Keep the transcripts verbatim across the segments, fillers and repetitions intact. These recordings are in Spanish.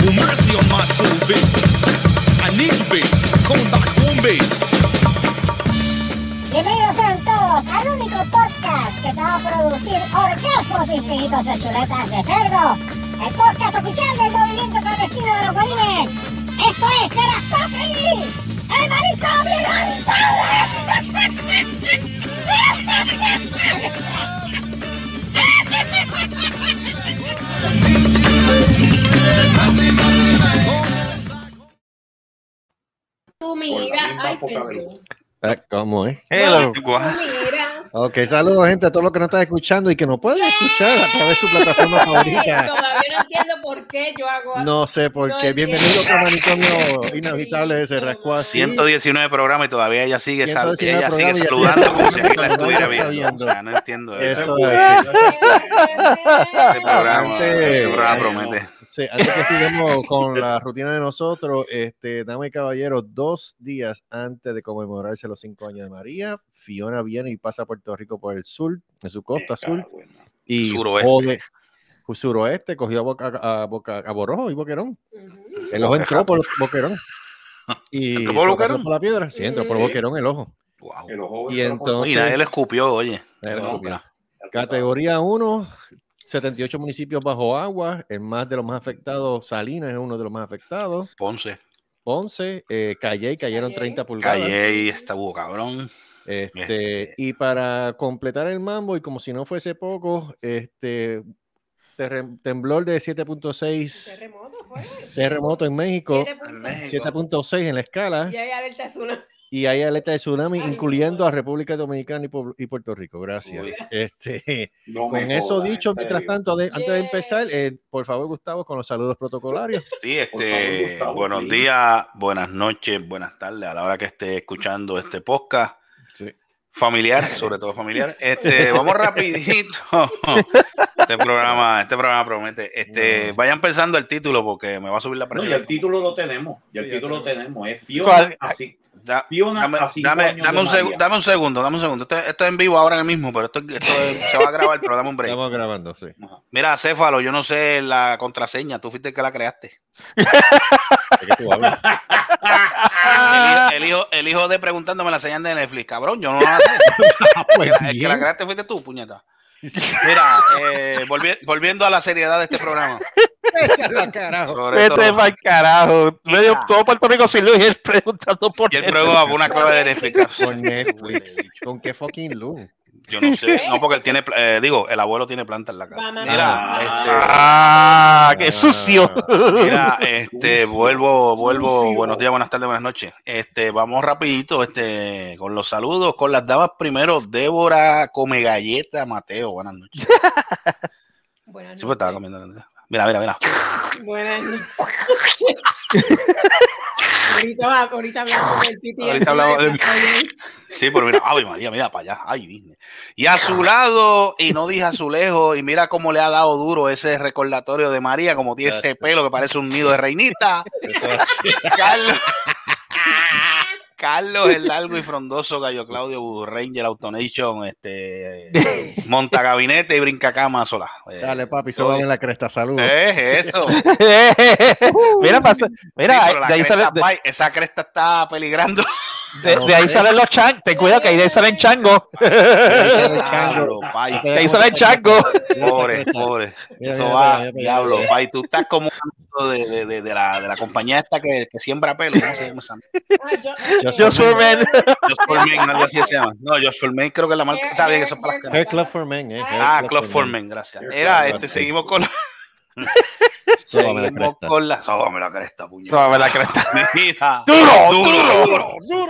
Well, mercy on my soul, baby. I need you, baby. Come back home, baby. Bienvenidos sean todos al único podcast que te va a producir orgasmos infinitos de chuletas de cerdo. El podcast oficial del movimiento clandestino de los bolines. Esto es Serastofri, el marito Tú mira, ay, perdón. Eh, ¿Cómo es? Hello. Tú mira. Ok, saludos gente a todos los que nos están escuchando y que nos pueden escuchar a través de su plataforma favorita. Todavía no entiendo por qué yo hago. No sé por No qué. entiendo. Bienvenido a Manicomio Inhabitable de Cerrascoa. ciento diecinueve programas y todavía ella sigue, sal- ciento diecinueve ella sigue programas y ella saludando como si sigue aquí la estuviera saludando, viendo. viendo. O sea, no entiendo eso. Eso es. Sí. Este programa, Antes- este programa promete. Sí, antes que sigamos con la rutina de nosotros, este, damas y caballeros, dos días antes de conmemorarse los cinco años de María, Fiona viene y pasa a Puerto Rico por el sur, en su costa sur, y Suroeste. jode, suroeste, cogió a Boca, a, Boca, a Borojo y Boquerón. Ujú. El ojo entró por Boquerón. Y ¿Entró por se lo Boquerón? pasó por la piedra. Sí, entró por Sí. Boquerón el ojo. Wow. Y entonces, Mira, él escupió, oye. Él No, escupió. Categoría uno, setenta y ocho municipios bajo agua. El más de los más afectados, Salinas es uno de los más afectados. Ponce. Ponce, eh, Calley cayeron Calley. treinta pulgadas. Calle y está hubo cabrón. Este, Este. y para completar el mambo, y como si no fuese poco, este terre- temblor de siete punto seis, Terremoto fue. terremoto en México, Siete puntos. En México. siete punto seis en la escala, Y hay alerta tsunami. y hay alerta de tsunami, Ay, incluyendo no. a República Dominicana y, Pu- y Puerto Rico. Gracias. Uy. Este, No me con eso jodas, dicho, en mientras serio. tanto, de- antes de Yeah. empezar, eh, por favor, Gustavo, con los saludos protocolarios. Sí, Por favor, este, Gustavo, buenos please. días, buenas noches, buenas tardes a la hora que esté escuchando este podcast. Sí. Familiar, sobre todo familiar. Este, vamos rapidito. Este programa, este programa promete. Este, No. vayan pensando el título porque me va a subir la No, presión. y el título lo tenemos. Y el Sí, ya título lo tenemos. tenemos. Es Fiona. ¿Cuál? Así, Da- Fiona dame, a cinco dame, años dame de un segu- María. dame un segundo, dame un segundo. Esto, esto es en vivo ahora mismo, pero esto, esto es- se va a grabar, pero dame un break. Estamos grabando, sí. Ajá. Mira, Céfalo, yo no sé la contraseña. Tú fuiste el que la creaste. ¿De qué tú hablas? El hijo, el hijo, el hijo de preguntándome la señal de Netflix. Cabrón, yo no la sé. Pues El que la bien. creaste fuiste tú, puñeta. Mira, eh, volvi- volviendo a la seriedad de este programa. La carajo. Sobre Vete todo, pa'l carajo. Medio Mira. todo Puerto Rico sin luz y él preguntando por y el qué. programa por una clave de Netflix. Con Netflix. ¿Con qué fucking luz? Yo no sé. No, porque él tiene, pla- eh, digo, el abuelo tiene planta en la casa. Vamos, Mira, vamos. Ah, qué sucio. este, mira, este, Sucio. vuelvo, vuelvo. Sucio. Buenos días, buenas tardes, buenas noches. Este, vamos rapidito, este, con los saludos, con las damas primero. Débora Come Galleta Mateo, buenas noches. Buenas Sí, pues estaba noches. comiendo. Mira, mira, mira. Buenas noches. Ahorita, va- ahorita hablamos del P T S D. Ahorita hablamos del- Sí, pero mira, ay, María, mira para allá. Ay, Disney. Y a su lado, y no dije a su lejos, y mira cómo le ha dado duro ese recordatorio de María, como tiene ese pelo que parece un nido de reinita. Eso así. Carlos. Carlos, el largo y frondoso Gallo Claudio Voodoo Ranger Autonation, este, monta gabinete y brinca cama sola. Eh, Dale, papi, soy- sóbame en la cresta. Saludos. Es eso. Mira, pasa- mira, Sí, pero la de, ahí cresta, sale, de, pai, esa cresta está peligrando. de- de ahí salen los changos. Ten cuidado que ahí de ahí salen changos. Diablo, pai. De ahí salen changos. Pobre, pobre. Mira, Eso mira, va, mira, mira, diablo, mira. pai. Tú estás como un de, de, de, de, la, de la compañía esta que, que siembra pelo. ¿Cómo se llama esa? Just Just for men. Just for Men, algo así se llama. No, Just for Men creo que es la marca. Está bien, eso es para las caras. Hair Club for Men, eh. Hair Ah, Club Club for for Men. Men, gracias. Hair Era, Club, este, sí. seguimos con la. Sóbame la Seguimos cresta. con la. Sóbame la cresta, puñeta. Suave la cresta. Mira. Duro, Duro, duro.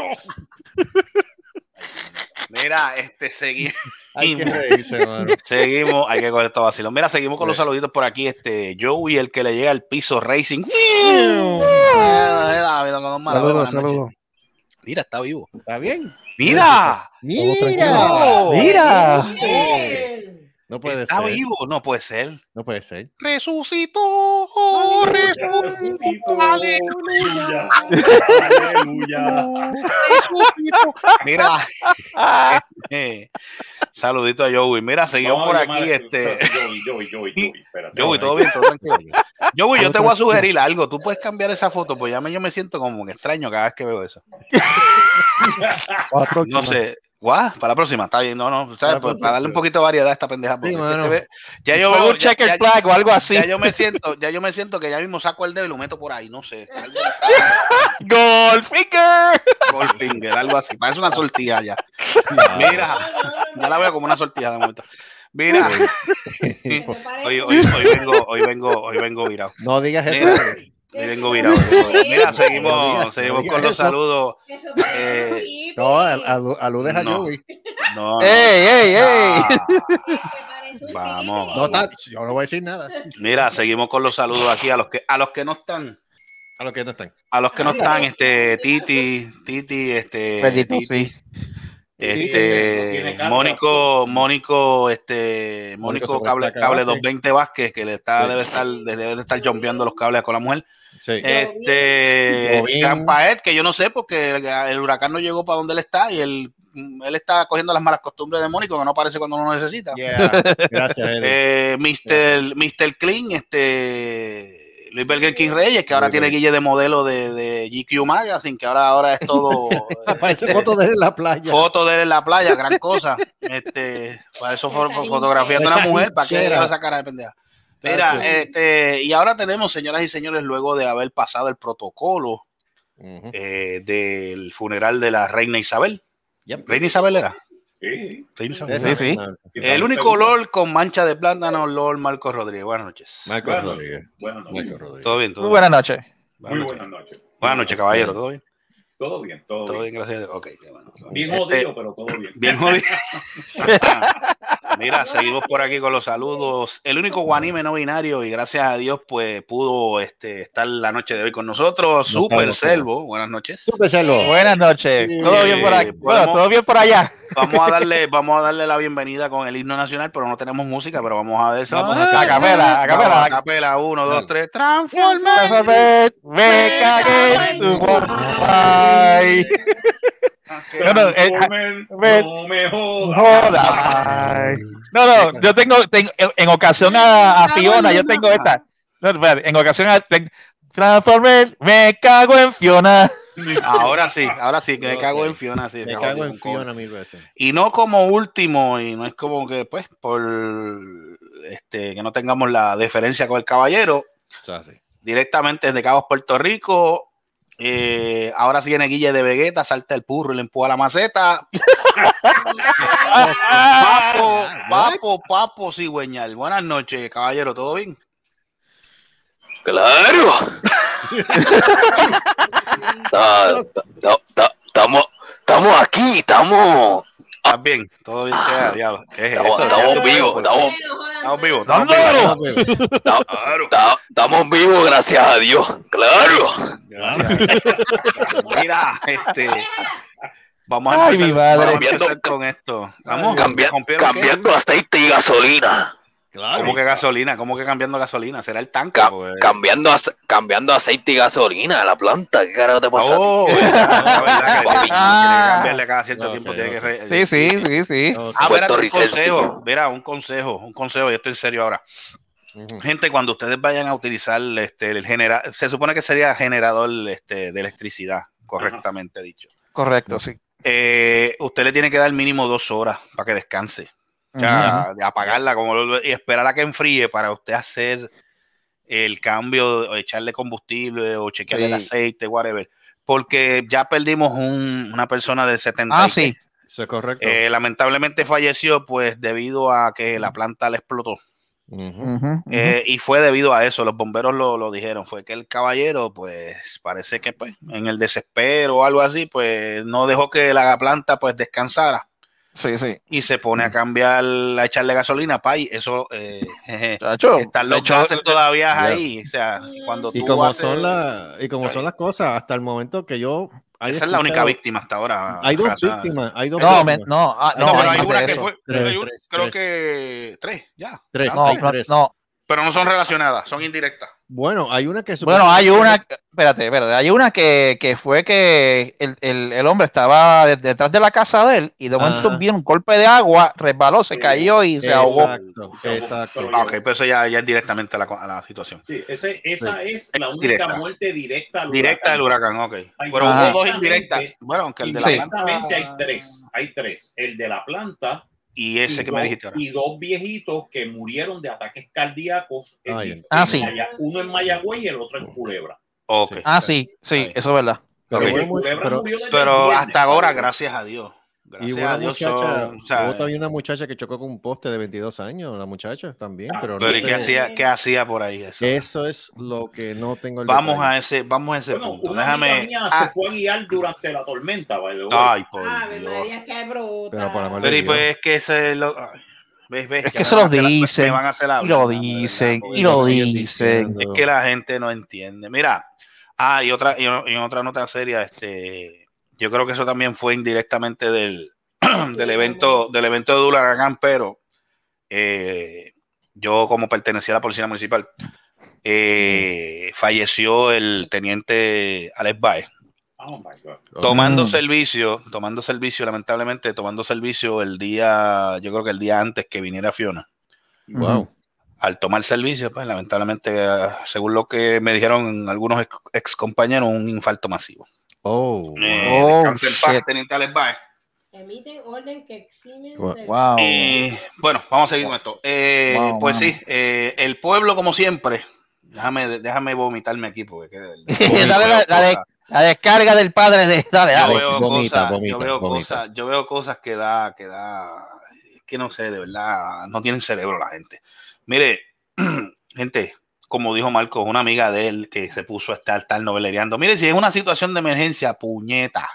Mira, este, seguimos. Hay que reírse, hermano. Seguimos, hay que coger esto vacilo. Mira, seguimos con los saluditos por aquí. Este, Joey, el que le llega al piso Racing. Mira, mira, con dos malas, Saludos, buenas noches. saludos. Mira, está vivo. ¿Está bien? Mira, Mira. Mira. No puede está ser. vivo. No puede ser. No puede ser. Resucitó, resucitó, Aleluya. Aleluya. resucitó. Mira, Eh, saludito a Joey. Mira, seguimos Vamos por a aquí. llamar a- Este, Joey, Joey, Joey, Joey, espérate. Joey, todo bien, todo tranquilo. Joey, yo te voy a sugerir algo. Tú puedes cambiar esa foto, pues ya me, yo me siento como que extraño cada vez que veo eso. No sé. ¿What? Para la próxima, está bien. No, no, ¿sabes? Pues, para darle un poquito de variedad a esta pendeja. Sí, porque mano. este ve- ya yo Pon veo. un Ya, checker ya- flag o algo así. ya yo me siento, ya yo me siento que ya mismo saco el dedo y lo meto por ahí. No sé. Algo Goldfinger. Goldfinger, algo así. Parece una sortija ya. Mira, ya la veo como una sortija de momento. Mira, hoy, hoy, hoy vengo, hoy vengo, hoy vengo virado. No digas eso. Mira. Hoy vengo virado. hoy vengo virado. Mira, No seguimos, digas- seguimos no con digas los eso. saludos. Eh, No, al- alu- aludes a No. Joey. No, no. ey, ey, ey. Ah, vamos, No vamos. está, yo no voy a decir nada. Mira, seguimos con los saludos aquí a los que, a los que no están, A los que no están. a los que no están, este, Titi, Titi, este, Pedrito, Titi, sí. no tiene este, cámara. Mónico, Mónico, este, Mónico Mónico cable, Sobreplaca cable Vázquez. doscientos veinte Vázquez, que le está, Sí. debe estar, debe de estar jumpeando los cables con la mujer. Sí. Este, Jovín. Gran Paet, que yo no sé porque el, el huracán no llegó para donde él está y él, él está cogiendo las malas costumbres de Mónico, que no aparece cuando uno lo necesita. Yeah. Gracias, Eddie. Eh, mister mister Clean, este Luis Burger King Reyes, que ahora Luis tiene Burger. Guille de modelo de, de G Q Magazine, que ahora, ahora es todo Aparece foto de él en la playa. foto de él en la playa, gran cosa. Este, para eso fue Esa fotografía de hinchera. una mujer, para que Esa ella esa cara de pendeja. Mira, Tacho. este, y ahora tenemos, señoras y señores, luego de haber pasado el protocolo Ujú. eh, del funeral de la reina Isabel. Yep. ¿Reina Isabel era? Sí. Reina Isabel. Esa- Sí, sí. El único Lord con mancha de plátano, Lord Marcos Rodríguez. Buenas noches. Marco Buenas Rodríguez. noches. Buenas Marco noches. Rodríguez. Todo bien, todo Muy bien. buenas noches. Muy buenas noches. Buenas noches, caballero. ¿Todo bien? Todo bien, todo, Todo bien. bien, gracias a Dios. Ok, qué bueno. Bien Este, jodido, pero todo bien. Bien jodido. Mira, seguimos por aquí con los saludos. El único guanime no binario y gracias a Dios pues pudo este, estar la noche de hoy con nosotros. No Super sabemos Selvo, buenas noches. Súper Selvo. Buenas noches. Sí. Todo bien por aquí. Podemos- Bueno, todo bien por allá. Vamos a darle, vamos a darle la bienvenida con el himno nacional, pero no tenemos música, pero vamos a ver eso. Vamos a capela, a capela. A capela, uno, dos, Dale. tres, transforma. Transformer, me cagué en tu Wi-Fi. No, no, eh, Transformer, ve- no me jodas. Joda. Ay. No, no, yo tengo, tengo en, en ocasión a, a Fiona, yo tengo esta. No, espérate, en ocasión a ten- Transformer, me cago en Fiona. Ahora sí, ahora sí, que me cago Ok. en Fiona. Sí, Me se cago jodió en un cojones. Fiona mil veces. Y no como último, y no es como que, pues, por este, que no tengamos la deferencia con el caballero, O sea, sí. directamente desde Cabos, Puerto Rico. Eh, ahora sí viene Guille de Vegeta, salta el purro y le empuja la maceta. Papo, papo, papo, cigüeñal. Buenas noches, caballero, ¿todo bien? Claro. Ta- ta- ta- ta- Estamos estamos aquí, estamos ¿Estás bien? ¿Todo bien? ¿Qué, diablo? ¿Qué es eso? estamos, estamos Ya, vivos, estamos, Estamos vivos, estamos ¡Dándolo! vivos. ta- Claro. ta- estamos vivos, gracias a Dios. Claro. Mira, este... Vamos a Ay, empezar, mi madre. vamos a empezar con esto. Vamos, Cambia- ¿rompieron qué? cambiando aceite y gasolina. ¿Cómo que gasolina? ¿Cómo que cambiando gasolina? ¿Será el tanque? Ca- Pues? cambiando, ace- cambiando aceite y gasolina a la planta. ¿Qué carajo te pasa? a ti? Oh, verdad, la verdad que tiene que cambiarle cada cierto Ok, tiempo. Tiene que re- Sí, sí, sí, sí. Ok. Ah, mira, un Puertorricense. consejo, mira, un consejo, un consejo, y estoy en serio ahora. Ujú. Gente, cuando ustedes vayan a utilizar este, el generador, se supone que sería generador este, de electricidad, correctamente dicho. Correcto, sí. Eh, usted le tiene que dar mínimo dos horas para que descanse. O sea, de apagarla como lo- y esperar a que enfríe para usted hacer el cambio, o echarle combustible o chequear el Sí. aceite, whatever. Porque ya perdimos un- una persona de setenta Ah, y sí. Eso es correcto. Eh, lamentablemente falleció pues debido a que la planta le explotó. Ujú. Ujú, ujú. Eh, y fue debido a eso, los bomberos lo, lo dijeron, fue que el caballero pues parece que pues en el desespero o algo así pues no dejó que la planta pues descansara Sí, sí. y se pone a cambiar, a echarle gasolina, pay, eso eh, jeje, Chacho, están los de hecho, gases todavía Ya. ahí, o sea, cuando Y tú como haces- son las y como son las cosas, hasta el momento que yo haya esa es la única escuchado- víctima hasta ahora. Hay dos Razada. víctimas, hay dos No, me- víctimas. no, ah, No, no, No, pero hay hay más una de que eso. fue, Tres, hay un- tres, creo tres. que tres, ya. Tres, Ah, hay No, no, tres. no. Pero no son relacionadas, son indirectas. Bueno, hay una que... Bueno, hay una, espérate, espérate, hay una que, que fue que el, el, el hombre estaba de- detrás de la casa de él y de momento Ajá. vino un golpe de agua, resbaló, se cayó y se ahogó. Exacto, exacto. Ah, ok, pero eso ya, ya es directamente a la, a la situación. Sí, ese, esa Sí. es la única Directa. muerte directa al Directa del huracán, ok. Hay Pero Ajá. hubo dos indirectas. Bueno, aunque el de la Sí. planta Indirectamente hay tres, hay tres. El de la planta y ese y que dos, me dijiste ahora. y dos viejitos que murieron de ataques cardíacos. en Ay, dif- Ah, en sí. Maya- uno en Mayagüez y el otro en Culebra. Ok. Ah, sí, sí, Ahí. eso es verdad. Pero Ok. hubo El mu- Culebra pero- murió desde Pero el viernes, hasta ahora, ¿sabes? gracias a Dios. Y Gracias hubo a una Dios muchacha, son, o sea, hubo también una muchacha que chocó con un poste de veintidós años, la muchacha también, Ah, pero, pero no ¿y sé. qué hacía, qué hacía por ahí eso? Eso es lo que no tengo el Vamos detalle. a ese, vamos a ese Bueno, punto. una amiga Déjame. mía Ah, se fue a guiar durante la tormenta, by the way. ay, por Ave Dios. María, qué bruta. Pero por amor de Pero y Dios. pues es que ese es lo. ay, ves, ves, Es ya que me se van lo a hacer la- dicen, me van a hacer y lo hablar, de verdad, dicen, porque y lo siguen dicen. diciendo. es que la gente no entiende. Mira, ah, y otra, y, y en otra nota seria, este, yo creo que eso también fue indirectamente del, del evento, del evento de huracán, pero eh, yo como pertenecía a la policía municipal, eh, falleció el teniente Alex Baez. Oh my God. Tomando Mm. servicio, tomando servicio, lamentablemente, tomando servicio el día, yo creo que el día antes que viniera Fiona. Wow. Al tomar servicio, pues lamentablemente, eh, según lo que me dijeron algunos ex, ex compañeros, un infarto masivo. Oh, Eh, Oh, descanse en paz, shit. teniente Alex Baez. Emiten orden que eximen Wow. del- Wow. Eh, bueno, vamos a seguir con esto. Eh, Wow, pues wow. sí, eh, el pueblo, como siempre, déjame, déjame vomitarme aquí, porque que de verdad, Dale yo la, veo la de- cosas- la descarga del padre de. Dale, yo dale. veo Vomita, cosas, vomita, yo veo vomita. cosas, yo veo cosas que da, que da, que no sé, de verdad, no tienen cerebro la gente. Mire, gente, como dijo Marco, una amiga de él que se puso a estar, estar novelereando. Mire, si es una situación de emergencia, puñeta,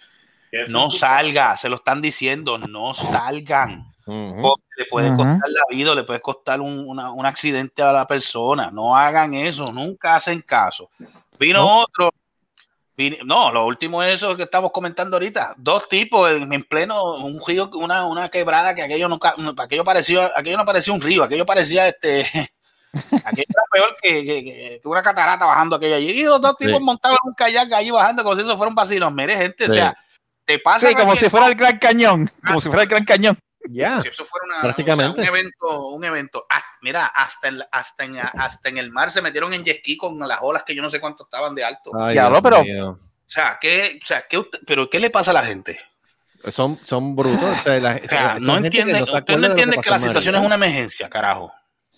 Eso no es su- salga, se lo están diciendo, no salgan. Ujú. Porque le puede Ujú. costar la vida, le puede costar un, una- un accidente a la persona. No hagan eso, nunca hacen caso. Vino No. otro. vino- no, lo último es eso que estamos comentando ahorita. Dos tipos en, en pleno, un río, una, una quebrada que aquello nunca, aquello parecía, aquello no parecía un río, aquello parecía este. Aquello era peor que, que- que- que una catarata bajando aquello allí. Y los dos Sí. tipos montaron un kayak allí bajando como si eso fuera un vacilo. Mire, gente, o Sí. sea, te pasa Sí, como si fuera el Gran Cañón. Como si fuera el Gran Cañón. Ya. si eso fuera una, Prácticamente. o sea, un evento, un evento. Ah, mira, hasta en, hasta, en, hasta en el mar se metieron en jet ski con las olas que yo no sé cuánto estaban de alto. Ay, Ya, Dios no, pero- mío. O sea, ¿qué, o sea, ¿qué, usted- pero ¿qué le pasa a la gente? Son, son brutos. O sea, la- O sea, son no gente que entiende, no se usted acuerda no de lo entiende que que, pasó la en situación María. es una emergencia, carajo.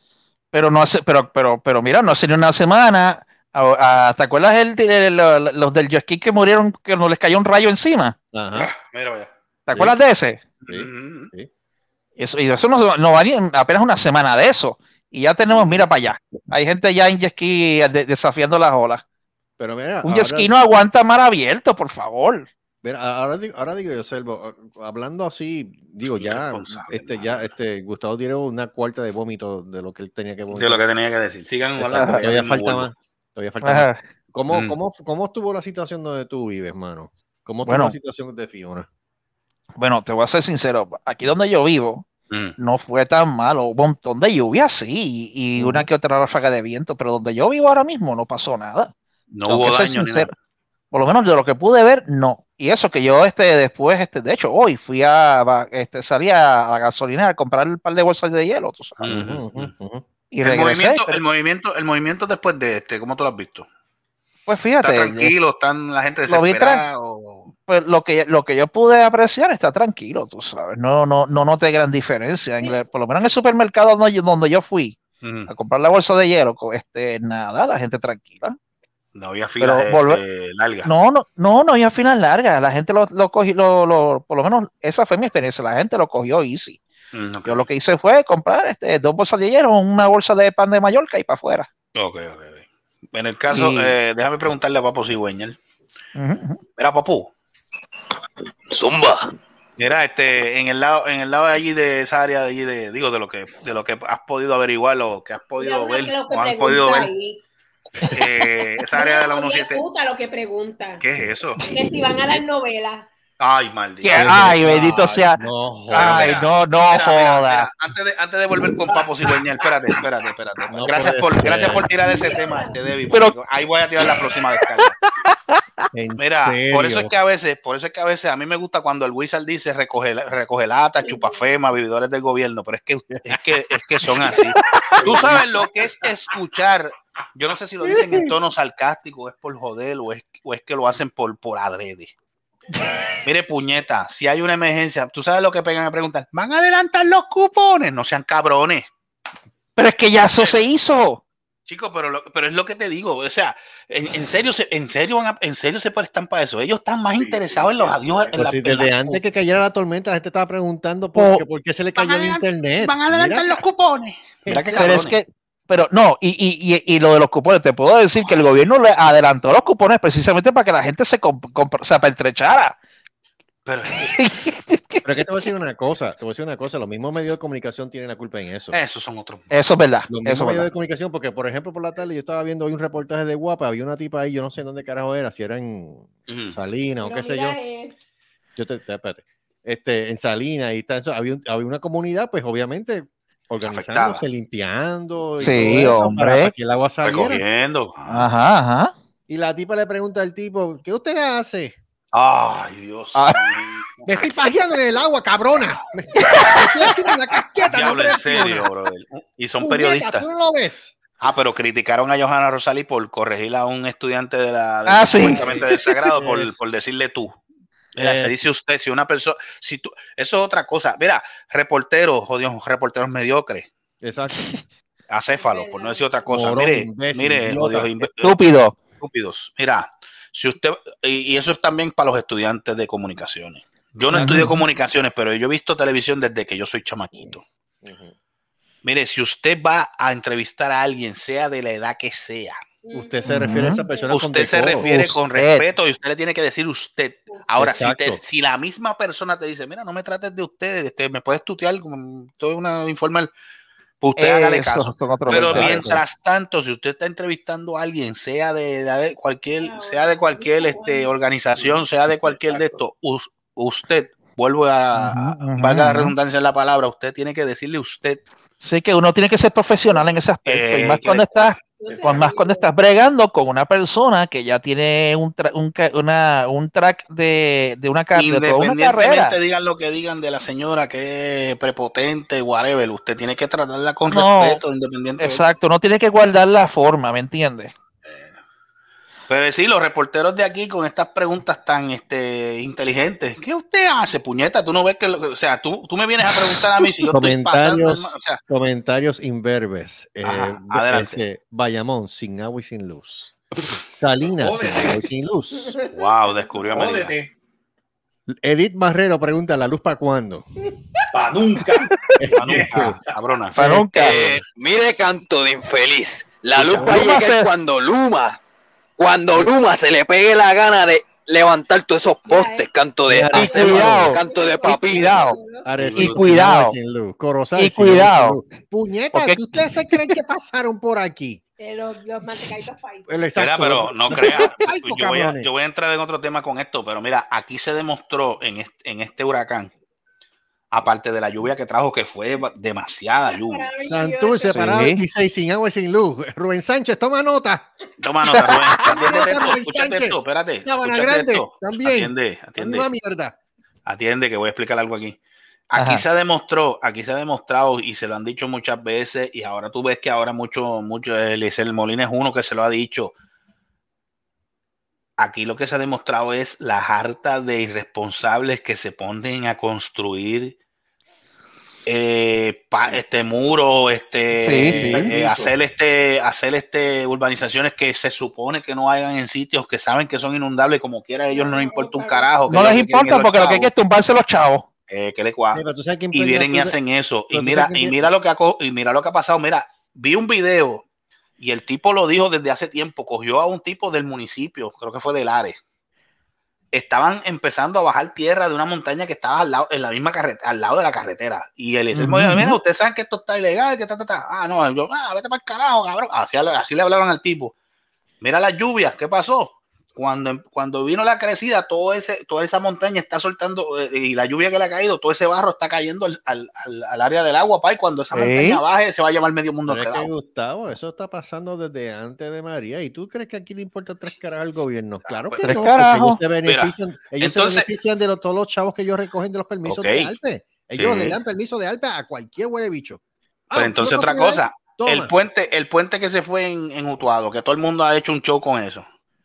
Pero no hace, pero, pero, pero mira, no hace ni una semana. a- a- ¿Te acuerdas el, el- el- los del jet ski que murieron, que no les cayó un rayo encima? Ajá. Ah, mira, vaya. ¿Te acuerdas de ese? Sí. Mm, Eso, y eso no, no va ni en apenas una semana de eso. Y ya tenemos, mira para allá. Hay gente ya en jet ski de- desafiando las olas. Pero mira, Un jet ahora, ski no aguanta mar abierto, por favor. mira, ahora, digo, ahora digo yo, Selvo, hablando así, digo, ya, Irresponsable, este, mano. ya, este, Gustavo tiene una cuarta de vómito de lo que él tenía que vomitar. De lo que tenía que decir. Sigan Exacto, hablando. que ya todavía mismo falta vuelvo. más. Todavía falta más. Ajá. ¿Cómo, Mm. cómo, ¿Cómo estuvo la situación donde tú vives, mano? ¿Cómo estuvo Bueno. la situación de Fiona? Bueno, te voy a ser sincero. Aquí donde yo vivo, Mm. no fue tan malo. Hubo un montón de lluvia, sí, y Ujú. una que otra ráfaga de viento, pero donde yo vivo ahora mismo no pasó nada. No Tengo hubo que ser daño ni sincero. nada. Por lo menos de lo que pude ver, no. Y eso que yo este después, este, de hecho, hoy fui a va- este, salí a la gasolina a comprar un par de bolsas de hielo, tú sabes. Ujú, Ujú, ujú. ujú, ujú. Y El regresé. movimiento, pero, el movimiento, el movimiento después de este, ¿cómo tú lo has visto? pues ¿Está fíjate, tranquilo? ¿Están la gente Lo vi desesperada? O... pues lo que lo que yo pude apreciar está tranquilo, tú sabes. No, no, no noté gran diferencia. En el- por lo menos en el supermercado donde yo, donde yo fui Ujú. a comprar la bolsa de hielo, co- este, nada, la gente tranquila. No había filas Pero de, volver- de largas. No, no, no, no había final larga. La gente lo, lo cogió, lo, lo- por lo menos esa fue mi experiencia. La gente lo cogió easy. Mm, ok. Yo lo que hice fue comprar este, dos bolsas de hielo, una bolsa de pan de Mallorca y para afuera. Ok, ok, ok. En el caso, Y- eh, déjame preguntarle a Papo Cigüeñal. Ujú, ujú. Mira, Papu, Zumba. mira, este, en el lado, en el lado de allí de esa área de allí de, digo, de lo que, de lo que has podido averiguar o que has podido Mira, ver lo que o han pregunta podido ver, ahí. eh, esa área de la Mira, diecisiete. puta lo que pregunta. ¿Qué es eso? Que si van a dar novelas. Ay, maldito. Que- ay, bendito sea. No, Ay, Mira, no, no mira, mira, joda. mira, Antes de, antes de volver con Papo Cigüeñal, espérate, espérate, espérate. No gracias, puede por, ser. gracias por tirar ese tema, este Debbie. Pero- porque ahí voy a tirar la próxima descarga. en Mira, serio. por eso es que a veces, por eso es que a veces a mí me gusta cuando el Wizard dice recoge, recoge lata, chupafema, vividores del gobierno, pero es que, es que es que son así. Tú sabes lo que es escuchar. Yo no sé si lo dicen en tono sarcástico, es por joder, o es, o es que lo hacen por, por adrede. Mire, puñeta, si hay una emergencia, tú sabes lo que pegan a preguntar, ¿van a adelantar los cupones? No sean cabrones. Pero es que ya eso se hizo. Chicos, pero, lo- pero es lo que te digo, o sea, en, en serio, se, en serio, van a- en serio se prestan para eso. Ellos están más interesados en los adiós. En Pues la, si en desde la- antes que cayera la tormenta, la gente estaba preguntando por, Oh. qué, por qué se le Van cayó a el adelantar- internet. van a adelantar Mira, los cupones. Mira qué Pero es cabrones. que, pero no, y, y, y, y lo de los cupones, te puedo decir que el gobierno le adelantó los cupones precisamente para que la gente se, comp- comp- se apertrechara. Pero es que pero es que te voy a decir una cosa, te voy a decir una cosa, los mismos medios de comunicación tienen la culpa en eso. esos son otros. Eso es verdad. Los Eso mismos es medios de verdad. comunicación, porque por ejemplo por la tarde yo estaba viendo hoy un reportaje de Guapa, había una tipa ahí, yo no sé en dónde carajo era, si era en Ujú. Salinas o Pero qué sé yo. mira, eh, Yo te, te- espérate. Este, en Salinas y está eso, había, un- había una comunidad, pues obviamente organizándose, Afectada. limpiando y Sí, todo eso hombre. para, para que el agua saliera. Recogiendo. Ajá, ajá. Y la tipa le pregunta al tipo, ¿qué usted hace? Ay, Dios Ah. mío. Me estoy pajeando en el agua, cabrona. Me, me estoy haciendo una casqueta. no Diablo, en presiona. serio, brother. Y son Puñeta, periodistas. ¿tú no lo ves? Ah, pero criticaron a Johanna Rosalí por corregir a un estudiante de la del Ah, sí. supuestamente del sagrado por, Es- por decirle tú. Mira, Eh. se dice usted, si una persona, si tú, eso es otra cosa. Mira, reporteros, jodidos, reporteros mediocres, Exacto. acéfalos, por no decir otra cosa. Morón, mire, imbécil, mire, idiota. jodidos, imbe- Estúpido. estúpidos. Mira, si usted, y, y eso es también para los estudiantes de comunicaciones. Yo no Exacto. estudio comunicaciones, pero yo he visto televisión desde que yo soy chamaquito. Ujú. Mire, si usted va a entrevistar a alguien, sea de la edad que sea, Usted se refiere a esa persona con usted se decoro. refiere con Usted. respeto y usted le tiene que decir usted. Ahora, si, te- Exacto. si la misma persona te dice, mira, no me trates de usted, este, me puedes tutear, como todo una informal, pues usted hágale Eso caso. son otros Pero mensajes. mientras tanto, si usted está entrevistando a alguien, sea de, de cualquier, sea de cualquier este, organización, sea de cualquier de estos, us- usted, vuelvo a, Ujú, ujú, valga la ujú. redundancia en la palabra, usted tiene que decirle usted. Sí, que uno tiene que ser profesional en ese aspecto. Eh, y más que cuando le- estás, con más cuando estás bregando con una persona que ya tiene un, tra- un, ca- una, un track de, de una, ca- de toda una carrera. Independientemente digan lo que digan de la señora que es prepotente, whatever, usted tiene que tratarla con No, respeto, independiente. Exacto, no tiene que guardar la forma, ¿me entiendes? Pero sí, los reporteros de aquí con estas preguntas tan este, inteligentes, ¿qué usted hace, puñeta? Tú no ves que, lo- o sea, tú, tú me vienes a preguntar a mí si yo estoy pasando, Comentarios, o sea, comentarios imberbes. Eh, Ajá, adelante. este, Bayamón, sin agua y sin luz. Salinas, sin Jódete. agua y sin luz. wow, descubrió a María. Jódete. Edith Barrero pregunta, ¿la luz para cuándo? Pa' nunca. Pa' nunca, cabrona. Para nunca. Eh, mire, canto de infeliz. La luz va a Luma llegar se- cuando Luma, cuando Luma se le pegue la gana de levantar todos esos postes, canto de Y acéfalo, cuidado. canto de Y papito. cuidado. Arecibo, Y sin cuidado. agua y sin luz. Corozal, Y sin agua cuidado. sin luz. Puñeta, Porque- ¿qué ustedes se creen que pasaron por aquí? eh, los, los mantecaditos país. El Mira, exacto. pero no creas. Ay, Yo voy, a, cabrones. yo voy a entrar en otro tema con esto, pero mira, aquí se demostró en este, en este huracán, aparte de la lluvia que trajo, que fue demasiada lluvia. Santurce, parado Sí. veintiséis, sin agua y sin luz. Rubén Sánchez, toma nota. Toma nota, Rubén. Atiéndete esto, Rubén escúchate Sánchez. esto, espérate. Sabana escúchate Grande, esto. también. Atiende, La atiende. misma mierda. Atiende, que voy a explicar algo aquí. Aquí Ajá. se demostró, aquí se ha demostrado y se lo han dicho muchas veces, y ahora tú ves que ahora mucho, mucho, Eliezer Molina es uno que se lo ha dicho. Aquí lo que se ha demostrado es la harta de irresponsables que se ponen a construir eh, pa- este muro, este, Sí, sí. eh, hacer este, hacer este urbanizaciones que se supone que no hagan en sitios que saben que son inundables, como quiera a ellos no les importa un carajo. que No ellos les lo que quieren importa es porque los lo que hay que es chavos. tumbarse los chavos. Eh, que le cuadra. Sí, pero tú sabes quién Y perdió vienen y el- hacen eso. Y pero tú mira, sabes quién y tiene- mira lo que ha, co- y mira lo que ha pasado. Mira, vi un video y el tipo lo dijo desde hace tiempo. Cogió a un tipo del municipio, creo que fue de Lares. Estaban empezando a bajar tierra de una montaña que estaba al lado, en la misma carretera, al lado de la carretera. Y él dice, Ujú, mira, ujú. ustedes saben que esto está ilegal, que ta, ta, ta. Ah, no, yo, ah, vete para el carajo, cabrón. Así, así le hablaron al tipo. Mira las lluvias, ¿qué pasó? Cuando, cuando vino la crecida, todo ese, toda esa montaña está soltando, eh, y la lluvia que le ha caído, todo ese barro está cayendo al, al, al, al área del agua, pa, y cuando esa ¿Sí? montaña baje, se va a llevar medio mundo. Pero es que, Gustavo, eso está pasando desde antes de María. ¿Y tú crees que aquí le importa tres caras al gobierno? Claro que Tres no, porque carajos. ellos se benefician, Mira, ellos entonces- se benefician de los, todos los chavos que ellos recogen de los permisos Ok. de arte. Ellos Sí. le dan permiso de arte a cualquier huele bicho. Ah, Pero entonces ¿tú no otra confías? cosa, Toma. el puente, el puente que se fue en, en Utuado, que todo el mundo ha hecho un show con eso.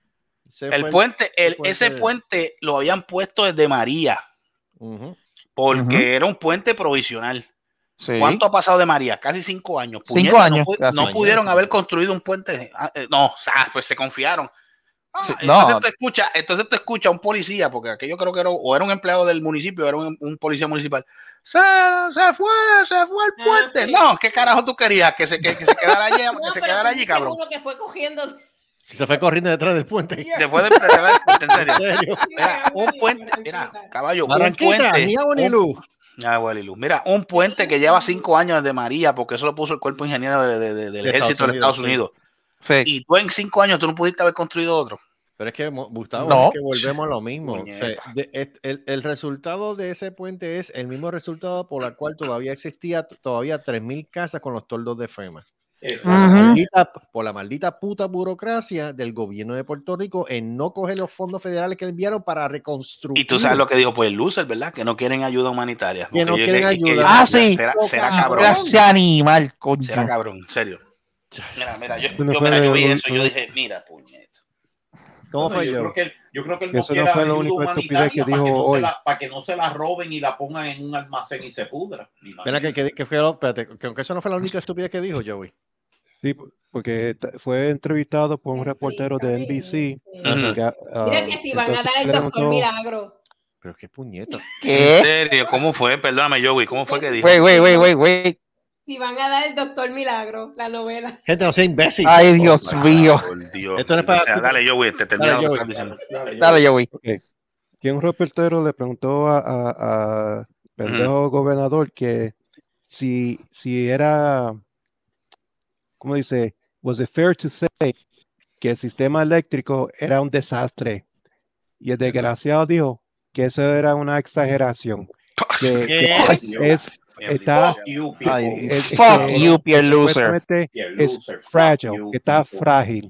Se fue El puente, el, puente ese de- puente lo habían puesto desde María, Ujú. porque Ujú. era un puente provisional. Sí. ¿Cuánto ha pasado de María? Casi cinco años. Cinco Puñeta, años, No, pu- casi. no pudieron Años, haber sí. construido un puente. Ah, eh, No, o sea, pues se confiaron. Ah, Sí, entonces, no. tú escuchas, entonces tú escuchas a un policía, porque aquello creo que era, o era un empleado del municipio, o era un, un policía municipal. Se, se fue, se fue el Ah, puente. sí. No, ¿qué carajo tú querías? Que se, que, que se quedara allí, No, que se pero quedara sí allí, que cabrón. uno que fue cogiendo. Se fue corriendo detrás del puente. Después de, de, de- de- en serio. ¿En serio? Mira, un puente, mira, caballo, un Barranquita, puente. ni agua ni un- luz. Ah, bueno, y luz. Mira, un puente que lleva cinco años desde María, porque eso lo puso el cuerpo ingeniero de, de- de- del De ejército de Estados Estados Unidos, Unidos. Sí. Y tú en cinco años tú no pudiste haber construido otro. Pero es que, Mo- Gustavo, No. es que volvemos a lo mismo. O sea, Puñeta. de- et- el, el resultado de ese puente es el mismo resultado por el cual todavía existía t- todavía tres mil casas con los toldos de FEMA. Exacto. Ujú. Maldita- por la maldita puta burocracia del gobierno de Puerto Rico en no coger los fondos federales que le enviaron para reconstruir. Y tú sabes lo que dijo pues el loser, ¿verdad? Que no quieren ayuda humanitaria. Que no Porque yo- quieren que- que- ayuda. Ah, sí. Será, será Cabrón. cabrón. Gracias, animal, coño. Será cabrón, en serio. Mira, mira, yo, Bueno, yo, fue mira, yo de- vi eso y yo dije, mira, puñeta. ¿Cómo Bueno, fue yo yo? creo que él- yo creo que él no Eso no quiere fue la ayuda única estupidez humanitaria que para que, dijo no hoy. se la, para que no se la roben y la pongan en un almacén y se pudra. Me imagino. Espera, que, que, que fue, espérate, que aunque eso no fue la única estupidez que dijo Joey. Sí, porque t- fue entrevistado por un reportero de N B C. Ajá. que, ah, Mira que si van a entonces dar el doctor preguntó- Milagro. Pero qué puñeta. En ¿Qué? serio, ¿cómo fue? Perdóname, Joey, ¿cómo fue que dijo? Güey, güey, güey, güey, güey. Si van a dar el doctor Milagro, la novela. Gente, no sea imbécil. Ay, Dios Ay, mío. por Dios. Esto no es para- O sea, dale, Joey, te termina Dale, lo que Joey. estás diciendo. Dale, yo- Dale, Joey. Ok. Que un reportero le preguntó a, a, a pendejo gobernador que si, si era, ¿cómo dice? Was it fair to say que el sistema eléctrico era un desastre? Y el desgraciado dijo que eso era una exageración. Que, que Ay, Dios. es, está, Fuck you, people. Ay, es- Fuck que you, Pierre Loser. supuestamente Yeah, es loser. Fuck frágil, you, que está people. frágil.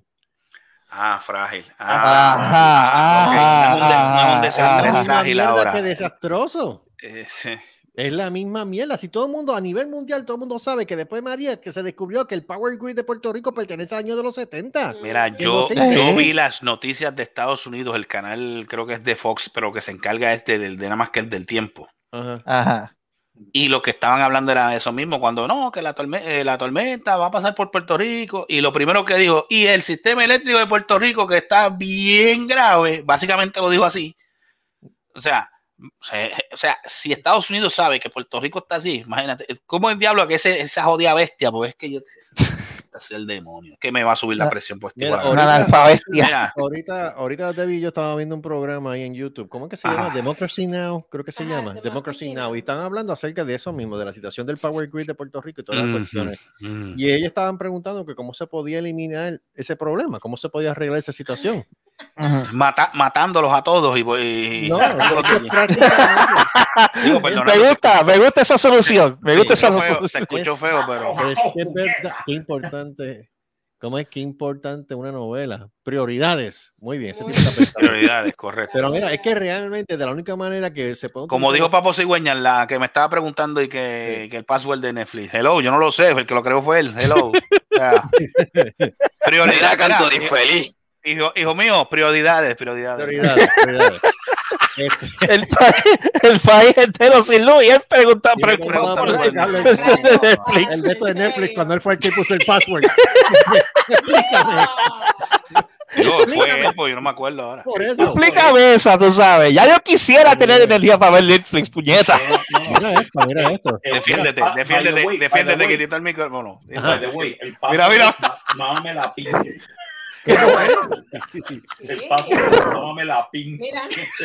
Ah, frágil. Ajá, Ah, ok. ajá, No es un de- no es un ajá, desastre, ajá. es frágil Mierda, ahora. qué desastroso. Eh, sí. Es la misma mierda. Si todo el mundo, a nivel mundial, todo el mundo sabe que después de María, que se descubrió que el Power Grid de Puerto Rico pertenece al año de los setenta. Mira, Que yo, no se yo inventen. vi las noticias de Estados Unidos, el canal creo que es de Fox, pero que se encarga este del, de nada más que el del tiempo. Ajá. Ajá. Y lo que estaban hablando era eso mismo, cuando no, que la, torme- eh, la tormenta va a pasar por Puerto Rico. Y lo primero que dijo, y el sistema eléctrico de Puerto Rico, que está bien grave, básicamente lo dijo así. O sea, o sea, o sea, si Estados Unidos sabe que Puerto Rico está así, imagínate, ¿cómo el diablo que ese, esa jodida bestia? Pues es que yo, es el demonio, que me va a subir la presión por este Mira, corazón. Una ahorita- analfabestia. Mira, Ahorita, ahorita Debbie y yo estaba viendo un programa ahí en YouTube. ¿Cómo es que se llama? Ah. Democracy Now, creo que se Ajá, llama. Democracy Democracy Now. Now. Y están hablando acerca de eso mismo, de la situación del Power Grid de Puerto Rico y todas las ujú, cuestiones. ujú. Y ellos estaban preguntando que cómo se podía eliminar ese problema, cómo se podía arreglar esa situación. Ujú. Mata- matándolos a todos y, y No, sacándolos de es allí. que prácticamente Digo, perdóname, Me se gusta, escuchó- me gusta esa solución. Me se gusta esa escuchó feo, se solución. escuchó Es- feo, pero pero es que es verdad, qué importante. ¿Cómo es que importante una novela? Prioridades. Muy bien, ese tipo está pensando. prioridades, correcto. Pero mira, es que realmente de la única manera que se puede Como utilizar- dijo Papo Cigüeña, la que me estaba preguntando y que, que el password de Netflix. Hello, yo no lo sé, el que lo creó fue él. Hello. O sea, prioridad, Mira, canto de mira, infeliz. hijo, hijo mío, prioridades, prioridades. prioridades, prioridades. Este, El país, el país entero sin luz y él pregunta, Y pre- me preguntando preguntaba por por la el- versión de Netflix. el de esto de Netflix cuando él fue el que puso el password. Explícame. Yo, fue Explícame. él, pues yo no me acuerdo ahora. Por eso. Explícame esa, tú sabes. Ya yo quisiera tener energía para ver Netflix, puñeta. Mira esto, mira esto. Eh, Defiéndete, mira, by- by the defiéndete, way, defiéndete by the que way, quita el micrófono. Ajá. by the way, el paso Mira, mira. es ma- mámame la pinche. ¿Qué fue? El paso es mámame la pinche. Mira,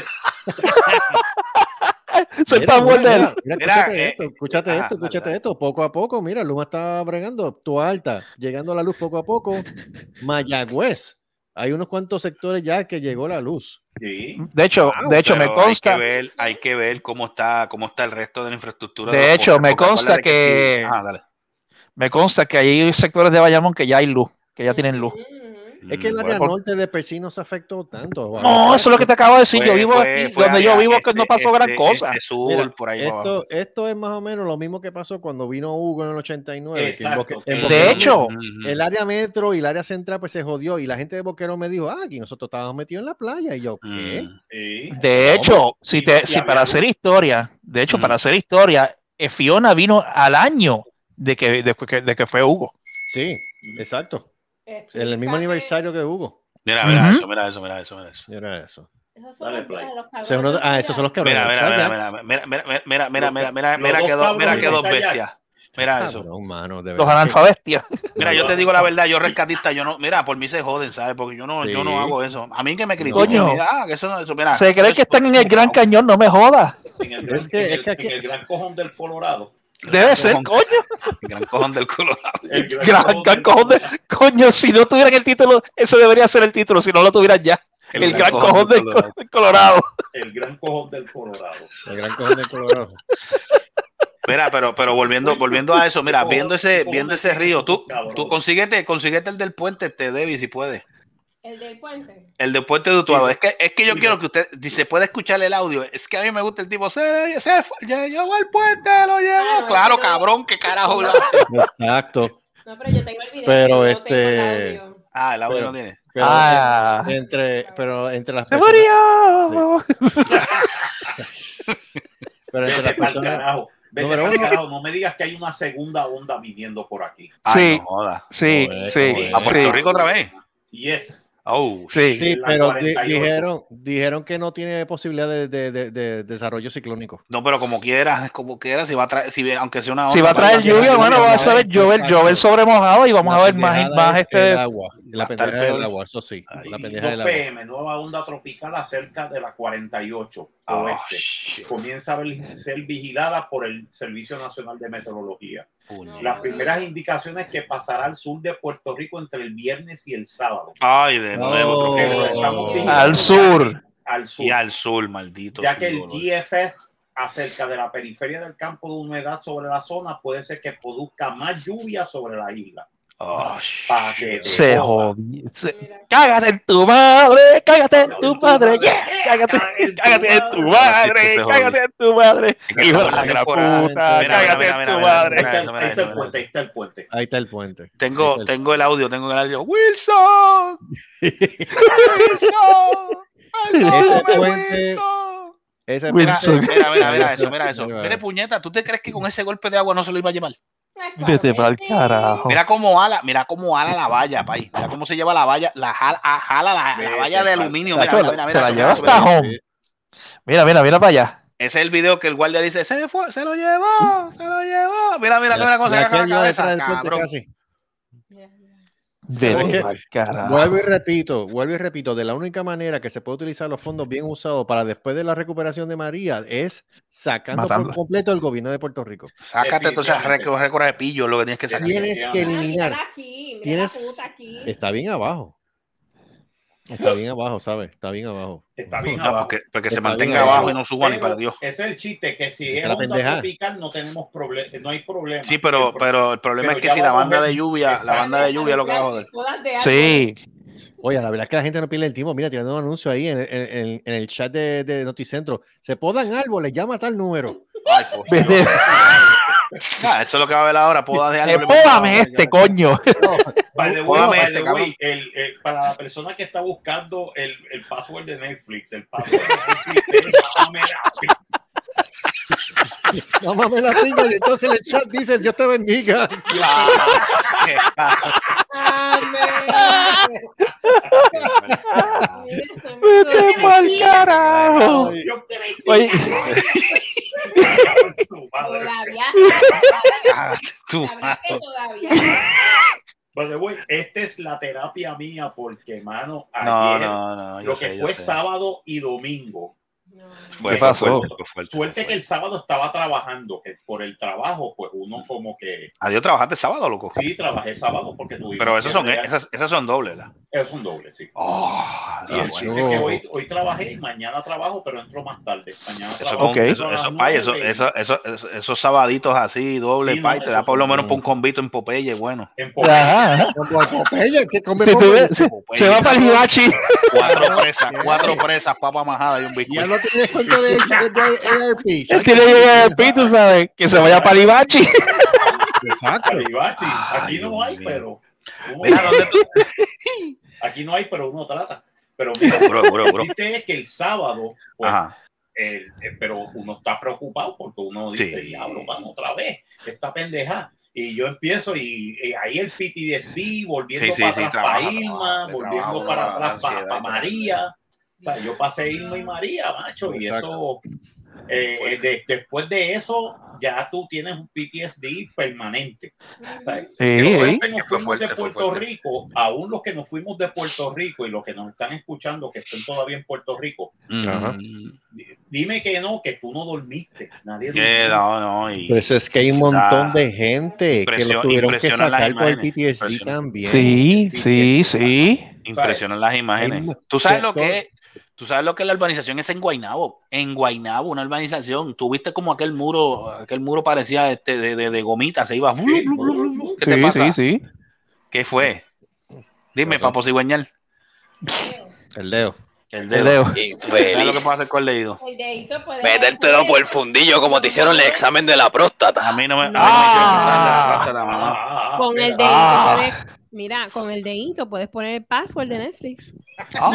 Soy Mira, para mira, morder. mira, mira, Mira, escúchate eh, esto, escúchate ajá, esto, dale, escúchate dale. esto. Poco a poco, mira, Luma está bregando, tú alta, llegando a la luz poco a poco. Mayagüez hay unos cuantos sectores ya que llegó la luz. Sí. De hecho, Wow, de hecho me pero consta. Hay que ver, hay que ver cómo está, cómo está el resto de la infraestructura. De los hecho, postes, me porque consta acuérdate que- sí. Ah, dale. Me consta que hay sectores de Bayamón que ya hay luz, que ya tienen luz. Es que el Mm, área bueno, norte de per sí no se afectó tanto. No, eso es lo que te acabo de decir. fue- Yo vivo fue- aquí, fue donde área yo vivo, que este- no pasó gran este- cosa. este sur, Mira, por ahí para abajo. esto, esto es más o menos lo mismo que pasó cuando vino Hugo en el ochenta y nueve. que en Exacto. Boque- en De Boquerón, hecho, Ujú. el área metro y el área central pues se jodió y la gente de Boquerón me dijo, ah, aquí nosotros estábamos metidos en la playa. Y yo, ¿qué? Mm. Sí. De hecho, si, Y- te, y si había para luz. hacer historia, de hecho, Mm. para hacer historia, eh, Fiona vino al año de que, de, que- de que fue Hugo. Sí, exacto. En el Explícame. mismo aniversario que Hugo. Mira, mira Ujú. eso, mira eso, mira eso, mira eso. Era eso. Esos son Dale, los días play. de los cabrones O sea, uno de- ah, de esos son los cabrones. Mira, mira, Los mira, kayaks. mira, mira, mira, mira, mira, mira, Los- mira, mira, los mira dos que dos, mira cabrones que de dos kayaks. bestias. Mira eso. Cabrón, mano, de Los verdad que- analfabestias. Mira, yo te digo la verdad, yo rescatista, yo no, mira, por mí se joden, ¿sabes? Porque yo no, Sí. yo no hago eso. A mí que me critiquen, Coño. mira, ah, que eso no, eso, mira. Se cree eso- que están en el Gran Cañón, no me jodas. En el gran, Es que- en el- es que aquí- en el gran cojón del Colorado. Debe ser, cojón. coño. El gran cojón del Colorado. El gran, Gran, cojón gran del cojón de, Colorado. coño, si no tuvieran el título, eso debería ser el título, si no lo tuvieran ya. El, gran cojón del Colorado. del Colorado. El gran cojón del Colorado. El gran cojón de Colorado. Mira, pero, pero volviendo, volviendo a eso, mira, Cojo- viendo ese, cojo viendo de ese río, tú, cabrón. tú consíguete, consíguete el del puente, te Debbie, si puedes. El del puente. El del puente de Utuado. Sí. Es que, es que yo Sí. quiero que usted, si se puede escuchar el audio, es que a mí me gusta el tipo, se, se fue, ya llegó al puente, lo llevó. Ah, no, Claro, pero- cabrón, qué carajo lo hace. Exacto. No, pero yo tengo el video. Pero, yo no este, tengo el audio. Ah, el audio Pero- no tiene. Pero, Ah. entre, pero entre las Se personas. murió. Pero entre Vete las pa'l personas. carajo. Vete Número pa'l uno. carajo. No me digas que hay una segunda onda viniendo por aquí. Ay, Sí. no joda. Sí, Joder, sí, joder. A Puerto sí. Rico otra vez. Yes. Oh, Sí. Sí, en la pero cuarenta y di- ocho. dijeron, dijeron que no tiene posibilidad de, de- de- de desarrollo ciclónico. no, pero como quieras, como quieras, si va a traer, si, aunque sea una Si onda, va a traer va lluvia, bueno, va a saber llover, llover sobre mojado y vamos La a ver más, pendejada más es este. el agua. La Va a estar pendeja del peor. agua, eso sí. Ay, La pendeja del dos agua. P M, nueva onda tropical acerca de la cuarenta y ocho Oh, oeste. shit. Comienza a ver- ser vigilada por el Servicio Nacional de Meteorología. Puñeta. Las primeras indicaciones que pasará al sur de Puerto Rico entre el viernes y el sábado. Ay, de nuevo, Oh. Que lo tropical. estamos Al vigilando Al ya sur. que- Al sur. Y al sur, maldito. Ya que el sur, G F S acerca de la periferia del campo de humedad sobre la zona puede ser que produzca más lluvia sobre la isla. Oh, Para que te Se joda. jodió. Se- Mira. Cágate en tu madre, cágate en tu madre, yeah, cágate, cágate en tu madre, cágate en tu madre, Es que hijo de estamos la en gran temporada. puta, Mira, cágate mira, en mira, tu mira, madre. Ahí está, eso, el- mira ahí está eso, el mira puente, ahí está el puente. Ahí está el puente. Ahí Tengo, está el- tengo el audio, tengo el audio. Wilson. Wilson. Ese Perdóname, puente- Wilson. Ese Wilson. puente- Mira, mira, mira eso, mira eso. Ahí va. Mire, puñeta, ¿tú te crees que con ese golpe de agua no se lo iba a llevar? Ay, Vete claro pa'l que sí. carajo. Mira cómo ala, mira cómo ala la valla, país. Mira cómo se lleva la valla, la jala, ah, jala la, la Vete valla de pa'l aluminio. carajo. Mira, mira, mira, Se la mira, lleva eso, mira, hasta eso. home. Mira, mira, mira para allá. Ese es el video que el guardia dice, se fue, se lo llevó, se lo llevó. Mira, mira, mira cómo se Ya saca que la él iba detrás cabeza, del puente cabrón. casi. Mira, mira. Vete es que- pa'l carajo. Vuelvo y repito, vuelvo y repito, de la única manera que se puede utilizar los fondos bien usados para después de la recuperación de María es sacando Matando. por completo el gobierno de Puerto Rico. Sácate todas esas Definitivamente. récords de pillo, lo que tienes que sacar. Tienes que Mira, eliminar. mira aquí, mira Tienes, la puta aquí. está bien abajo. Está bien abajo, ¿sabes? Está bien abajo. Está bien Ah, abajo. porque, porque se Está mantenga bien abajo abajo. y no suba ni Pero para Dios. ese es el chiste, que si Esa es es la onda pendeja. tropical no tenemos problema, no hay problema. Sí, pero, El pro- pero el problema pero es que ya si la vamos a banda ver- de lluvia, la Exacto. banda de lluvia es lo que va a joder. Todas de algo. Sí. Oye, la verdad es que la gente no pierde el tiempo. Mira, tirando un anuncio ahí en, en- en- en el chat de, de Noticentro. Se podan árboles, llama a tal número. Ay, por Dios. Vete. Ah, eso es lo que va a ver ahora, poda de Eh, árboles. Pódame este, coño. By the way, Póngame by este, the cabrón. way, el, el- para la persona que está buscando el, el password de Netflix, el password de Netflix es mámame la pi- No mames la pinga. Y entonces en el chat dice, Dios te bendiga. Amén. Vete pa'l carajo. Ay, Yo te bendiga. Oye. Tu madre. Todavía. Tú, La verdad que todavía. By the way, esta es la terapia mía porque, mano, no, ayer, no, no. Yo lo sé, que yo fue sé. sábado y domingo. No. Fue, ¿Qué fue pasó? fuerte, fue fuerte, Suerte fue que el fuerte. sábado estaba trabajando, que por el trabajo, pues uno como que Adiós, trabajaste sábado, loco. sí trabajé sábado porque tuvimos Pero esos que son, bregar. esas, esas son dobles, ¿la? Es un doble, sí. Oh, y el bueno. chiste es que hoy, hoy trabajé y mañana trabajo, pero entro más tarde. Mañana Eso, trabajo. Okay. eso, eso, pay, eso, eso, eso, eso, esos sabaditos así, doble, Sí, pay, no, te da eso por lo son- menos por un convito en Popeye, bueno. En Popeye. Ajá. Popeye, ¿qué come Se, Popeye? se- se va para el hibachi. Cuatro presas, cuatro presas, papa majada y un Ya bizcocho. no tienes cuento de, de A R P. Él tiene que llegar al pito, ¿sabes? Que se vaya para el hibachi. Exacto. Calibachi. Aquí Ay, no hay, Dios mío. pero. uno Mira, trata. ¿dónde tú? Aquí no hay, pero uno trata. Pero mira, Bro, bro, bro. el chiste es que el sábado, pues, Ajá. eh, eh, pero uno está preocupado porque uno dice, Sí. diablo, van otra vez, esta pendeja. Y yo empiezo y, y ahí el P T S D, volviendo Sí, sí, para sí, atrás trabaja, para Irma, trabaja, volviendo trabaja, para la atrás para, ansiedad, María. O sea, yo pasé Irma y María, macho, y Exacto. eso, eh, eh, de- después de eso, ya tú tienes un P T S D permanente. ¿Sabes? Sí, Los sí. que nos Fue fuimos fuerte, de fue Puerto fuerte. Rico, aún los que nos fuimos de Puerto Rico y los que nos están escuchando que estén todavía en Puerto Rico, Ajá. Mm, di- dime que no, que tú no dormiste. Nadie que durmió. no, no. Y, Pero eso es que hay un montón de gente que Impresio- lo tuvieron que impresionan las sacar por el imágenes, P T S D impresionan. también. Sí, sí, sí. impresionan las imágenes. Hay- ¿Tú sabes que lo todo- que es? ¿Tú sabes lo que es la urbanización? Es en Guaynabo. En Guaynabo, una urbanización. Tú viste como aquel muro, aquel muro parecía este de, de, de gomita, se iba. Sí, ¿Qué te Sí, pasa? sí, sí. ¿Qué fue? Dime, pasó? papo cigüeñal. El Leo. El El dedo. Leo. ¿Sabes lo que Infeliz. puedo hacer con el dedito? El dedito puede Metértelo por el fundillo como te hicieron el examen de la próstata. A mí no me, a mí no No. me hicieron pasar la próstata, mamá. Ah, Con el mira. dedito Ah. puedes, mira, con el dedito puedes poner el password de Netflix. Ah.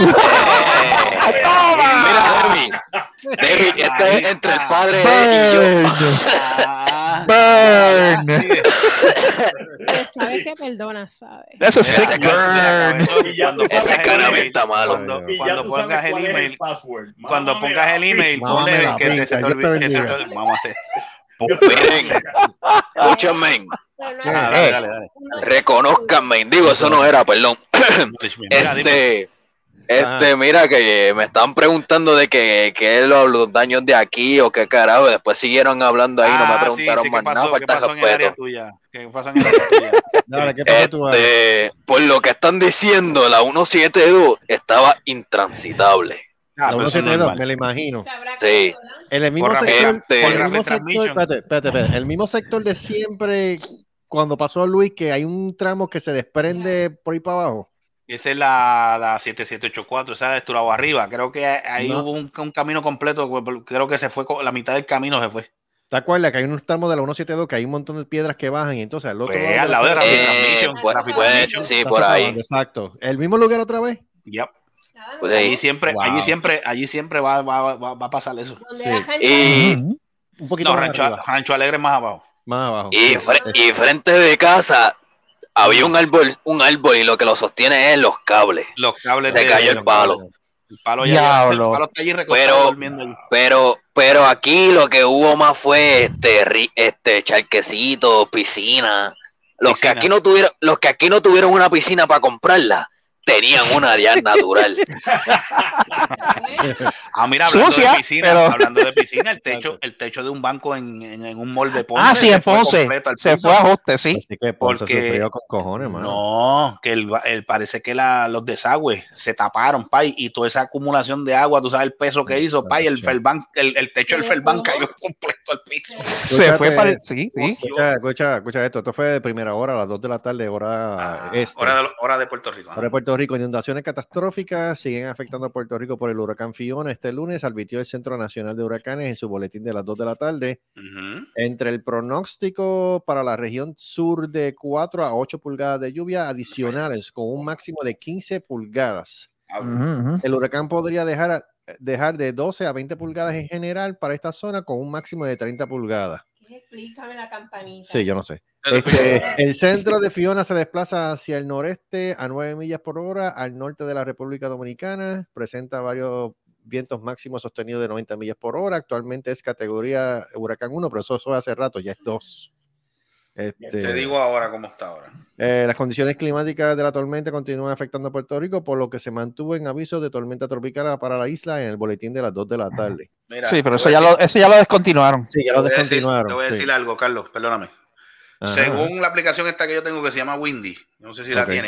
Eh, Mira, Debbie, Debbie, esto es entre el padre y yo. Ah. Burn. Pues sabes que perdona, ¿sabes? That's a Mira, sick mira, burn. cabezón, Y ya cuando tú sabes pongas cuál el es. email, Está malo. cuando, Y ya cuando tú sabes pongas el cuál es email, password. cuando Mámame pongas la el email, Mámame ponle la que se pinta, te Dios te olvide, que se te bendiga. olvide. Mámate. Miren, escúchenme, Pero no, ¿Qué? Ah, dale, dale, dale. no- reconózcanme. Digo, eso no era, perdón. Mira, dime. Este, este, mira que me estaban preguntando de que, que los, los daños de aquí o qué carajo. Después siguieron hablando ahí, no me Ah, preguntaron sí, sí, más ¿qué pasó? nada, ¿Qué falta de pasó en el área respeto. tuya? ¿Qué pasó en el área tuya? Dale, ¿qué pasó tú? Ale? Este, por lo que están diciendo, la ciento setenta y dos estaba intransitable. Ah, La pero eso es ciento setenta y dos, normal. me lo imagino. se habrá Sí. caído, ¿no? En el mismo Por sector, rapid- por el por mismo rapid sector, transmission. espérate, espérate, espérate, el mismo sector de siempre, cuando pasó a Luis, que hay un tramo que se desprende por ahí para abajo. Esa es la, la siete siete ocho cuatro, esa de Esturabo arriba. Creo que ahí No. hubo un, un camino completo. Creo que se fue, con- la mitad del camino se fue. ¿Te acuerdas que hay unos tramos de la ciento setenta y dos que hay un montón de piedras que bajan y entonces al otro Pues, lado al lado de la- Rapid Eh, Transmission, pues, Rapid pues, Transmission. sí, está por ahí. separando, exacto. ¿El mismo lugar otra vez? Yep. Nada, no Pues sé. ahí Allí siempre, Wow. allí siempre, allí siempre va, va, va, va a pasar eso. Donde sí. la gente- Y, Un poquito No, más Rancho, arriba, Rancho Alegre más abajo. más abajo. y, Sí. fre- y frente de casa había un árbol, un árbol y lo que lo sostiene es los cables. Los cables Se de- cayó el palo. El palo ya, Diablo. el palo está allí recostado Pero- durmiendo allí. Pero, pero aquí lo que hubo más fue este, ri- este charquecito, piscina. Los que Piscina. aquí no tuvieron, los que aquí no tuvieron una piscina para comprarla, tenían una ya natural. Ah, mira, hablando Sucia, de piscina, pero- hablando de piscina, el techo, el techo de un banco en, en, en un mall de Ponce. Ah, sí, se en fue Ponce. completo al Se piso. fue a ajuste, sí. Así que Ponce Porque- sufrió con cojones, mano. No, que el, el- parece que la, los desagües se taparon, pay, y toda esa acumulación de agua, tú sabes el peso que hizo, pay, el Felban, el, el techo del Felban cayó completo al piso. Se fue Escúchate, para el... Sí, sí. Escucha, escucha, escucha esto. Esto fue de primera hora, a las dos de la tarde, hora Ah, este. hora, de, hora de Puerto Rico. Ahora en Puerto Rico, inundaciones catastróficas siguen afectando a Puerto Rico por el huracán Fiona. Este lunes advirtió el Centro Nacional de Huracanes en su boletín de las dos de la tarde. Ujú. Entre el pronóstico para la región sur de cuatro a ocho pulgadas de lluvia adicionales, con un máximo de quince pulgadas. Ujú, ujú. El huracán podría dejar, a- dejar de doce a veinte pulgadas en general para esta zona, con un máximo de treinta pulgadas. Explícame la campanita. Sí, yo no sé. Este, el centro de Fiona se desplaza hacia el noreste a nueve millas por hora al norte de la República Dominicana. Presenta varios vientos máximos sostenidos de noventa millas por hora. Actualmente es categoría huracán uno, pero eso fue hace rato, ya es dos. Este, Te digo ahora cómo está ahora. eh, las condiciones climáticas de la tormenta continúan afectando a Puerto Rico, por lo que se mantuvo en aviso de tormenta tropical para la isla en el boletín de las dos de la tarde. Mira, Sí, pero te eso voy ya, a lo, decir- eso ya lo descontinuaron. Sí, ya te lo voy a decir- descontinuaron. Te voy a sí. decir algo, Carlos, perdóname. Ajá. Según la aplicación esta que yo tengo que se llama Windy, no sé si la Ok. tienen.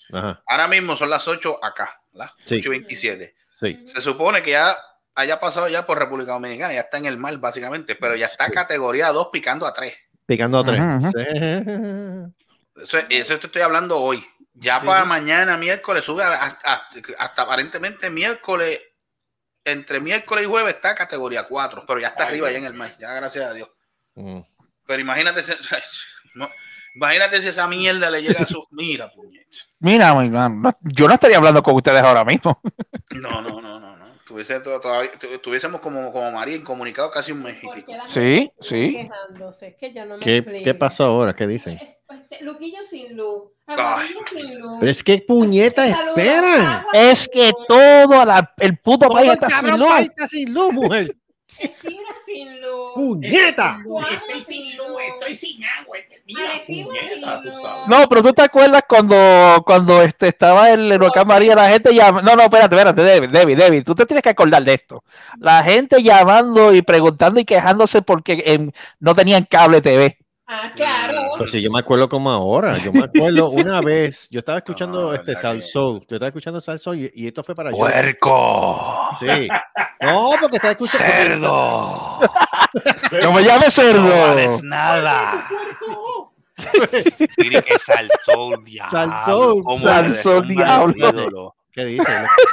Ajá. Ahora mismo son las ocho acá, las Sí. ocho y veintisiete. Sí. Se supone que ya haya pasado ya por República Dominicana, ya está en el mar básicamente, pero ya está Sí. categoría dos picando a tres. Picando a tres. Ujú, ujú. Sí. Eso, eso te estoy hablando hoy. Ya Sí, para sí. mañana, miércoles, sube a- a- a- hasta aparentemente miércoles, entre miércoles y jueves está categoría cuatro, pero ya está Ay, arriba, ya Dios. en el mar, ya gracias a Dios. Mm. Pero imagínate, si, no, imagínate si esa mierda le llega a su... Mira, puñet. Mira, mi- no, no, yo no estaría hablando con ustedes ahora mismo. No, no, no, no, no. Tuviese to- todavía, tu- tuviésemos como, como María incomunicado casi un mes y ¿Por pico. qué la Sí, gente sí. sigue quejándose? Es que yo no me ¿Qué, explico. ¿Qué pasó ahora? ¿Qué dicen? Este, Luquillo sin luz. Aguadillo sin luz. Pero es que puñetas Saludos, esperan. agua Es sin que luz. todo la- el puto Todo país el está sin cabrón luz. país está sin luz, mujer. Sidra sin luz. ¡Puñeta! Estoy sin luz, estoy sin agua. Mira, Arecibo puñeta, sin tú luz. sabes. No, pero tú te acuerdas cuando, cuando este, estaba el huracán María, la gente llama. No, no, espérate, espérate, David, David, David, tú te tienes que acordar de esto. La gente llamando y preguntando y quejándose porque em, no tenían cable T V. Ah, claro. Pues sí, yo me acuerdo como ahora. Yo me acuerdo una vez, yo estaba escuchando No, este verdad Sal que- Soul. Yo estaba escuchando Sal Soul y, y esto fue para yo. ¡Puerco! Sí. No, porque estaba escuchando. ¡Cerdo! No me llames cerdo. No vales nada. Mire que Salsón, diablo. Salsón, cómo Salsón, le- diablo. cómo le ídolo. ¿Qué dice?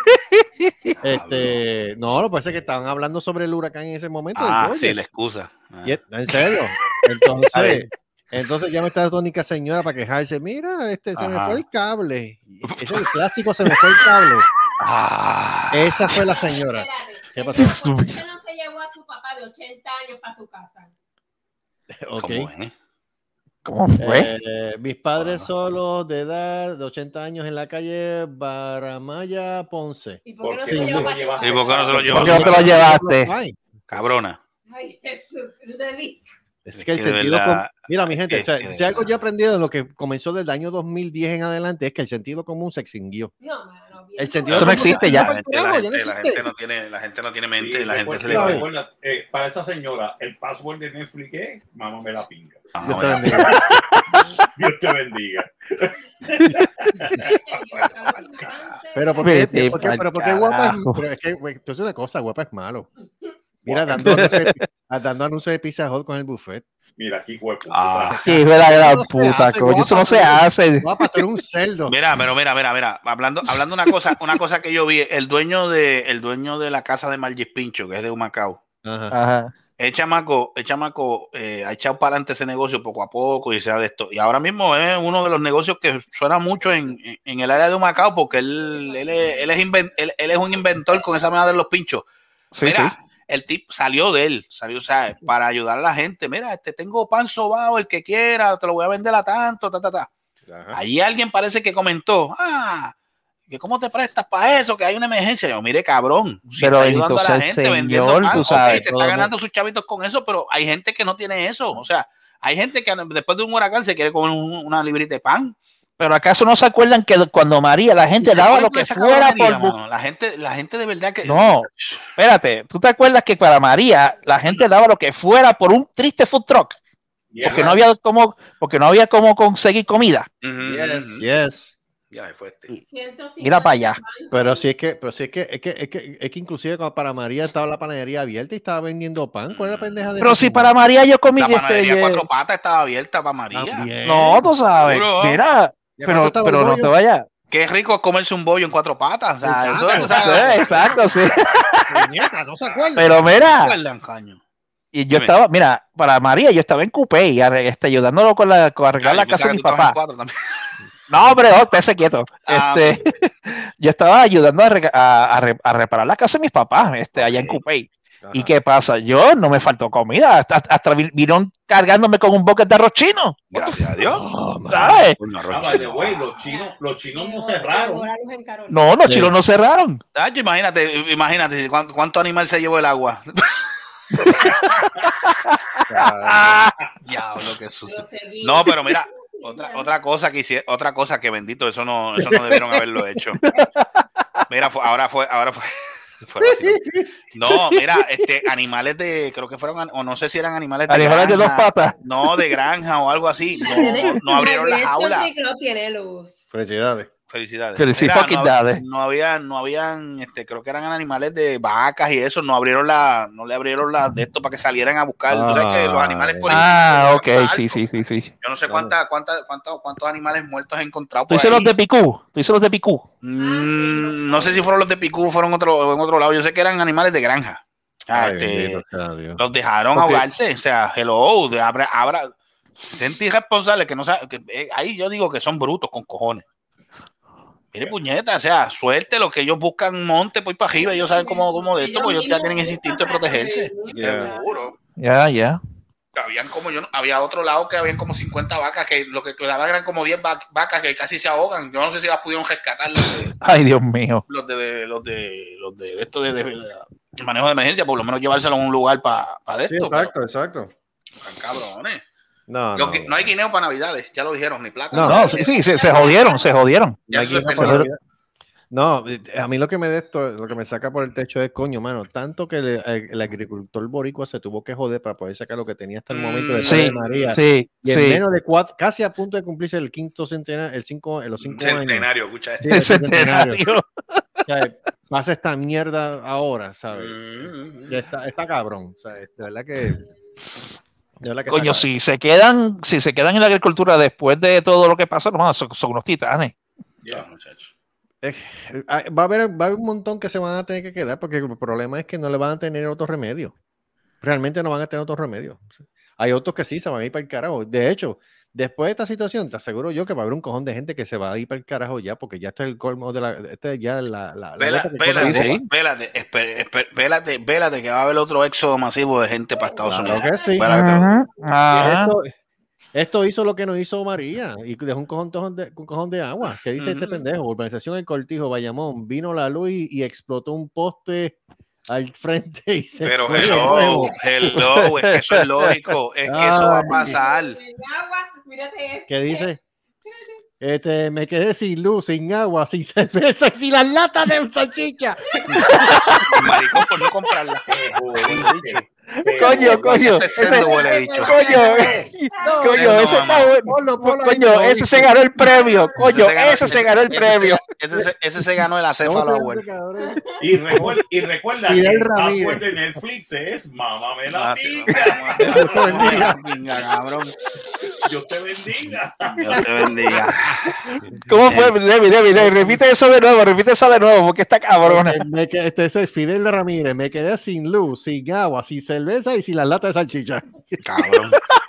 Este, no, lo que pasa es que estaban hablando sobre el huracán en ese momento. de Ah, Georges. sí, la excusa. Ah. Y es- en serio. A Entonces, ver. entonces ya me está tónica señora para quejarse. Mira, este se me Ajá. fue el cable. Y ese es el clásico, se me fue el cable. Ah. Esa fue la señora. Espérate. ¿Qué pasó? ¿Por qué no se llevó a su papá de ochenta años para su casa? Ok. ¿Cómo es? ¿Cómo fue? Eh, mis padres Ah. solos de edad de ochenta años en la calle Baramaya, Ponce. ¿Y por qué no ¿Por se qué lo no llevó lo para su llevaste? ¿Y por qué no se lo llevó? ¿Por qué no te lo llevaste? Ay, Cabrona. Ay, Jesús, le di. es que el Es que de sentido verdad, común. Mira, mi gente, es o sea, que de si algo yo he verdad. aprendido de lo que comenzó desde el año dos mil diez en adelante es que el sentido común se extinguió. No, mano, bien. El sentido Eso no común se existe extinguió ya. por La el gente, la carajo, ya no gente- la existe. gente no tiene, la gente no tiene mente, Sí, la gente recuerda- se le va. recuerda, eh, para esa señora, el password de Netflix es mamá me la pinga. Ah, Dios te bueno. bendiga. Dios te bendiga. Pero ¿por qué, Vete por qué- pa'l pero por qué guapa es, carajo. pero es que, güey, esto es una cosa, guapa es malo. Mira, dando anuncios de, dando anuncios de Pizza Hut con el buffet. Mira, aquí cuerpo. Ah. Qué hijo de la gran no se puta, hace, coño. Eso guapa, no se tú- hace. Guapa, tú eres un cerdo. Mira, pero mira, mira, mira, hablando, hablando una cosa, una cosa que yo vi, el dueño de, el dueño de la casa de Margis Pincho, que es de Humacao, Ajá. Ajá. el chamaco, el chamaco eh, ha echado para adelante ese negocio poco a poco y sea de esto. Y ahora mismo es uno de los negocios que suena mucho en, en, en el área de Humacao porque él, él, es, él, es inven- él, él es un inventor con esa manera de los pinchos. Sí, Mira, sí. el tip salió de él, salió, o sea, para ayudar a la gente. Mira, este tengo pan sobao, el que quiera, te lo voy a vender a tanto, ta, ta, ta. Ajá. Allí alguien parece que comentó, ah, que cómo te prestas para eso, que hay una emergencia. Yo, mire, cabrón, si Pero está bendito ayudando a la sea el gente vendiendo Señor, pan, tú ok, sabes, se todo está el ganando sus chavitos con eso, pero hay gente que no tiene eso. O sea, hay gente que después de un huracán se quiere comer un- una librita de pan. Pero acaso no se acuerdan que cuando María la gente Y se daba ponen lo con que esa fuera cabronería, por bu- mano. La gente, la gente de verdad que... No, espérate, ¿tú te acuerdas que para María la gente daba lo que fuera por un triste food truck? Yeah. Porque no había cómo, porque no había cómo conseguir comida. Ujú, Yes, ujú. yes. Ya, fue este. ciento cincuenta Mira para allá. Pero sí es que, pero sí es que, es que, es que, es que inclusive cuando para María estaba la panadería abierta y estaba vendiendo pan. ¿Cuál es la pendeja de Pero eso, si señor? para María yo comí La este, panadería ye- Cuatro Patas estaba abierta para María. También. no, tú sabes, Seguro. mira, ¿Y a pero, cuánto estaba pero el no bollo? te vayas. Qué rico es comerse un bollo en cuatro patas. O sea, eso, Exacto. tú sabes, Sí, exacto, sí. Puñeta, no se acuerda. Pero mira, acuerdan, caño. y yo Dime. estaba, mira, para María yo estaba en Coupé y arre- este, ayudándolo con, la, con arreglar Ah, la yo pensaba casa de que mi tú estabas en papá. cuatro también. No, hombre, no, estése quieto. Ah, Este, yo estaba ayudando a, rega- a, a re- a reparar la casa de mis papás, este, allá en Ok. Coupé. Ajá. ¿Y qué pasa? Yo no me faltó comida, hasta, hasta vi- vinieron cargándome con un bucket de arroz chino, Gracias a Dios. ¿sabes? Coño, Ah, arroz by the chino. way, los chinos, los chinos no cerraron. No, los Sí. chinos no cerraron. Ah, yo imagínate, imagínate cuánto, cuánto animal se llevó el agua. Ah, Diablo, qué sucio. No, pero mira, otra, otra cosa que hice, otra cosa que bendito, eso no, eso no debieron haberlo hecho. Mira, fue- ahora fue, ahora fue. fue vacilón. No, mira, este, animales de, creo que fueron, o no sé si eran animales de Animales de dos granja. patas. No, de granja o algo así. No, no, no abrieron la jaula. No tiene luz. Felicidades. Felicidades. Felicidades. Mira, no, hab- no habían, no habían, este, creo que eran animales de vacas y eso, no abrieron la, no le abrieron la de esto para que salieran a buscar. Ah, Tú sabes que los animales por Ah, instinto ok, llegan sí, alto. sí, sí, sí. Yo no sé cuánta, cuánta, cuántos, cuántos animales muertos he encontrado Tú por dices ahí. los de Picú, tú dices los de Picú. Mm, no sé si fueron los de Picú, fueron otro, en otro lado. Yo sé que eran animales de granja. Ah, Ay, este, bendito sea Dios. los dejaron Ok. ahogarse. O sea, hello, de abra, abra, sentí responsable que no sabe, que, eh, ahí yo digo que son brutos con cojones. Mire, puñeta, o sea, suerte lo que ellos buscan monte, pues para arriba, ellos saben cómo, cómo de esto, pues ellos ya tienen ese instinto de protegerse. Yeah. Seguro. Ya, ya. Habían como yo, no- había otro lado que habían como cincuenta vacas, que lo que quedaban eran como diez va- vacas que casi se ahogan. Yo no sé si las pudieron rescatar los de, Ay, Dios mío. los de, los de, los de esto de, de- de manejo de emergencia, por lo menos llevárselo a un lugar para pa Sí, esto. exacto, exacto. Pero, tan cabrones. No, Lo no, que- no hay guineo para Navidades, ya lo dijeron, ni plata. No, No, sí, sí, se, se jodieron, se jodieron. Ya No, eso aquí se no perdió. para- no, a mí lo que me de esto, lo que me saca por el techo es coño, mano, tanto que el, el- el agricultor boricua se tuvo que joder para poder sacar lo que tenía hasta el momento de Sí, de María. sí, Y en sí. menos de cuatro, casi a punto de cumplirse el quinto centenario, el cinco, en los cinco años. Centenario, escucha Sí, esto. el centenario. Centenario. O sea, pasa esta mierda ahora, ¿sabes? Mm, Ya está, está cabrón. O sea, de verdad que. De verdad que Coño, está si se quedan, si se quedan en la agricultura después de todo lo que pasó, no, son, son unos titanes. Ya, muchachos. Eh, Va a, haber, va a haber un montón que se van a tener que quedar porque el problema es que no le van a tener otro remedio. Realmente no van a tener otro remedio. Hay otros que sí se van a ir para el carajo. De hecho, después de esta situación, te aseguro yo que va a haber un cojón de gente que se va a ir para el carajo ya, porque ya está el colmo de la. Este ya la. la, la Vela, gota que vela, corre la sí, copa. sí. vélate, esper- esper- vélate, vélate que va a haber otro éxodo masivo de gente para Estados Claro Unidos. que sí. Vela que te lo digo. Ajá, ajá. Esto, esto hizo lo que nos hizo María y dejó un cojón, tojón de, un cojón de agua. ¿Qué dice este Ujú. pendejo? Urbanización El Cortijo, Bayamón. Vino la luz y, y explotó un poste al frente y se Pero fue de hello, nuevo. hello, es que eso es lógico, es que eso va a Ay. pasar. ¿Qué dice? Este, me quedé sin luz, sin agua, sin cerveza y sin las latas de salchicha. Maricón por no comprarla. Coño, coño. Ese Ese, sendo huele bicho. coño, No, coño, no, ese está mamá. bueno. Ponlo, ponlo ahí, Coño, no, ese se ganó el premio. Coño, ese se ganó el ese premio. se- Ese, se- ese se ganó el ¿Cómo acéfalo, se abuelo. llama, cabrón? Y recuerda, y recuerda que Fidel el Ramírez. password de Netflix es Mámame la Ah, sí, pinga. vamos a- Dios te bendiga. Pinga, cabrón. Dios te bendiga. Dios te bendiga. ¿Cómo fue? Debbie, Debbie, Debbie, repite eso de nuevo, repite eso de nuevo, porque está cabrona. Eh, me quedé- este es Fidel Ramírez. Me quedé sin luz, sin agua, sin cerveza y sin las latas de salchicha. Cabrón.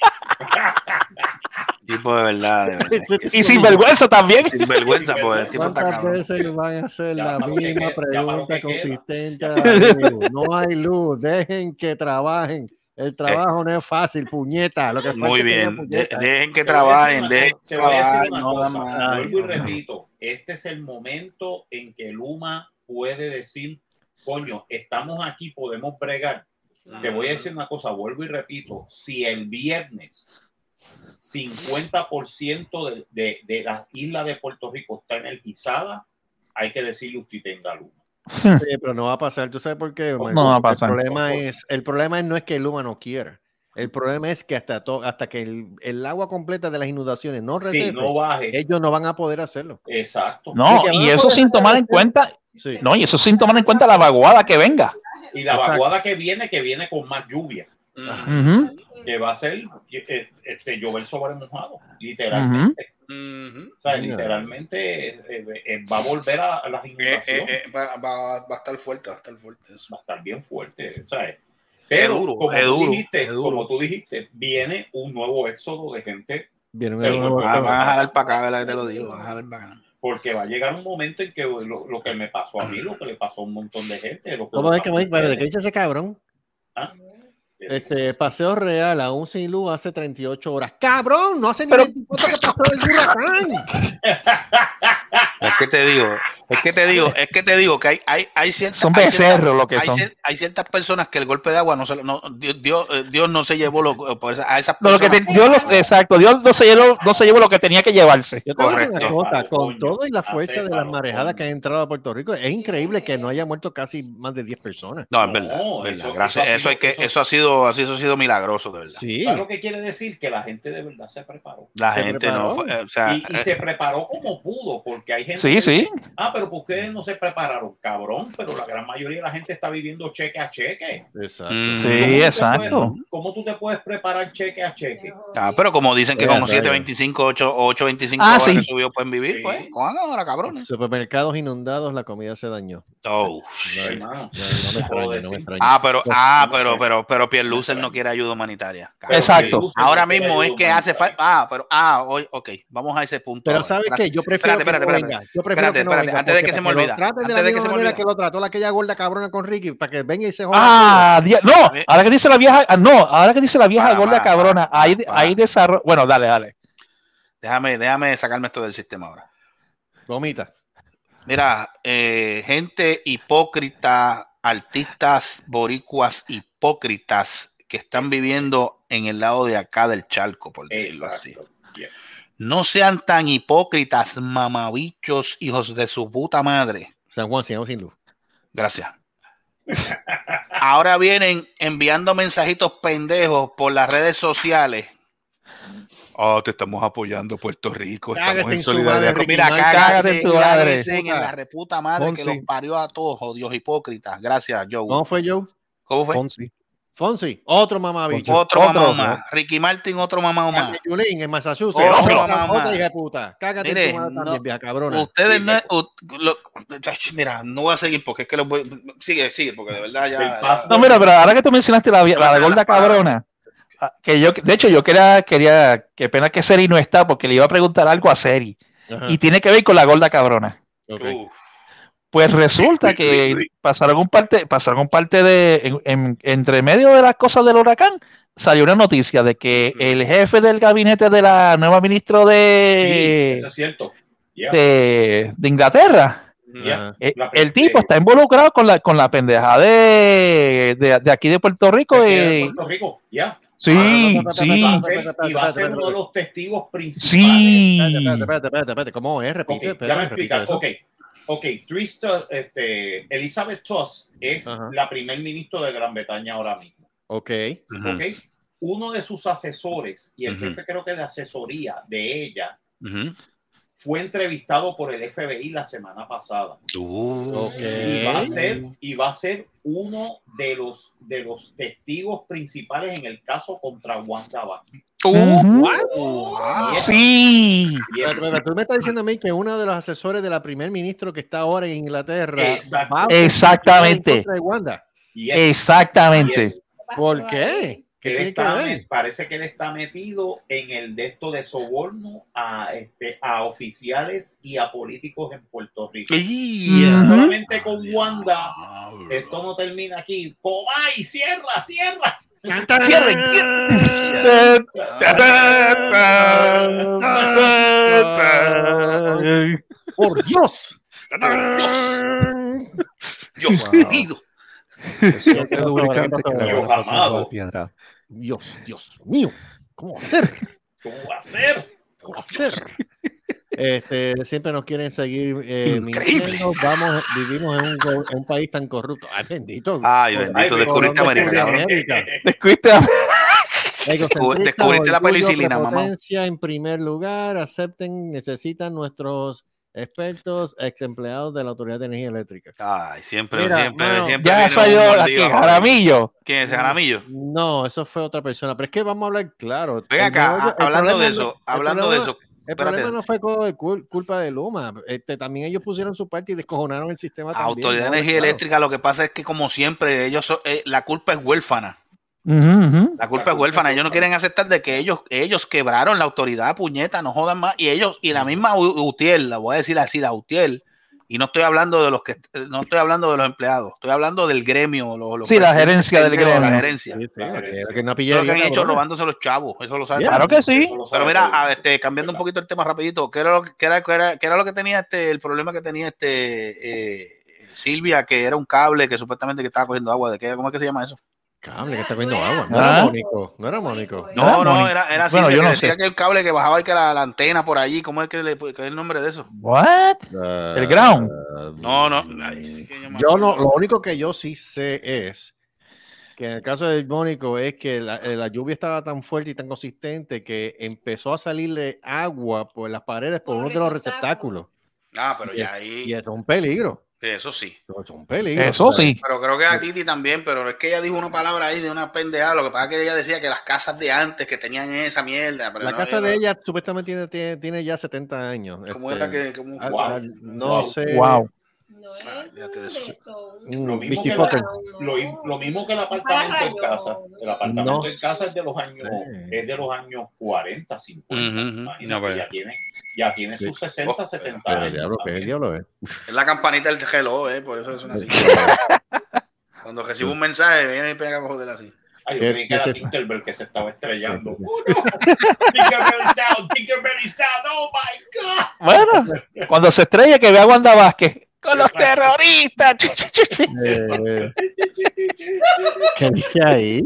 Tipo de verdad, de verdad. es que Y sin vergüenza también. sin vergüenza, pues el tipo está ¿Cuántas cabrón. veces van a hacer la Llama lo que misma queda, llama lo pregunta que queda. consistente? a la luz? No hay luz, dejen que trabajen. El trabajo no es fácil, puñeta. Lo que falta Muy es que haya bien. De- puñeta. dejen que Te voy a decir trabajen, una dejen cosa, que te voy a decir trabajen. una No cosa, dan más. vuelvo y repito, este es el momento en que Luma puede decir, coño, estamos aquí, podemos bregar. Te voy a decir una cosa, vuelvo y repito, si el viernes cincuenta por ciento de, de, de las islas de Puerto Rico está energizada, hay que decirle usted tenga Luma. Sí, pero no va a pasar. ¿Tú sabes por qué? Omar? No va a pasar. El problema es, el problema no es que Luma no quiera. El problema es que hasta, to- hasta que el, el agua completa de las inundaciones no Si recese, no baje, ellos no van a poder hacerlo. exacto. No, que van y a eso poder sin tomar en hacer- cuenta, Sí. no, y eso sin tomar en cuenta la vaguada que venga. Y la Exacto. vaguada que viene, que viene con más lluvia, Ujú, que va a ser eh, este, llover sobre mojado, literalmente. Ujú. O sea, Mira. literalmente eh, eh, va a volver a, a las Eh, inundaciones. eh, eh, va, va- va a estar fuerte, va a estar fuerte eso. Va a estar bien fuerte, ¿sabes? Pero duro, como, es tú duro, dijiste, es duro. como tú dijiste, viene un nuevo éxodo de gente Viene un Pero nuevo- bueno, Ah, van a jalar para acá, ¿verdad? Que te lo digo, van a jalar para acá. porque va a llegar un momento en que lo, lo que me pasó a mí, lo que le pasó a un montón de gente. Lo que ¿Cómo le es que pasó a me- ¿de qué ustedes. dice ese cabrón? ¿Ah? Este, Paseo Real, aún sin luz, hace treinta y ocho horas. ¡Cabrón! No hace ni Pero- veinticuatro que pasó el huracán. Es que te digo, Es que te digo, es que te digo que hay, hay, hay ciertas, Son hay becerros ciertas- lo que hay son. cier- hay ciertas personas que el golpe de agua no se lo- no, Dios, Dios, eh, Dios no se llevó lo, por esa- a esas No, lo que personas. te- Dios lo- exacto, Dios no se, llevó, no se llevó lo que tenía que llevarse. Yo te voy a decir Correcto. una cosa, Acépalo, con coño. todo y la fuerza de las Acépalo, marejadas coño. que han entrado a Puerto Rico, es increíble que no haya muerto casi más de diez personas. No, es No, verdad, eso- verdad. eso Gracias. ha Eso, sido- hay que, eso- eso ha sido, así, eso ha sido milagroso, de verdad. Sí, ¿Sabes lo que quiere decir? Que la gente de verdad se preparó. La Se gente preparó. no fue, eh, o sea, Y, y eh, se preparó como pudo, porque hay gente Sí, que sí. dice, ah, pero ¿por qué no se prepararon? Cabrón, pero la gran mayoría de la gente está viviendo cheque a cheque. exacto. mm, Sí, ¿Cómo tú te exacto. puedes- ¿Cómo tú te puedes preparar cheque a cheque? ah, pero como dicen que Eh, como rayos. siete veinticinco, ocho, ocho veinticinco Ah, horas sí. que subió pueden vivir, Sí. pues, cojan ahora, cabrón. Supermercados inundados, la comida se dañó. Oh, No, Hermano, no, no me puedo extraña, no me decir. extraña. Ah, pero, Pues, ah, no, pero, no, pero, pero Pierlucer no, no quiere ayuda humanitaria. Pero Exacto. Luce Ahora no quiere mismo es ayuda que hace humanitaria. falta. Ah, pero, ah, hoy, ok, vamos a ese punto. Pero ahora. ¿sabes Gracias. qué? Yo prefiero Espérate, que no espérate, venga. espérate. Yo prefiero Espérate, que no espérate, venga, antes de porque que se me para lo olvida, traten de antes la de que misma se me manera olvida. que lo trató la aquella gorda cabrona con Ricky, para que venga y se joda. Ah, dia- no, ahora que dice la vieja, ah, no, ahora que dice la vieja Para, gorda para, cabrona, para, hay, para. hay desarrollo. Bueno, dale, dale. Déjame, déjame sacarme esto del sistema ahora. Gomita. Mira, eh, gente hipócrita, artistas boricuas hipócritas que están viviendo en el lado de acá del charco, por decirlo así. Exacto. Yeah. No sean tan hipócritas, mamabichos, hijos de su puta madre. San Juan, sigamos sin luz. Gracias. Ahora vienen enviando mensajitos pendejos por las redes sociales. Oh, te estamos apoyando, Puerto Rico. Cágate Estamos en en su solidaridad. madre, con- Ricky Mira, Martin. cágate Cágate en en tu tu madre. madre. En la reputa madre que Fonsi. los parió a todos, jodidos hipócritas. Gracias, Joe. ¿Cómo fue, Joe? ¿Cómo fue? Fonsi. Fonsi, otro mamabicho. Otro, Otro, mamá ¿no? más. Ricky Martin, otro mamá más. Carmen Yulín en Massachusetts. Otro otra, mamá. otra hija de puta. Cágate Mire, en tu madre no- también, vieja cabrona. Ustedes Sí, no. me- u- lo- mira, no voy a seguir porque es que los voy. Sigue, sigue, porque de verdad ya. El ya- paso- No, mira, pero ahora que tú mencionaste la, vie- No me la sé gorda las palabras. cabrona, ah, que yo, de hecho, yo quería, quería, qué pena que Seri no está, porque le iba a preguntar algo a Seri, Ajá, y tiene que ver con la gorda cabrona. ok. Uf. Pues resulta que pasaron un parte, pasaron un parte de, en- en- entre medio de las cosas del huracán, salió una noticia de que el jefe del gabinete de la nueva ministra Sí, de, eso es cierto. Yeah. de, de Inglaterra, Yeah. Ajá. eh, La- el tipo eh, está involucrado con la, con la pendeja de, de, de aquí de Puerto Rico. aquí de eh, Puerto Rico, ya. sí, Ah, sí, Y va a espérate, ser, espérate, y va a espérate, ser uno de espérate. los testigos principales. sí. Espérate, espérate, espérate, espérate, espérate. ¿Cómo es? Ok, Repite, espérate, déjame repite explicar. eso. Ok, ok. Trista, este, Elizabeth Truss es Ajá. la primer ministro de Gran Bretaña ahora mismo. Ok. Ujú, Ok. Uno de sus asesores y el Ujú. jefe creo que de asesoría de ella ujú. fue entrevistado por el F B I la semana pasada. Uh, Ok. Y va a ser, y va a ser uno de los, de los testigos principales en el caso contra Wanda Vázquez. Ujú. Y es- Sí. y es- Pero, pero tú me estás diciendo a mí que uno de los asesores de la primer ministro que está ahora en Inglaterra Exacto. va a Exactamente. en contra de Wanda. y es- Exactamente. y es- ¿Por qué? ¿Qué él tiene que está, ver? me- parece que él está metido en el de esto de soborno a, este, a oficiales y a políticos en Puerto Rico. Yeah. Ujú. Solamente con Wanda, esto no termina aquí. ¡Comay! ¡Cierra, cierra! Cierren, cierren. ¡Por Dios! Dios Wow. mío. Eso es lubricante que le Dios va a pasar amado. la piedra. Dios, Dios mío. ¿Cócómo va a ser? ¿Cómo va a ser? ¿Cómo va a ser? Este, siempre nos quieren seguir eh, Increíble. mintiendo. Vamos, vivimos en un, go- en un país tan corrupto. Ay, bendito. Ay, bendito, Ay, descubriste Colón América, descubrió cabrón. América. Descuiste. Egocentrista, Descubriste la orgullo, penicilina, mamá. prepotencia en primer lugar. Acepten, necesitan nuestros expertos, ex empleados de la Autoridad de Energía Eléctrica. Ay, siempre, Mira, siempre, mano, siempre. Ya viene salió un aquí, mordido. Jaramillo. ¿Quién es ese Jaramillo? No, eso fue otra persona. Pero es que vamos a hablar claro. Ven El acá, meollo- el hablando de problema eso, no- el hablando de problema- eso. El Espérate. problema no fue co- de cul- culpa de Luma. Este, también ellos pusieron su parte y descojonaron el sistema también. Autoridad de Vamos a ver, Energía claro. Eléctrica, lo que pasa es que como siempre, ellos son- eh, la culpa es huérfana. Ujú, ujú. La culpa es huérfana. Ellos no quieren aceptar de que ellos, ellos quebraron la autoridad, puñeta, no jodan más. Y ellos, y la misma U- UTIEL, la voy a decir así, la UTIEL, Y no estoy hablando de los que no estoy hablando de los empleados, estoy hablando del gremio. Los, los sí, la gerencia del gremio. La gerencia. Sí, sí, La que- gerencia. que una Eso es pillería, lo que han hecho cabrón. robándose los chavos, eso lo saben. Claro que sí. Eso lo sabe Pero mira, todo. a, este, cambiando un poquito el tema rapidito, ¿qué era lo que, qué era, qué era, qué era lo que tenía este, el problema que tenía este eh, Silvia, que era un cable que supuestamente que estaba cogiendo agua? ¿De qué? ¿Cómo es que se llama eso? Cable, que está cogiendo agua. No Ah. era Mónico, no era Mónico. No, No, no, Mónica. era, era Bueno, Silvia yo que no decía sé. que el cable que bajaba y que la, la antena por allí, ¿cómo es que le que es el nombre de eso? What? Ah, El ground. No, no. Ay, sí que yo me Yo no, acuerdo. lo único que yo sí sé es que en el caso del Mónico es que la, eh, la lluvia estaba tan fuerte y tan consistente que empezó a salirle agua por las paredes por Por uno de los receptáculos. receptáculos. Ah, pero Y, ya y ahí. eso es un peligro. Eso sí. Eso es un peligro. Eso o sea, sí. Pero creo que a Titi también, pero es que ella dijo una palabra ahí de una pendejada. Lo que pasa es que ella decía que las casas de antes que tenían esa mierda. Pero La no, casa ella de no- ella supuestamente tiene, tiene, tiene ya setenta años. ¿Cómo este, era que.? Cómo ah, fue? ah, no Wow. sé. Wow. No Ah, es fíjate de un eso. de esto, un- un Lo mismo Misty que Fucker. la- Lo, im- lo mismo que el apartamento en casa. El apartamento No en casa es de los años, sé. es de los años cuarenta, cincuenta. Ujú, ujú. Imagínate, No, pues. ya tiene, ya tiene sus sesenta, Oh, setenta Pero el años. diablo, ¿qué es el también. diablo? eh? Es la campanita del reloj, ¿eh? Por eso es una así. Cuando recibo un mensaje, viene y pega abajo de la así. Ay, yo ¿Qué- creí que qué era te- Tinkerbell que se estaba estrellando. ¡Oh, no! Tinkerbell's down, Tinkerbell's down, oh my God. Bueno, cuando se estrella que vea a Wanda Vázquez. Con los Exacto. terroristas. Eh, ¿Qué dice ahí?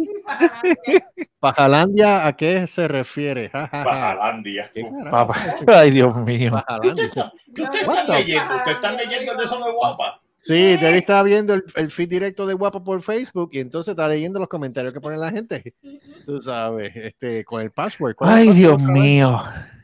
Pajalandia, ¿a qué se refiere? Ja, ja, ja. Bajalandia. ¿Qué carajo? Papá. Ay, Dios mío. Pajalandia. ¿Qué ustedes What están the- leyendo? ¿Ustedes están leyendo de eso de guapa? Sí, Debbie estaba viendo el, el feed directo de Guapo por Facebook y entonces está leyendo los comentarios que pone la gente. Tú sabes, este, con el password. ¿Cuál es el Ay, password Dios otra vez? mío.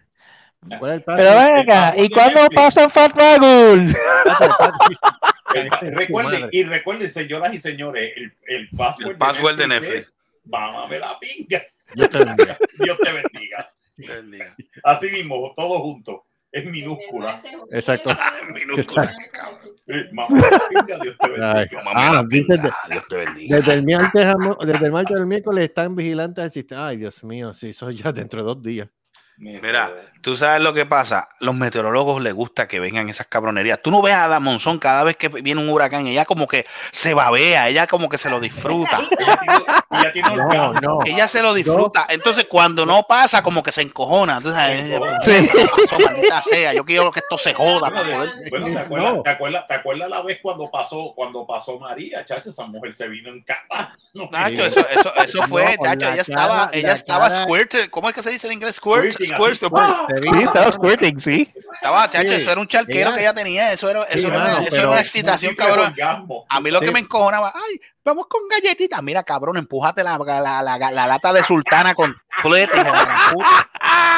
¿Cuál es el Pero password? ven acá, password ¿y de cuándo Netflix. pasan Fat Magul? Espérate, espérate. El- Cállese su recuerden, madre. y recuerden, señoras y señores, el, el password, El password de Netflix. es mámame la pinga. Dios te bendiga. Dios te bendiga. Así mismo, todo junto. Es minúscula. Exacto. Minúscula. Eh, Mámame la pinga, Dios te bendiga. Ay. Mami, Ah, la dice pinga. de- Dios te bendiga. Desde el miércoles, a- desde el martes al miércoles están vigilantes del sistema. Ay, Dios mío, sí, eso ya dentro de dos días. Mira, tú sabes lo que pasa. Los meteorólogos les gusta que vengan esas cabronerías. Tú no ves a Ada Monzón cada vez que viene un huracán. Ella como que se babea, ella como que se lo disfruta. Ella tiene, ella tiene No, orgasmo. no. Ella se lo disfruta. Entonces, cuando no pasa, como que se encojona. Tú sabes, Se encojona. "¿Qué pasó, maldita sea? Yo quiero que esto se joda para poder". Bueno, ¿te acuerdas, No. ¿te, acuerdas, ¿te acuerdas la vez cuando pasó cuando pasó María, chacho? Esa mujer se vino en cama. No, Nacho, sí. eso, eso, eso fue, No, Nacho, la ella estaba, cara- ella la estaba cara- squirt, ¿cómo es que se dice en inglés? Squirt, Squirting, squirt, así. ¡Ah! Se Sí, vino- estaba squirting, sí. estaba, Chacho, Sí. eso era un charquero Ella- que ella tenía, eso era, eso Sí, era, mano, eso pero- era una excitación, Múltiples cabrón. orgasmos. A mí lo Sí. que me encojonaba, ay, vamos con galletitas. Mira, cabrón, empújate la, la, la, la, la lata de sultana completa. hija de la gran puta.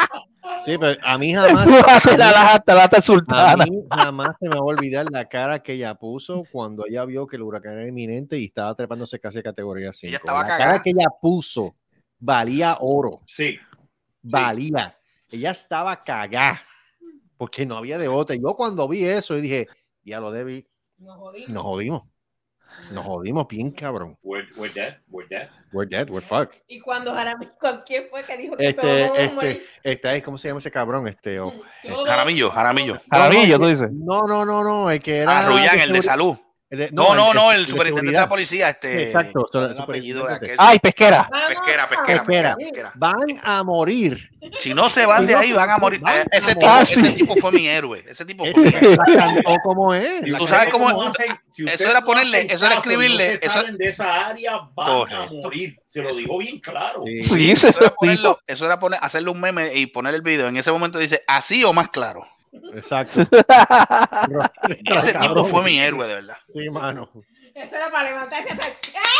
Sí, pero a mí jamás. la lata, lata A sultana. mí jamás se me va a olvidar la cara que ella puso cuando ella vio que el huracán era inminente y estaba trepándose casi a categoría cinco. estaba la cagada. cara que ella puso valía oro, Sí. valía. Ella estaba cagada porque no había de otra. Yo cuando vi eso, yo dije, ya lo debí, Nos jodimos. nos jodimos. Nos jodimos bien, cabrón. We're, we're dead, we're dead. We're dead, we're fucked. Y cuando Jaramillo, ¿quién fue que dijo que Este, todos vamos a este, morir? este, ¿cómo se llama ese cabrón? Este, oh, Todos- Jaramillo, Jaramillo. Jaramillo, no, tú dices. No, no, no, no, el que era. Ah, Rullán, el de seguri- salud. el de- No, no, no, el de superintendente de seguridad. la policía, este. Exacto, ¿cuál es el el apellido de superintendente. aquel? Ay, pesquera. Vamos Pesquera, a- pesquera, Pesquera. pesquera. Van a morir. Si no se van Si de no ahí, se- van a morir. van Eh, a ese, tipo, morir. Ah, ese sí. tipo fue mi héroe. Ese tipo fue Ese mi héroe. la cantó como es. Si Tú ustedes sabes cómo- no hacen- si eso ustedes era no ponerle- hacen eso era caso y escribirle, No se eso- salen de esa área, van Correcto. a morir. Se lo digo bien claro. Sí. Sí, se Eso era, lo ponerlo, dijo. eso era poner, hacerle un meme y poner el video. En ese momento dice, así o más claro. Exacto. Ese tipo fue mi héroe, de verdad. Sí, mano. Eso era para levantarse y hacer,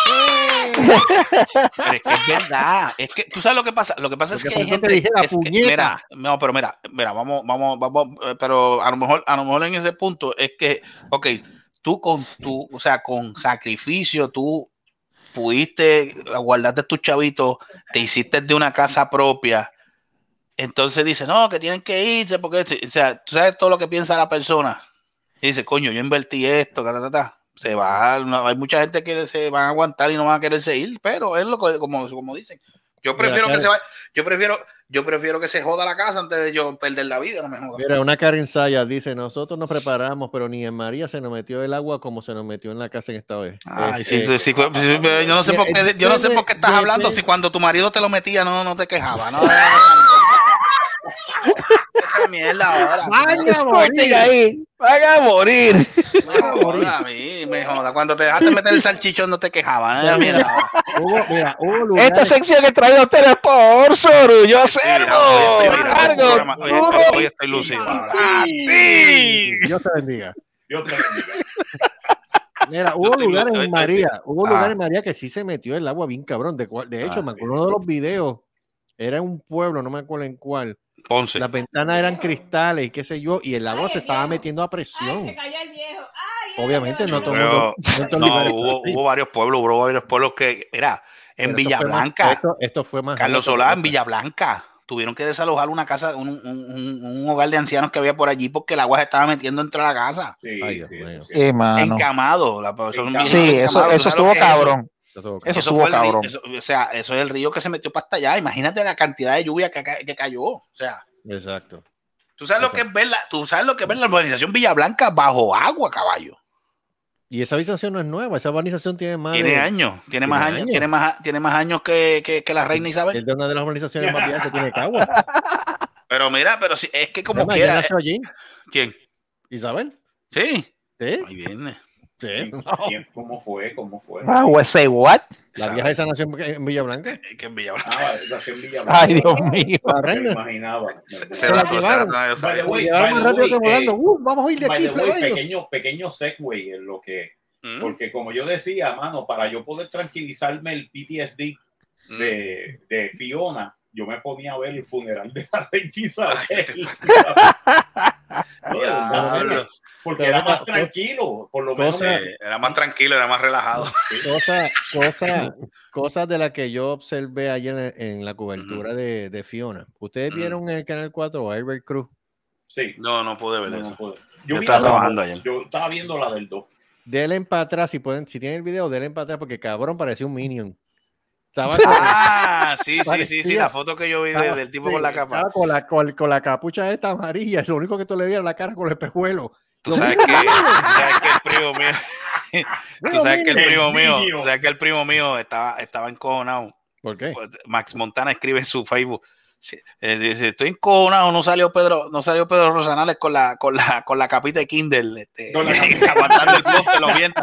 Pero es que es verdad. Es que tú sabes lo que pasa. Lo que pasa es Lo que que hay pasó gente. que dijera, es que- puñeta. mira, no, pero mira, mira, vamos, vamos, vamos, eh, pero a lo mejor, a lo mejor en ese punto es que, ok, tú con tu, o sea, con sacrificio, tú pudiste guardarte tus chavitos, te hiciste de una casa propia. Entonces dice, no, que tienen que irse, porque, o sea, tú sabes todo lo que piensa la persona. Y dice, coño, yo invertí esto, ta, ta, ta. Se va, no, hay mucha gente que se van a aguantar y no van a quererse ir, pero es lo que, como, como dicen. Yo prefiero Mira, que se vaya, yo prefiero, yo prefiero que se joda la casa antes de yo perder la vida, no me joda. Mira, una Karen Saya dice, nosotros nos preparamos, pero ni en María se nos metió el agua como se nos metió en la casa en esta vez. Ay, Este, sí, sí, sí, sí, yo no sé por qué, yo no sé por qué estás desde- hablando si cuando tu marido te lo metía no, no te quejaba, no. Esa mierda ahora. Escuchen ahí, van a morir. No, joda, a mí me joda. Cuando te dejaste meter el salchichón no te quejaban. ¿Eh? Mierda. Hubo, mira, hubo Esta lugares, sección que trae a ustedes por Sorullo Cerdo. Hoy estoy- Cargo, hoy estoy- duro hoy estoy lucido. a ti. Dios te bendiga. Dios te bendiga. Mira, hubo estoy- lugares estoy- en María, hubo Ah. lugares en María que sí se metió el agua bien cabrón. De, cual- de hecho, Ah, me acuerdo uno de los videos, era en un pueblo, no me acuerdo en cuál. Ponce. Las ventanas eran cristales y qué sé yo, y el agua Ay, se el estaba viejo. metiendo a Ay, presión. se cayó el viejo. Ay, ay, Obviamente ay, no ay, todo el Pero, mundo. no todo el no, lugar hubo, está así. hubo varios pueblos, hubo varios pueblos que, era en Pero Villa esto fue más- Blanca, Esto, esto fue más. Carlos alto que Solá, en otra. Villa Blanca, tuvieron que desalojar una casa, un, un, un, un hogar de ancianos que había por allí porque el agua se estaba metiendo entre la casa. Sí, Ay, Dios sí, mío. sí. Eh, mano. Encamado. La, son Encamado. bien Sí, eso, encamados. ¿Tú eso sabes lo estuvo que es eso? cabrón. Eso estuvo Eso cabrón. estuvo fue el río- cabrón. eso- o sea, eso es el río que se metió para hasta allá. Imagínate la cantidad de lluvia que, ca- que cayó. O sea, Exacto. tú sabes lo que es ver la, tú sabes lo que es ver la urbanización Villa Blanca bajo agua, caballo. Y esa urbanización no es nueva, esa urbanización tiene más Tiene de, años, tiene ¿tiene más años, años? tiene más, tiene más años que, que, que la reina Isabel. es de una de las urbanizaciones más viejas que tiene Cagua. Pero mira, pero si, es que como Además, ella quiera. nació allí, ¿Quién? Isabel. Sí. ¿Sí? Ahí viene. Sí. ¿Quién- ¿Cómo fue? ¿Cómo fue? Ah, we say what? La vieja esa nació en- en Villa Blanca. Es que en Villa Blanca. Ah, nació en Villa Blanca. Ay, Dios mío. La Me lo reina. imaginaba. Me- Se, me- se la la cosa, llevaron. no, yo By sabía. the way, Llegaron by más the rápido way, que volando. eh, Uh, vamos a ir de by aquí, the way, plebeyo. pequeño, pequeño segue en lo que, Mm, porque como yo decía, mano, para yo poder tranquilizarme el P T S D mm. de, de Fiona, yo me ponía a ver el funeral de la reina Isabel. No, de verdad, Diablo. porque Pero era una más cosa- tranquilo, por lo menos. cosa- Eh, era más tranquilo, era más relajado. Cosas cosa, cosas de las que yo observé ayer en, en la cobertura de, de Fiona. ¿Ustedes Ujú. vieron en el Canal cuatro a Albert Cruz? Sí, No, no pude ver no, eso. no pude. Yo vi estaba la del trabajando dos. ayer. Yo estaba viendo la del dos. Denle para atrás, si pueden, si tienen el video, denle para atrás porque cabrón parecía un minion. Estaba con, Ah, sí, sí, sí, sí, Parecía- la foto que yo vi de- estaba- del tipo sí, con la capa. estaba con la, con, con la capucha esta amarilla. Lo único que tú le vieras la cara con el espejuelo. Tú sabes que, tú sabes que el primo mío, tú sabes que el El primo mío, niño. tú sabes que el primo mío estaba, estaba encojonado. ¿Por qué? Pues, Max Montana escribe en su Facebook. Sí, eh, dice, estoy encojonado, no salió Pedro, no salió Pedro Rosanales con la, con la, con la capita de Kindle, este, Con la capita. aguantando el poste, los vientos.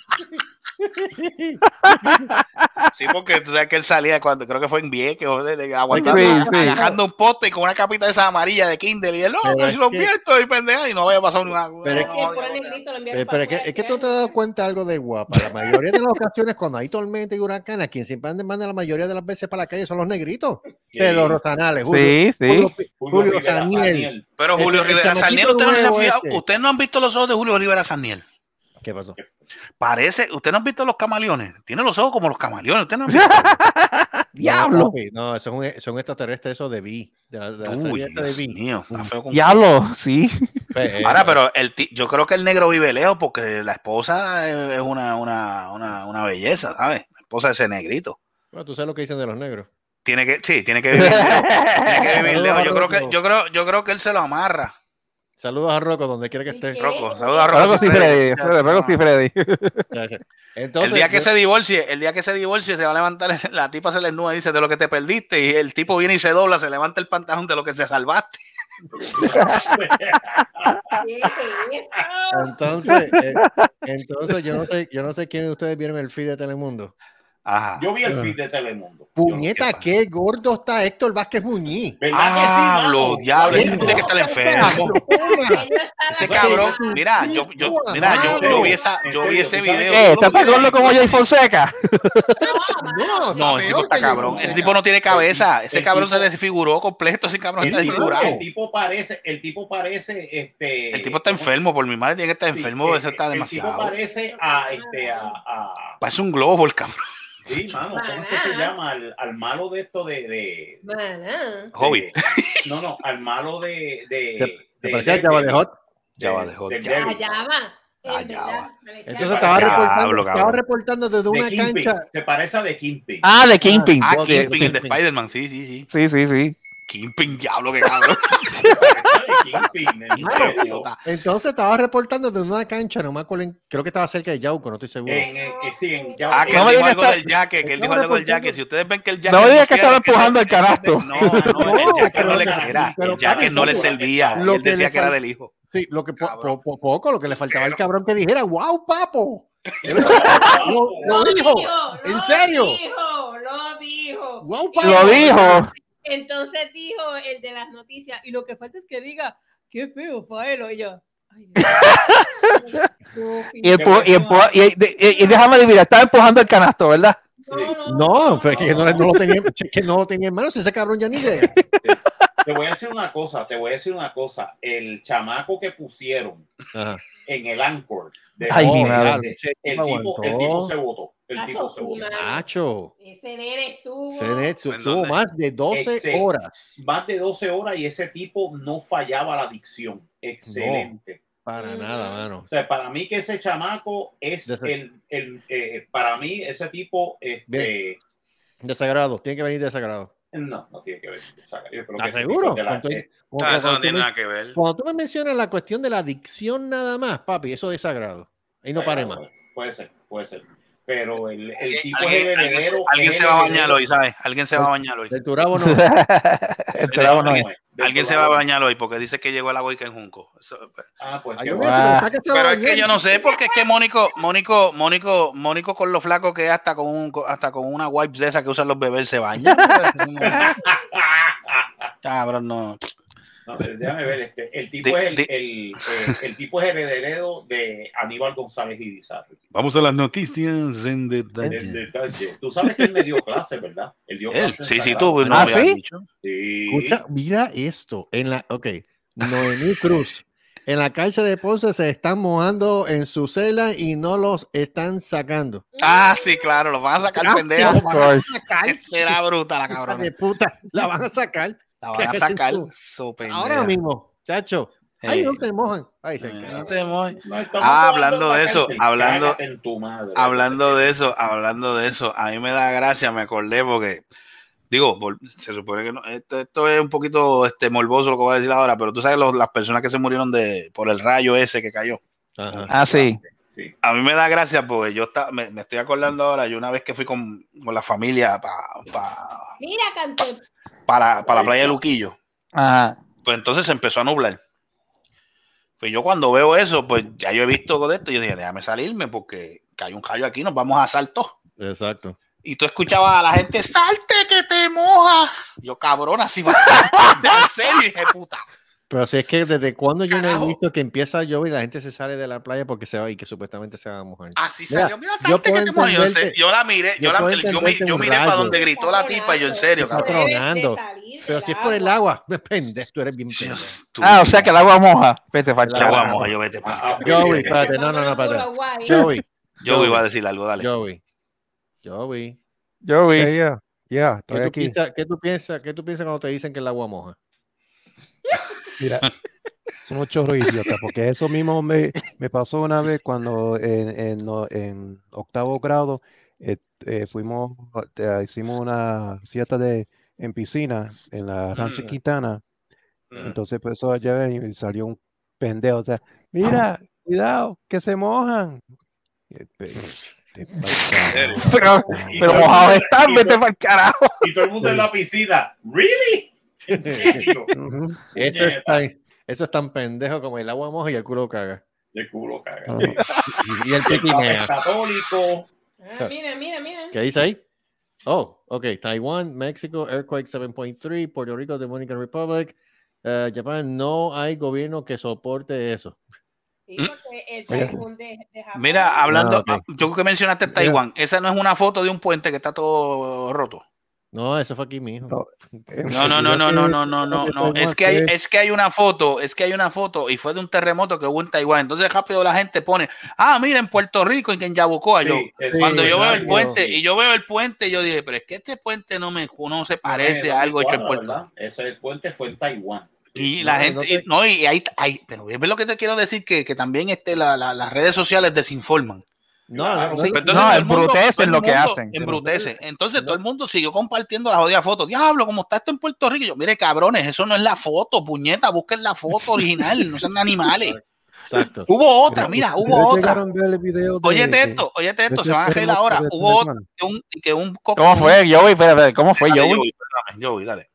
Sí, porque tú sabes que él salía cuando creo que fue en Vieques, o de- de- aguantando, Sí, sí. agarrando un poste y con una capita de esa amarilla de Kindle y él, no, Pero que es si los que- vientos y pendeja y no había pasado ni una. Pero es no, Sí, no, por el no, negrito lo enviaron Pero, para pero es, que, afuera, es que ya. tú te has dado cuenta algo de guapa. La mayoría de las ocasiones, cuando hay tormenta y huracán, a quien siempre manda la mayoría de las veces para la calle son los negritos. Pedro Rosanales, Julio, Sí, sí. Julio, Julio Julio Rivera Saniel. Saniel. Pero El- Julio el Rivera chamaquito Sarniel, ¿ustedes no, se han nuevo fijado? este. ¿Ustedes no han visto los ojos de Julio Rivera Sarniel? ¿Qué pasó? Parece, ¿ustedes no han visto los camaleones? Tiene los ojos como los camaleones. ¿Ustedes no han visto? Diablo. No, papi, no, eso es un, son extraterrestres, eso de Vi. De la, de la Uy, serie esta de Dios Vi. mío, está feo con- Diablo, sí. Pues, Ahora, eh, pero el ti- yo creo que el negro vive lejos porque la esposa es es una, una, una, una belleza, ¿sabes? La esposa de ese negrito. bueno, tú sabes lo que dicen de los negros. Tiene que, sí, tiene que vivir lejos. Tiene que vivir lejos. Yo creo que, yo creo, yo creo que él se lo amarra. Saludos a Rocco, donde quiera que ¿Y esté. qué? Rocco, saluda a Algo Rocco. sí, Freddy. Algo sí, Freddy. Ya, ya. Entonces, El día que yo- se divorcie, el día que se divorcie, se va a levantar, la tipa se le desnuda y dice de lo que te perdiste, y el tipo viene y se dobla, se levanta el pantalón de lo que se salvaste. ¿Qué es eso? entonces, eh, entonces yo no sé, yo no sé quiénes de ustedes vieron el feed de Telemundo. Ajá. Yo vi el feed de Telemundo. Yo no Puñeta, sé, qué gordo está Héctor Vázquez Muñiz. ¿verdad que sí, Diablo, mano? diablo, ese Oye, tipo tiene que estar no, enfermo. Ese cabrón, mira, yo, yo, mira, yo, yo vi esa, yo vi ese video. Eh, ¿estás tan gordo como Jay Fonseca? No, No, ese tipo está cabrón. Ese tipo no tiene cabeza. Ese El cabrón se tipo- desfiguró completo. Ese cabrón El está tipo, desfigurado. el tipo parece, el tipo parece, este. El tipo está enfermo, por mi madre tiene que estar Sí, enfermo. el- Ese está el demasiado. tipo parece a, este, a, a- Parece un globo el cabrón. sí, mano, ¿cómo es que se llama? Al, al malo de esto de, de, Maná. Hobbit. de- no, no, al malo de, de, Se, de- se parecía a de- Java de Hot. Java de Hot. de Ah, Devil. ya va. Ah, Es ya verdad, va. parecía- Entonces estaba Diablo, reportando, cabrón. estaba reportando desde De una Kingpin. cancha. Se parece a The Kingpin. Ah, de Kingpin. Ah, Ok, Kingpin, sí. el de Spider-Man. Sí, sí, sí. Sí, sí, sí. Kingpin, diablo, qué cabrón. Kingpin, en serio. Entonces estaba reportando de una cancha, no me acuerdo, en- creo que estaba cerca de Yauco, no estoy seguro. En, eh, eh, sí, en Ah, ya, que No él me dijo digas algo que del yaque, que él dijo Estaba algo del reportando- yaque. Si ustedes ven que el yaque No me digas que quiere, estaba empujando el él- canasto. No, no, el yaque no le pero- era, pero el yaque no le papi, servía. lo Y él que decía le que era fal- del hijo. Sí, lo que po- Cabrón. po- po- poco, lo que le faltaba al cabrón que dijera, wow, papo. lo, Lo- lo dijo, en lo serio. Dijo, lo dijo. Wow, Y papo. Lo dijo. Entonces dijo el de las noticias, y lo que falta es que diga, qué feo, Faelo. Y yo, ay, Dios. Y, empu- y, empu- y, y- y déjame adivinar, estaba empujando el canasto, ¿verdad? No, pero es que no, no lo tenía, es que no lo tenía en manos, ese cabrón ya ni llega. Te voy a decir una cosa, te voy a decir una cosa. El chamaco que pusieron Ajá. en el Anchor, de Ay, mi de- madre. de- Ese el, tipo tipo, el aguantó. tipo se votó. El Nacho, tipo se votó. Nacho, Ese nene estuvo. ese net ¿En estuvo dónde? más de doce Excel. horas. Más de doce horas y ese tipo no fallaba la dicción. Excelente. Para Ujú. nada, mano. O sea, para mí que ese chamaco es Desde- el, el eh, para mí ese tipo, este, Desagrado, tiene que venir desagrado. no, no tiene que ver. Yo creo que ¿Estás ese seguro? tipo es de la- Entonces, eh, cuando, Ah, eso cuando no tú tiene me, nada que ver. cuando tú me mencionas la cuestión de la adicción nada más, papi, eso es desagrado. Ahí no pare más. Puede ser, puede ser. Pero el, el Alguien, tipo es el alguien- heredero. alguien es se el va a heredero. bañar hoy, ¿sabes? Alguien se va a bañar hoy. Del Turabo no. El trabajo no es. Del Alguien se va a Turabo. bañar hoy porque dice que llegó el agua y que en Junco. Eso, pues. Ah, pues Ay, qué yo bueno. voy a Ah. decir, ¿para qué se va a Pero es que bañar? yo no sé, porque es que Mónico, Mónico, Mónico, Mónico con lo flaco que es hasta con un, hasta con una wipes de esas que usan los bebés se baña. Cabrón, no. No, pero déjame ver, este, el tipo De- es el, de- el, eh, el tipo es heredero de Aníbal González Irizarry. Vamos a las noticias en El detalle. detalle. Tú sabes que él me dio clase, ¿verdad? Él dio Él, clase en sí, sí, Sagrado. tú no Ah, me habías ¿sí? dicho. Sí. Escucha, mira esto. En la, ok, Noemí Cruz. En la cárcel de Ponce se están mojando en su celda y no los están sacando. Ah, sí, claro, los van a sacar Ah, pendeja. sí, lo van a sacar. Será bruta la Hija cabrona. de puta, la van a sacar. La van a ¿Qué sacar haces tú? su pendeja. Ahora mismo, chacho. Ay, Eh. no te mojan. Ay, se Eh, cagó. no te mojes. No, estamos Ah, hablando hablando la de eso, cárcel. hablando- Cágate en tu madre. Hablando de eso, hablando de eso, a mí me da gracia, me acordé porque, digo, vol- se supone que no, esto, esto es un poquito este, morboso lo que voy a decir ahora, pero tú sabes los- las personas que se murieron de por el rayo ese que cayó. Ajá. Ah, sí. Sí. A mí me da gracia porque yo está, me, me estoy acordando ahora, yo una vez que fui con, con la familia pa, pa- Mira, canté. para, para la playa de Luquillo, Ajá. pues entonces se empezó a nublar. Pues yo cuando veo eso, pues ya yo he visto de esto, yo dije, déjame salirme porque hay un rayo aquí, nos vamos a saltar. Exacto. Y tú escuchabas a la gente, salte que te moja. Yo, cabrón, así va a ser. En serio, dije, puta. Pero si es que desde cuando yo no Carajo. he visto que empieza a llover y la gente se sale de la playa porque se va y que supuestamente se va a mojar. Así Mira, salió. Mira, yo salte puedo que te moja. Yo, no sé, entenderte- yo la miré, yo yo, la, puedo yo, mi- entenderte yo un miré para rayo. donde gritó la tipa y yo, en serio, Está cabrón. tronando. Pero si es por el agua, pendejo, tú eres bien pendejo. Dios, tú, Ah, o sea que el agua moja. Vete, el falta. agua moja, yo vete para Ah, acá. Joey, espérate, no, no, no, espérate. Joey, Yo iba a decir algo, dale. Joey, Joey. Yo vi. Yeah, yeah, yeah, estoy ¿Qué tú, aquí. piensas, ¿Qué tú piensas? ¿Qué tú piensas cuando te dicen que el agua moja? Mira, son unos chorros idiotas, porque eso mismo me, me pasó una vez cuando en, en, no- en octavo grado eh, eh, fuimos, eh, hicimos una fiesta de en piscina en la Rancho Mm. Quintana. Mm. Entonces empezó a llover y salió un pendejo. O sea, mira, cuidado, que se mojan. Eh, pe- te pa'l serio? carajo. Pero, Y pero todo el mojados mundo- están, y vete todo- para el carajo. Y todo el mundo en la piscina. ¿Really? ¿En serio? Ujú. Eso es, tan, eso es tan pendejo como el agua moja y el culo caga. De culo, caga. Ah. Sí. Y, y el pipi mea. Católico. Ah, mira, mira, mira. ¿Qué dice ahí? Oh, ok. Taiwán, México, earthquake siete point tres, Puerto Rico, Dominican Republic, uh, Japón, no hay gobierno que soporte eso. Sí, porque el Oiga. typhoon de, de Japón. Mira, hablando, Ah, ok. ah, yo que mencionaste Taiwán, esa no es una foto de un puente que está todo roto. No, eso fue aquí, mijo. No, en No, no, no, no, no, no, no, no, no. Taiwán Es que hay, fue- es que hay una foto, es que hay una foto y fue de un terremoto que hubo en Taiwán. Entonces rápido la gente pone, ah, mira en Puerto Rico y que en Yabucoa. Yo, Sí, es- cuando sí, yo veo el exacto. puente Sí. y yo veo el puente, yo dije, pero es que este puente no me no se parece No me- a algo no me hecho en cuadra, Puerto Rico. ¿verdad? Ese puente fue en Taiwán. Y No, la no gente, te- y- no, y hay, hay, pero es lo que te quiero decir, que, que también este, la- la- las redes sociales desinforman. No, Claro. no, Sí, no. Entonces, no, todo el mundo- embrutecen todo el lo que mundo hacen. Embrutece. Entonces todo el mundo siguió compartiendo la jodida foto. Diablo, como está esto en Puerto Rico. Y yo, mire, cabrones, eso no es la foto, puñeta, busquen la foto original, no sean animales. Exacto. Hubo otra, mira, hubo ¿Ustedes otra. llegaron a ver el video de- Óyete de- esto, óyete esto, de se van a ese reír ahora. terremoto de Hubo otra Taiwán? que un, que un coco- ¿Cómo fue, Joey? Espera, espera, ¿cómo fue, Dale, Joey? Joey, perdóname, Joey, dale.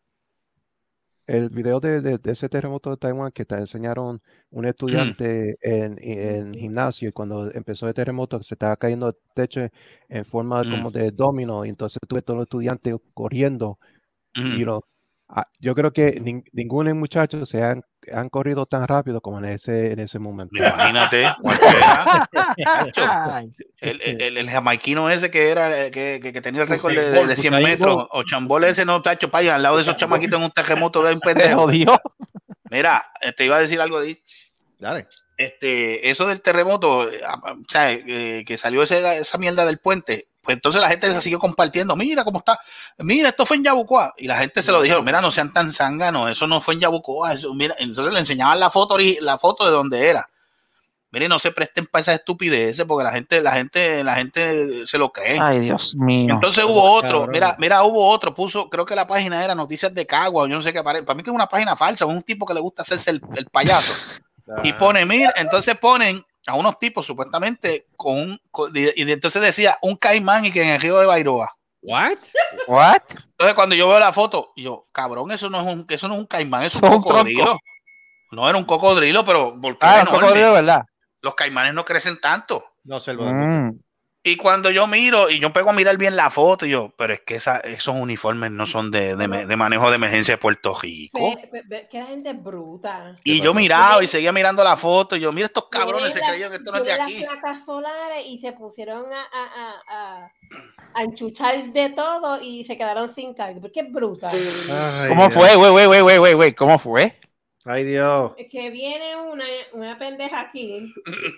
El video de, de- de ese terremoto de Taiwán que te enseñaron un estudiante en, en gimnasio y cuando empezó el terremoto se estaba cayendo el techo en forma Mm. como de dominó y entonces tuve todos los estudiantes corriendo. Mm. You know, ah, yo creo que nin- ninguno de los muchachos se han, han corrido tan rápido como en ese, en ese momento. Imagínate, cualquiera. Ay, El, el, el jamaiquino ese que era que, que, que tenía el récord Usain de, de, Bolt, de cien Usain metros, Bolt. o Chambol ese no, tacho, paya, al lado de esos Chambol. chamaquitos en un terremoto de un se pendejo. jodió. Mira, te iba a decir algo de Dale. este, eso del terremoto, eh, ah, o sea, eh, que salió ese, esa mierda del puente, pues entonces la gente se siguió compartiendo, mira cómo está, mira, esto fue en Yabucoa, y la gente se lo dijeron, mira, no sean tan zánganos, eso no fue en Yabucoa, eso, mira, entonces le enseñaban la foto, ori- la foto de donde era. Miren, no se presten para esas estupideces, porque la gente, la gente, la gente se lo cree. Ay, Dios mío. Entonces hubo otro, Cabrón. mira, mira, hubo otro, puso, creo que la página era Noticias de Cagua, o yo no sé qué aparece. Para mí que es una página falsa, un tipo que le gusta hacerse el, el payaso. Y pone, mira, entonces ponen a unos tipos supuestamente con un, con- y, y entonces decía un caimán y que en el río de Bairoa. What? What? Entonces cuando yo veo la foto, yo, cabrón, eso no es un, eso no es un caimán, es un Eso es un cocodrilo. tronco. No era un cocodrilo, pero porque Ah, era el enorme. cocodrilo, ¿verdad? Los caimanes no crecen tanto. No sé el modelo. Mm. Y cuando yo miro, y yo pego a mirar bien la foto, y yo, pero es que esa, esos uniformes no son de, de, me- de manejo de emergencia de Puerto Rico. Ve- ve- ve que la gente es bruta. Y ¿Qué yo pasó? miraba y seguía mirando la foto, y yo, mira estos cabrones, se Tienen creyeron que esto no las- es de tienen aquí. las placas solares y se pusieron a, a, a, a, a enchuchar de todo y se quedaron sin carga. Porque es bruta. Ay, ¿Cómo Dios. fue? Güey, güey, güey, güey, güey, güey, ¿cómo fue? Ay, Dios. Es que viene una, una pendeja aquí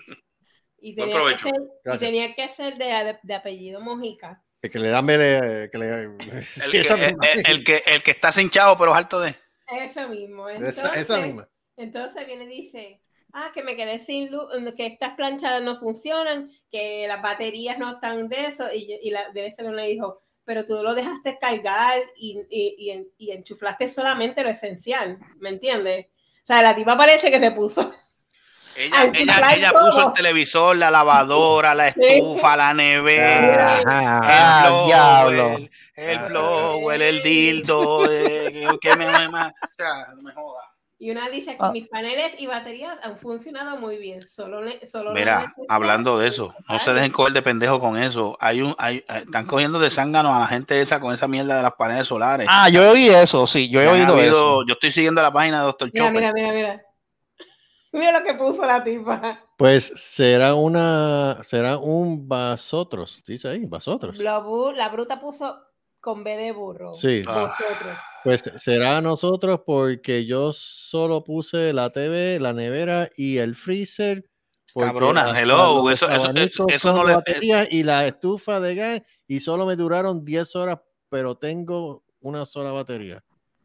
y Buen tenía, que provecho. ser, y Gracias. tenía que ser de, de, de apellido Mojica. El que le dan mele, que le, El sí, que, esa el, misma. el- el que, el que está cinchado, pero es alto de. Eso mismo. Entonces, Esa, esa misma. entonces viene y dice, ah, que me quedé sin luz, que estas planchadas no funcionan, que las baterías no están de eso. Y, yo- y la de ese le dijo, pero tú lo dejaste cargar y, y, y, en- y enchuflaste solamente lo esencial, ¿me entiendes? O sea, la tipa parece que se puso. Ella, Ay, ella, trae ella todo. puso el televisor, la lavadora, la estufa, la nevera, Ah, el diablo. blower, el Ah, blower, el dildo, eh, que, que me, me- me- o sea, no me joda. Y una dice aquí, Ah. mis paneles y baterías han funcionado muy bien. Solo, le- solo Mira, necesito- hablando de eso, no se dejen coger de pendejo con eso. Hay un, hay, eh, están cogiendo de zángano a la gente esa con esa mierda de las paneles solares. Ah, yo oí eso, sí, yo he Ya han oído habido- eso. Yo estoy siguiendo la página de doctor Mira, Chopper. mira, mira, mira. Mira lo que puso la tipa. Pues será una, será un vasotros, dice ahí, vasotros. La, bu- la bruta puso con B de burro. Sí. Vosotros. Pues será nosotros porque yo solo puse la T V, la nevera y el freezer. porque Cabrona, hasta hello, los eso- eso- abanicos eso son no de le- batería y la estufa de gas y solo me duraron diez horas, pero tengo una sola batería.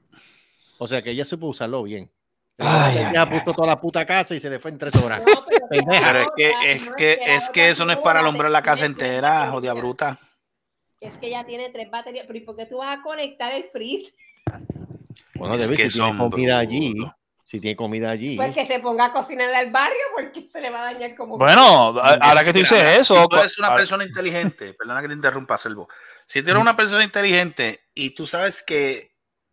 O sea que ella supo usarlo bien. Ay, Ella ay, puso toda la puta casa y se le fue en tres horas. No, pero, Pendeja. Pero es que, ahora es no que, que es la que otra eso no es tuvo para la alumbrar la casa tiene tres entera, baterías. jodida bruta. Es que ella tiene tres baterías. Pero ¿y por qué tú vas a conectar el freezer? Bueno, Es Debbie, que si tiene son comida allí, brutos. si tiene comida allí. Pues que se ponga a cocinarle al barrio porque se le va a dañar como. Bueno, a- ahora que tú dices Mira, eso, si tú eres una cu- persona inteligente, perdona que te interrumpa, Selvo. Si tú eres una persona inteligente y tú sabes que,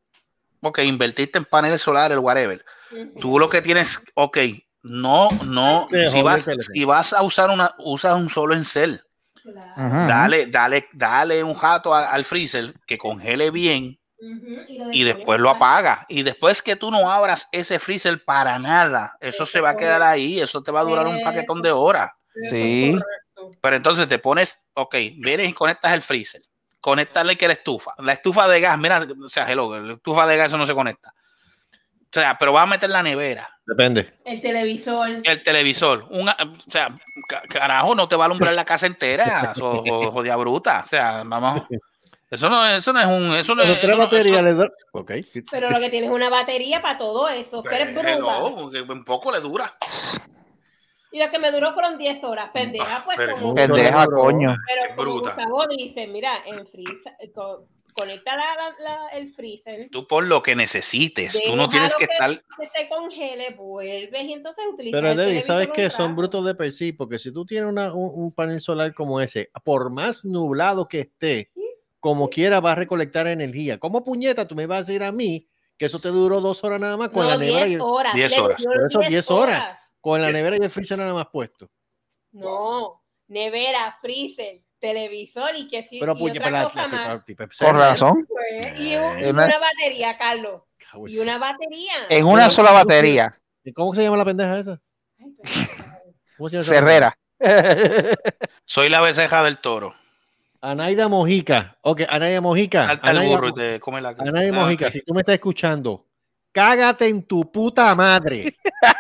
ok, invertiste en paneles solares, whatever, Ujú. tú lo que tienes, ok, no, no, Sí, si joder, vas, teléfono. si vas a usar una, usas un solo encel, Claro. Ujú. dale, dale, dale un jato a- al freezer que congele bien Ujú. lo y desconectas. después lo apaga. Y después que tú no abras ese freezer para nada, eso se va a quedar ahí, eso te va a durar un paquetón de horas. Eso Sí. es correcto. Pero entonces te pones, ok, vienes y conectas el freezer, conectarle que la estufa, la estufa de gas, mira, o sea, hello, la estufa de gas eso no se conecta. O sea, pero vas a meter la nevera, Depende. El televisor. el televisor, una, o sea, ca- carajo, no te va a alumbrar la casa entera, so- jo- jodida bruta, o sea, vamos, eso no, eso no es un, eso no es, Pero tres eso no- baterías eso- le doy. Ok. Pero lo que tienes es una batería para todo eso. Que eres Pues, bruta. hello, que un poco le dura. Y lo que me duró fueron diez horas. Pendeja, pues Pero- como... Pendeja, coño. Pero como bruta. Gustavo dice, mira, en freezer, co- conecta la, la- la- el freezer. Tú pon lo que necesites. Tú no tienes déjalo que estar. que se congele, vuelves y entonces utilizas Pero el Debbie, televisor ¿sabes un qué? Son rato. brutos de per sí, porque si tú tienes una- un, un panel solar como ese, por más nublado que esté, como quiera va a recolectar energía. ¿Cómo puñeta tú me vas a decir a mí que eso te duró dos horas nada más con No, la nevera y diez el, horas. diez Le horas. dio Por eso diez diez horas. con la Diez. nevera y el freezer nada más puesto? No, nevera, freezer, televisor y que sí. Pero y puñe, otra pero la- cosa la- más. la- tipa- Con razón. Pues, y, un- Eh, y una- una batería, Carlos. Cago en Y sí. una batería. En una Pero- sola batería. ¿Y ¿Cómo se llama la pendeja esa? Ay, pero- ¿Cómo se llama esa Cerrera. Soy la becerra del toro. pendeja? Anaida Mojica. Ok, Anaida Mojica. Salta el Anaida, burro y te come la Anaida Ah, Mojica, ok. si tú me estás escuchando, cágate en tu puta madre.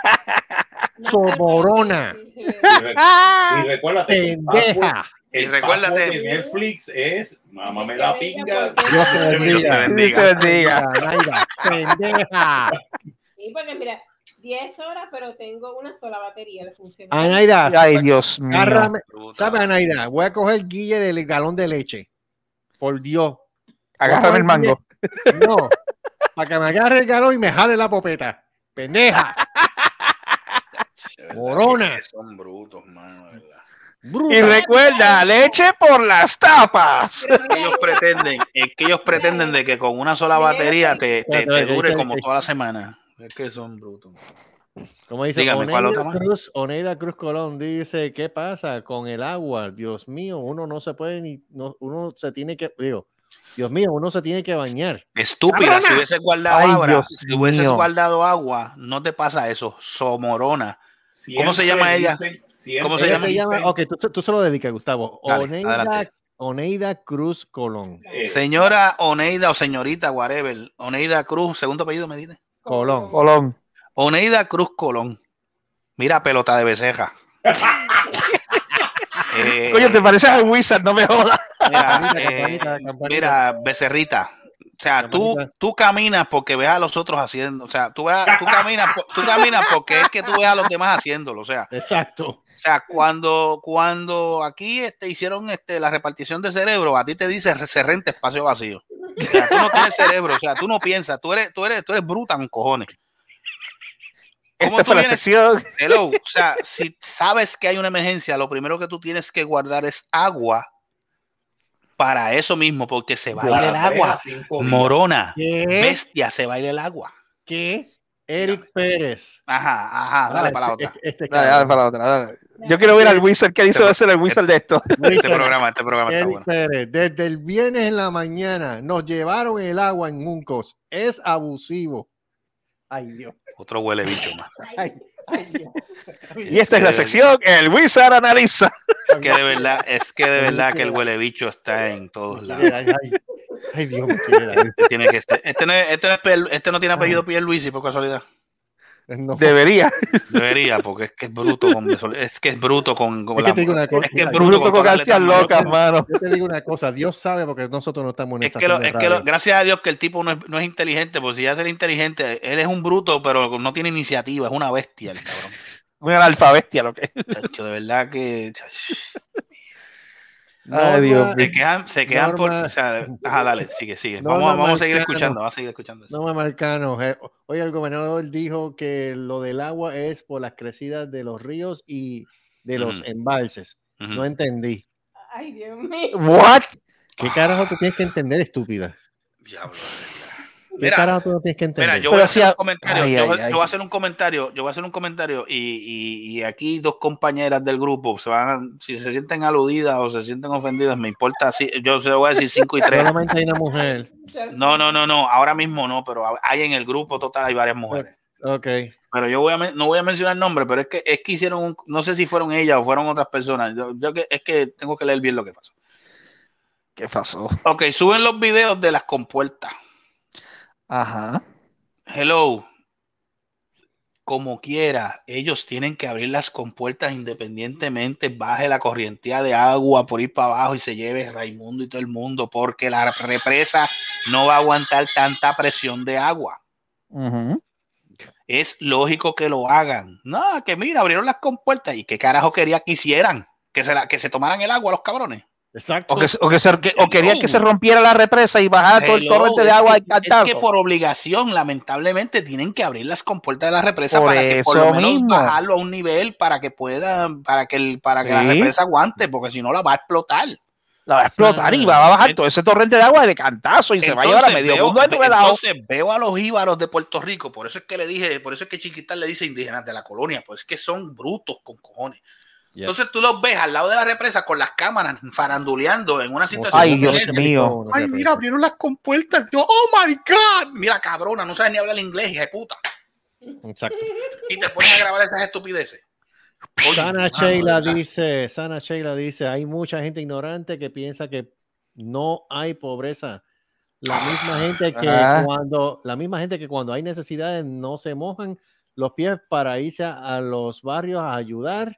Somorona. Y, re- y recuérdate que el password, Pendeja. el Y recuérdate- password de Netflix es mamá me da pinga. Dios te Dios te bendiga. bendiga. Dios te bendiga. Anaida, pendeja. Sí, porque mira, diez horas, pero tengo una sola batería, le funciona. Anaida, Ay, Dios mío. agárrame. Bruta. ¿Sabes, Anaida? Voy a coger el guille del galón de leche. Por Dios. Agárrame el mango. No. Para que me agarre el galón y me jale la popeta. Pendeja. De verdad Morona. que Son brutos, mano, de verdad. Bruta. Y recuerda, leche por las tapas. Ellos pretenden, es que ellos pretenden de que con una sola batería te, te, te dure como toda la semana. Es que son brutos. Como dice Dígame, ¿cuál Oneida otra más? Cruz, Oneida Cruz Colón dice, ¿qué pasa con el agua? Dios mío, uno no se puede ni, no, uno se tiene que, digo, Dios mío, uno se tiene que bañar. Estúpida, ¡Cabrona! si hubieses guardado Ay, agua, Dios si hubieses mío. guardado agua, no te pasa eso. Somorona. ¿Cómo se Siempre llama ella? dicen- siempre ¿Cómo se Ella llama? se llama, dicen, ok, tú, tú se lo dedicas, Gustavo. Dale, Oneida, adelante. Oneida Cruz Colón. eh, Señora Oneida o señorita, whatever. Oneida Cruz, segundo apellido, me dice. Colón. Colón. Oneida Cruz Colón. Mira, pelota de becerra. Eh, Coño, te pareces al Wizard, no me jodas. Mira, Campanita, eh, campanita, campanita. mira, becerrita. O sea, tú, Campanita. tú caminas porque ves a los otros haciendo. O sea, tú, ves a- tú, caminas, po- tú caminas porque es que tú ves a los demás haciéndolo. O sea, Exacto. o sea cuando, cuando aquí este, hicieron este, la repartición de cerebro, a ti te dice se renta espacio vacío. O sea, tú no tienes cerebro, o sea, tú no piensas, tú eres, tú eres, tú eres bruta con cojones. ¿Cómo Esta tú fue la vienes? sección. Hello, o sea, si sabes que hay una emergencia, lo primero que tú tienes que guardar es agua para eso mismo, porque se va a ir para el tres a agua. cinco días. Morona, ¿Qué? bestia, se va a ir el agua. ¿Qué? Eric Pérez. Ajá, ajá, dale Ah, para la este- otra. Este, este Dale, dale cabrón. para la otra. dale. Yo quiero ver al Wizard. ¿Qué hizo Este- hacer el Wizard de esto? Este Richard, programa, este programa está Eric bueno. Pérez, desde el viernes en la mañana nos llevaron el agua en Juncos. Es abusivo. Ay, Dios. Otro huele bicho más. Ay, ay, Dios. Y esta es la sección, el Wizard analiza. Es que de verdad, es que de verdad que el huele bicho está en todos lados. Ay, ay, ay, Dios me quiere dar. Este tiene que este, este no, es- este no es Pier- este no tiene apellido Pierluisi por casualidad. No. Debería. Debería, porque es que es bruto con es que es bruto con, con Es que te digo una cosa, es que es mira, bruto Bruto con todas las ansias letras locas, mayúsculas. mano. Yo te digo una cosa, Dios sabe porque nosotros no estamos en Es esta que, lo, estación es de que lo- radio. gracias a Dios que el tipo no es, no es inteligente, porque si ya es el inteligente, él es un bruto, pero no tiene iniciativa, es una bestia el cabrón. Un analfabestia lo que es. Chacho, de verdad que chacho, Ay, Dios Norma- se quejan, se quejan por. Norma- O sea, ajá, dale, sigue, sigue. Norma Vamos, vamos a seguir Marcano. escuchando, vamos a seguir escuchando eso. No, Marcano. eh, Hoy el gobernador dijo que lo del agua es por las crecidas de los ríos y de los Ujú. embalses. Ujú. No entendí. Ay, Dios mío. What? ¿Qué carajo tú tienes que entender, estúpida? Diablo, de verdad. ¿Qué Mira, carajo tú no tienes que entender? Mira, yo Pero voy a si hacer a- un comentario. Ay, yo, ay, yo ay. voy a hacer un comentario. Yo voy a hacer un comentario. Y, y, y aquí dos compañeras del grupo se van, a- si se sienten aludidas o se sienten ofendidas, me importa. Si, yo se lo voy a decir cinco y tres. Solamente hay una mujer. No, no, no, no. Ahora mismo no, pero hay en el grupo total hay varias mujeres. Ok. Pero yo voy a men- no voy a mencionar el nombre, pero es que es que hicieron un, no sé si fueron ellas o fueron otras personas. Yo, yo que, es que tengo que leer bien lo que pasó. ¿Qué pasó? Ok, suben los videos de las compuertas. Ajá. Hello. Como quiera, ellos tienen que abrir las compuertas independientemente, baje la corrientía de agua por ir para abajo y se lleve Raimundo y todo el mundo, porque la represa no va a aguantar tanta presión de agua. Ujú. es lógico que lo hagan. No, que mira, abrieron las compuertas y qué carajo quería que hicieran, que se, la, que se tomaran el agua los cabrones. Exacto. O, que, o, que se, que, o querían que se rompiera la represa y bajara todo el torrente de agua al cantazo. Es que por obligación, lamentablemente, tienen que abrir las compuertas de la represa por para que por lo menos mismo. bajarlo a un nivel para que puedan, para que, el, para que sí. la represa aguante, porque si no la va a explotar. La va a explotar y va a bajar todo ese torrente de agua de cantazo y entonces, se va a llevar a medio veo, mundo enredado. Entonces veo a los jíbaros de Puerto Rico, por eso es que le dije, por eso es que Chiquital le dice indígenas de la colonia, pues es que son brutos con cojones. Yeah. Entonces tú los ves al lado de la represa con las cámaras faranduleando en una situación. Ay, Dios mío. Ay, mira, abrieron las compuertas. Yo, oh my God. Mira, cabrona, no sabes ni hablar inglés, hija de puta. Exacto. Y te pones a grabar esas estupideces. Oye, Sana Sheila dice, Sana Sheila dice, hay mucha gente ignorante que piensa que no hay pobreza. La misma gente que ah. cuando, la misma gente que cuando hay necesidades no se mojan los pies para irse a, a los barrios a ayudar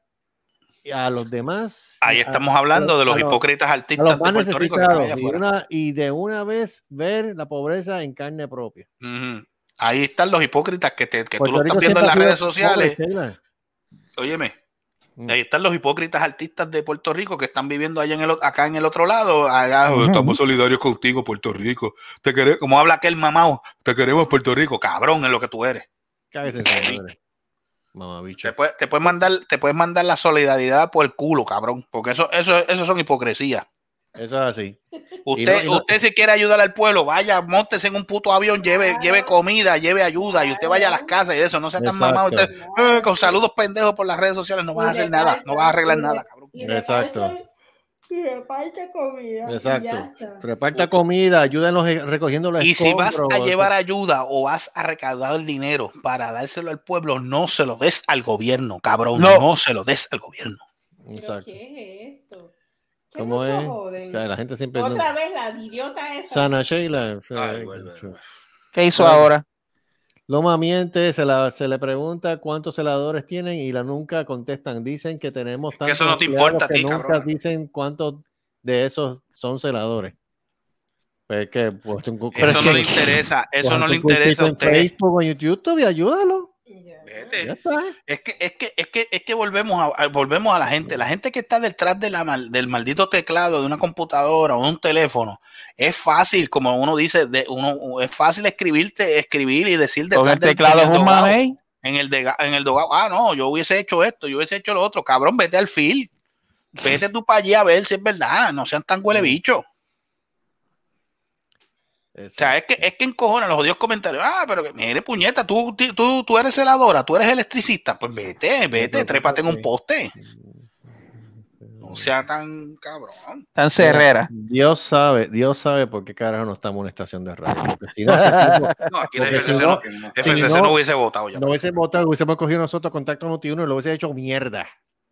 a los demás. Ahí estamos hablando a, de los, los hipócritas artistas de Puerto Rico que y, una, y de una vez ver la pobreza en carne propia. Uh-huh. Ahí están los hipócritas que, te, que tú lo estás viendo en las redes sociales. Pobre, óyeme, mm. ahí están los hipócritas artistas de Puerto Rico que están viviendo allá en el, acá en el otro lado. Allá, uh-huh. Estamos solidarios contigo, Puerto Rico. Te queremos, como habla aquel mamao, te queremos, Puerto Rico. Cabrón, es lo que tú eres. Cállese, señor. Mamá bicho. Te, puede, te puedes mandar, te puedes mandar la solidaridad por el culo, cabrón, porque eso, eso, eso son hipocresías. Eso es así. Usted, no, no, usted si quiere ayudar al pueblo, vaya, móntese en un puto avión, lleve, lleve comida, lleve ayuda, y usted vaya a las casas y eso, no sea tan mamado. Usted, eh, con saludos pendejos por las redes sociales no vas a hacer nada, no vas a arreglar nada, cabrón. Exacto. Y reparte comida. Exacto. Reparta comida, ayúdenos recogiendo los Y escombros. Si vas a llevar ayuda o vas a recaudar el dinero para dárselo al pueblo, no se lo des al gobierno, cabrón. No, no se lo des al gobierno. Exacto. ¿Qué es esto? ¿Qué ¿Cómo es? O sea, la gente siempre. Otra no... vez la idiota esa. Sana Sheila. Ay, bueno, ¿qué hizo bueno, ahora? Loma miente, se, la, se le pregunta cuántos celadores tienen y la nunca contestan. Dicen que tenemos tantos. Que eso no te importa a ti, nunca cabrón. Dicen cuántos de esos son celadores. Pues que, pues, un, eso no que, le interesa, eso no le interesa a usted. En Facebook o en YouTube y ayúdalo. Vete. Es que, es que, es que, es que volvemos a, volvemos a la gente. La gente que está detrás de la, del maldito teclado de una computadora o de un teléfono, es fácil, como uno dice, de uno, es fácil escribirte, escribir y decir detrás del teclado es un mamey. En el de, en el dogado, ah, no, yo hubiese hecho esto, yo hubiese hecho lo otro. Cabrón, vete al fil. Vete tú para allí a ver si es verdad. No sean tan huele bicho. Exacto. O sea, es que, es que encojonan los odios comentarios. Ah, pero mire, puñeta, tú, tú, tú eres celadora, tú eres electricista. Pues vete, vete, trépate en un poste. No sea tan cabrón. Tan cerrera. Dios sabe, Dios sabe por qué carajo no estamos en una estación de radio. Porque si no, tipo, no aquí el F C C, si no, no, F C C si no, no hubiese votado ya. No hubiese votado, hubiésemos cogido nosotros Contacto Noti uno y lo hubiese hecho mierda.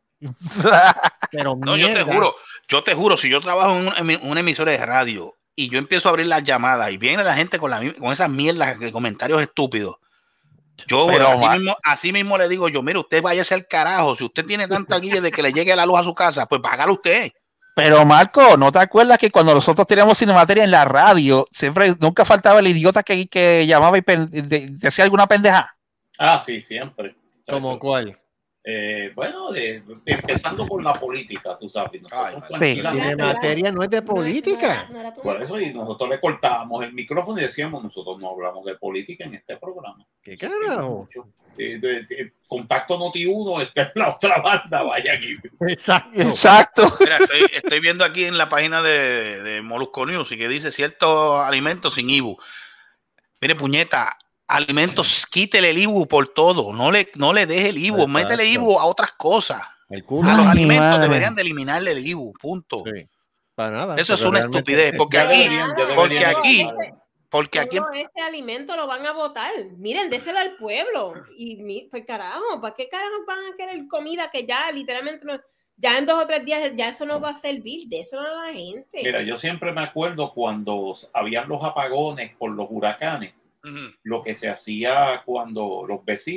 Pero no, mierda. yo te juro, yo te juro, si yo trabajo en una, en una emisora de radio y yo empiezo a abrir las llamadas y viene la gente con, la, con esas mierdas de comentarios estúpidos, yo pero, así, mismo, así mismo le digo yo, mire, usted váyase al carajo, si usted tiene tanta guía de que le llegue la luz a su casa, pues págalo usted. Pero Marco, ¿no te acuerdas que cuando nosotros teníamos Cinemateria en la radio, siempre, nunca faltaba el idiota que, que llamaba y pen, de, decía alguna pendeja? Ah, sí, siempre. ¿Cómo cuál? Eh, bueno, de, empezando por la política, tú sabes. Ay, sí. Cinemateria no es de política. No, no, no, no por eso y nosotros le cortábamos el micrófono y decíamos, nosotros no hablamos de política en este programa. ¿Qué carajo? Sí, de, de, Contacto Noti uno, esta es la otra banda, vaya aquí. Exacto. Exacto. Mira, estoy, estoy viendo aquí en la página de, de Molusco News y que dice ciertos alimentos sin I B U. Mire, puñeta, alimentos, quítele el I B U por todo, no le, no le deje el I B U, Exacto. Métele I B U a otras cosas. El culo. A los Ay, alimentos madre. deberían de eliminarle el I B U, punto. Sí. Para nada. Eso es una estupidez, porque aquí, porque aquí, porque aquí, todo este alimento lo van a botar. Miren, déselo al pueblo. Y pues carajo, ¿para qué carajo van a querer comida que ya literalmente no, ya en dos o tres días ya eso no va a servir? Déselo a la gente. Mira, yo siempre me acuerdo cuando habían los apagones por los huracanes. Uh-huh. Lo que se hacía cuando los vecinos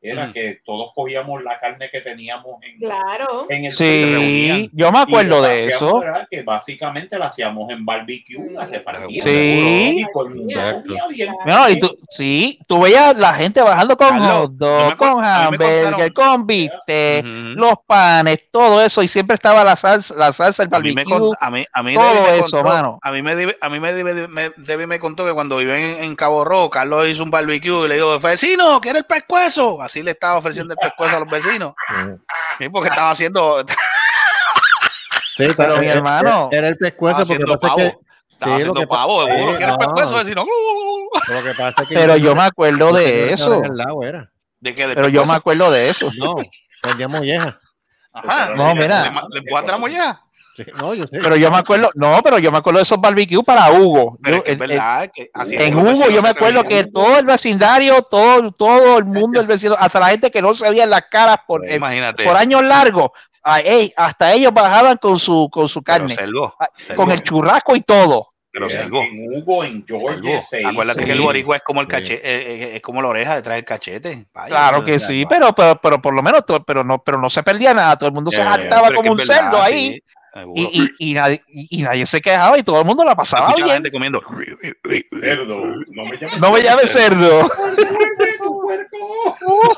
era Mm. que todos cogíamos la carne que teníamos en, Claro. en el Sí, yo me acuerdo de eso. Era que básicamente la hacíamos en barbecue, la repartíamos. Sí. Y todo el mundo comía bien. No, y tú, sí, tú veías la gente bajando con Carlos, hot dog, yo me con acuerdo- a mí me hamburger, contaron- con bistec, Ujú. los panes, todo eso, y siempre estaba la salsa, la salsa, el A mí me barbecue, cont- a mí, a mí todo Debbie me eso, contó, mano. A mí me, Debbie- a mí me, Debbie- me, Debbie me contó que cuando vivían en, en Cabo Rojo, Carlos hizo un barbecue y le dijo, vecino, ¿quiere el pescuezo? Así le estaba ofreciendo el pescuezo a los vecinos. Sí, porque estaba haciendo, Sí, Pero mi era- hermano- Era el pescuezo estaba porque haciendo pasa es pavo. que. Estaba Sí, lo haciendo que pa- pavo, seguro. sí, ¿Quiere el no. pescuezo, vecino? Lo que pasa es que Pero yo yo me acuerdo de eso, Al lado era. ¿De qué? ¿Del pero yo me pescuezo? acuerdo de eso. No, vendía molleja. Ajá. No, mira. ¿Le, le empujaste la molleja? Sí, no, yo sé. Pero yo me acuerdo, no, pero yo me acuerdo de esos barbecues para Hugo. Pero Yo- es que es el- el- verdad. es que así es En que los Hugo vecinos yo me se acuerdo atrevían. que todo el vecindario, todo, todo el mundo, el vecino, hasta la gente que no se veía en las caras por, eh, Imagínate. por años largos, a- ey, hasta ellos bajaban con su, con su Pero carne, Selvo, a- Selvo, con el churrasco y todo. pero En, Selvo, en Hugo, en Georgia, Selvo. se Acuérdate hizo- que el boricua es como el Sí. cachete, eh, eh, es como la oreja detrás del cachete. Vaya, Claro eso que es- sí, pero, pero, pero por lo menos, to- pero no, pero no se perdía nada, todo el mundo se Ya, ya, jactaba pero es que como un es verdad, cerdo ahí, sí, seguro. y, y, y, nadie, y, y nadie se quejaba y todo el mundo la pasaba Escucha a la bien. gente comiendo. cerdo. No me llames No me llames cerdo. ¡Muerde tu puerco!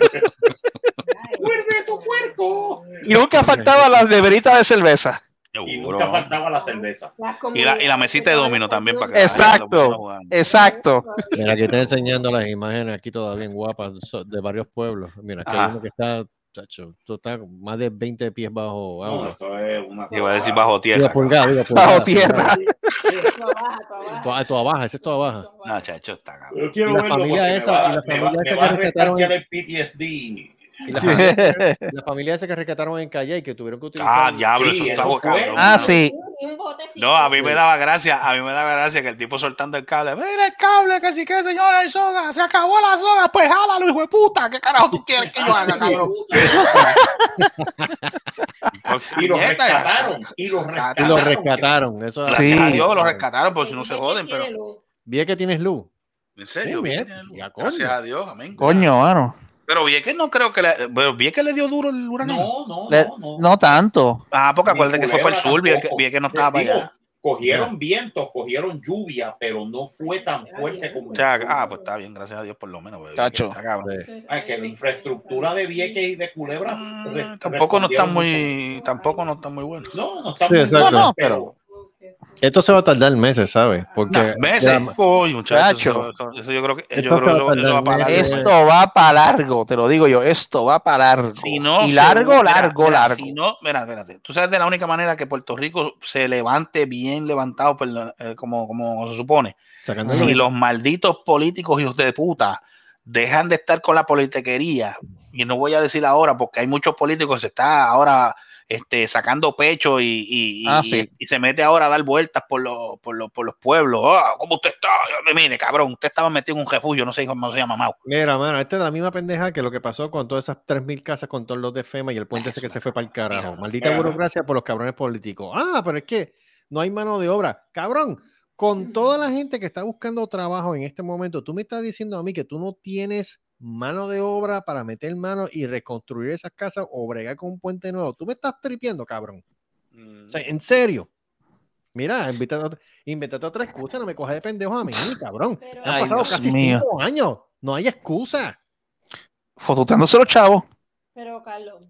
¡Muerde tu puerco! Y nunca faltaba las neveritas de cerveza. Y Seguro. nunca faltaba la cerveza. Las Y la, y la mesita de domino también para que Exacto. Exacto. Mira, aquí está enseñando las imágenes aquí todas bien guapas so- de varios pueblos. Mira, aquí Ajá. hay uno que está, chacho, tú estás más de veinte pies bajo No, agua. eso es una Iba a decir cosa. bajo Digo, tierra. pulgada, digo, Bajo pulgada, tierra. pulgada. Toda, toda baja, ese es toda baja. No, chacho, está cabrón. Yo quiero Y la verlo familia porque esa- me va, y la me va- familia me esa va a que rescataron rescatar en- el P T S D. Y la familia, la familia esa que rescataron en Calle y que tuvieron que utilizar. Ah, diablo, Sí, eso está eso fue. cabrón. Ah, sí. No, a mí me daba gracia, a mí me daba gracia que el tipo soltando el cable. Mira el cable, que si que señora el soga, se acabó la soga, pues jálalo, hijo de puta. ¿Qué carajo tú quieres que yo haga, cabrón? Y los Nieta, rescataron. Y los Y rescataron. lo rescataron. Eso Gracias Sí. a Dios lo rescataron, por si no se joden, pero. Vi que tienes luz. En serio, Sí, Vieques bien, tiene luz. ya, coño. Gracias a Dios, amén. Coño, mano. Pero Vieques no creo que le. Pero Vieques le dio duro el huracán. No, no, Le- no, no. No tanto. Ah, porque Ni acuérdate que fue para el Culebra sur, Vieques, tampoco. Vieques no estaba para Digo, allá. Cogieron vientos, cogieron lluvia, pero no fue tan fuerte como O el sea, sur. ah, pues está bien, gracias a Dios por lo menos. Vieques Chacho. está cabrón. Sí. Ay, que la infraestructura de Vieques y de Culebra Ah, re- tampoco no está respondieron muy, tampoco no está muy bueno. No, no está Sí, muy exacto. bueno, No, no, pero Esto se va a tardar meses, ¿sabes? Porque Nah, meses. la- Uy, muchachos, Chacho. eso, eso- eso yo creo que, yo Esto creo se que va a eso, eso va tardar para largo. meses. Esto va para largo, te lo digo yo. Esto va para largo. Si no, y se- largo, mira, largo, mira, largo. Si no, mira, espérate. Tú sabes de la única manera que Puerto Rico se levante bien levantado, perdón, eh, como, como se supone. sacando Si los malditos políticos hijos de puta dejan de estar con la politiquería, y no voy a decir ahora porque hay muchos políticos que se está ahora este, sacando pecho y, y, Ah, y- sí. y se mete ahora a dar vueltas por los, por los, por los pueblos. Ah, ¿cómo usted está? Mire, cabrón, usted estaba metido en un refugio, no sé cómo se llama, Mau. Mira, mano, esta es la misma pendeja que lo que pasó con todas esas tres mil casas con todos los de FEMA y el puente ese que se fue para el carajo. Maldita Ajá. burocracia por los cabrones políticos. Ah, pero es que no hay mano de obra. Cabrón, con toda la gente que está buscando trabajo en este momento, tú me estás diciendo a mí que tú no tienes mano de obra para meter mano y reconstruir esas casas o bregar con un puente nuevo. Tú me estás tripiendo, cabrón. O sea, en serio. Mira, invéntate otra, invéntate otra excusa, no me cojas de pendejo a mí, cabrón. Pero- Han Ay, pasado Dios casi mío. cinco años. No hay excusa. Fotuteándose los chavos. Pero, Carlos,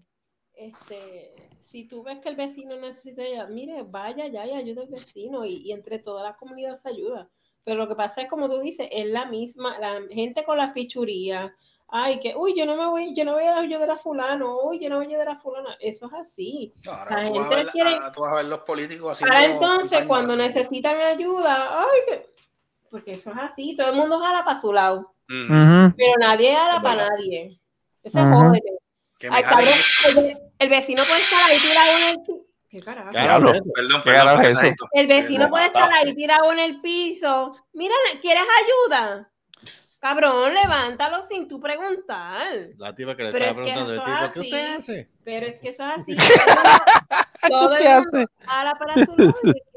este, si tú ves que el vecino necesita ayuda, mire, vaya ya y ayuda al vecino y, y entre toda la comunidad se ayuda. Pero lo que pasa es, como tú dices, es la misma, la gente con la fichuría. Ay, que, uy, yo no me voy, yo no voy a ayudar a fulano, uy, yo no voy a ayudar a fulana. Eso es así. Ahora La tú vas a gente ver- quiere- ahora tú vas a ver los políticos haciendo Ahora entonces, campaña. cuando necesitan ayuda, ay, que, porque eso es así, todo el mundo jala para su lado, Mm. Ujú. pero nadie jala Es para verdad. nadie. Ese Ujú. jódete. Que me Ay, jalen- cabrón, el, el vecino puede estar ahí tirado en el piso. ¿Qué carajo? Diablo. Perdón, ¿Qué perdón, carajo es eso? pesadito. El vecino Lo puede estar mataste. ahí tirado en el piso. Mira, ¿quieres ayuda? Cabrón, levántalo sin tú preguntar. La tipa que le Pero estaba es que preguntando, eso el tipo, es ¿qué usted así. hace? Pero es que eso es así. Todo el mundo, todo ¿Qué el mundo hace? jala para su lado. Y el que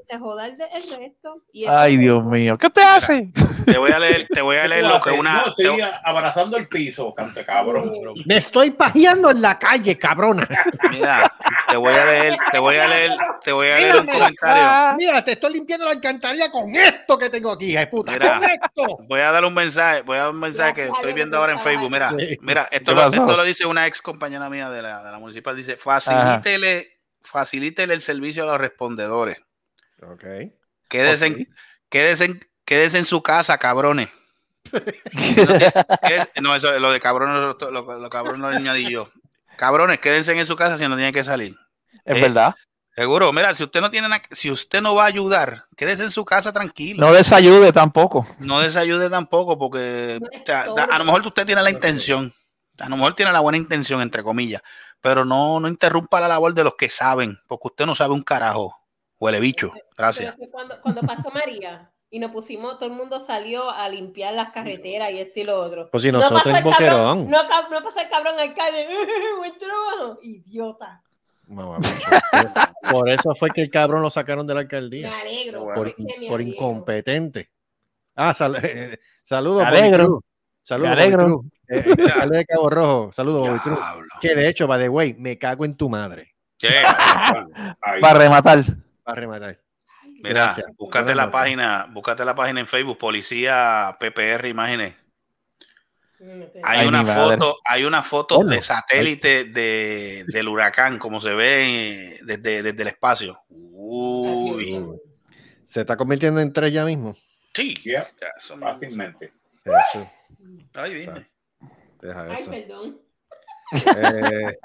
se joda el, de- el resto. Y eso Ay, es Dios todo. mío. ¿Qué te hace? Te voy a leer, te voy a ¿Qué leer tú lo que haces? una. No, estoy te- abrazando el piso, cante cabrón. Me estoy pajeando en la calle, cabrona. Mira, te voy a leer, te voy a leer, te voy a leer un Mírame. comentario. Mira, te estoy limpiando la alcantarilla con esto que tengo aquí, hija de puta. Mira. Con esto. Voy a dar un mensaje, voy a dar un mensaje que Gracias a estoy Dios viendo que ahora en estaba Facebook. Mira, Sí. mira, esto ¿Qué lo, pasó? esto lo dice una ex compañera mía de la, de la municipal. Dice, facilítele, facilítele el servicio a los respondedores. Ok. Quédese, Ok. en, quédese, en, quédese en su casa, cabrones. No, quédese- no, eso, lo de cabrones, lo, lo, lo cabrón lo añadí yo. Cabrones, quédense en su casa si no tienen que salir. Es Eh, verdad. Seguro, mira, si usted no tiene na- si usted no va a ayudar, quédese en su casa tranquilo. No desayude tampoco. No desayude tampoco, porque No o sea, es da- a todo. lo mejor usted tiene la intención, a lo mejor tiene la buena intención, entre comillas, pero no, no interrumpa la labor de los que saben, porque usted no sabe un carajo. Huele bicho. Pero Gracias. es que cuando, cuando pasó María y nos pusimos, todo el mundo salió a limpiar las carreteras y esto y lo otro. Pues si No nosotros pasó en el cabrón, Boquerón. no, ca- no pasó el cabrón alcalde. Buen trabajo. Idiota. Mamá, bicho. Por eso fue que el cabrón lo sacaron de la Me alcaldía. alegro. Por, es que me por alegro. incompetente. Ah, sal- eh, saludos, Me Bobby alegro. Cruz. Saludos, Me Bobby alegro. Cruz. Eh, exalcalde de Cabo Rojo. Saludos, Bobby Cruz. Diablo. Que de hecho, by the way, me cago en tu madre. Che, Ahí. Para rematar. Para rematar. mira, Gracias. búscate Buenas la noches. página, búscate la página en Facebook, Policía P P R Imágenes. Mm, te- Hay Ay, una mi madre. foto, hay una foto Bueno, de satélite de, del huracán, como se ve eh, desde, desde el espacio. Uy, Se está convirtiendo en tres ya mismo. sí, Yeah, ya, eso me- fácilmente. Eso. Ay, dime. Deja Ay, eso. perdón. Eh,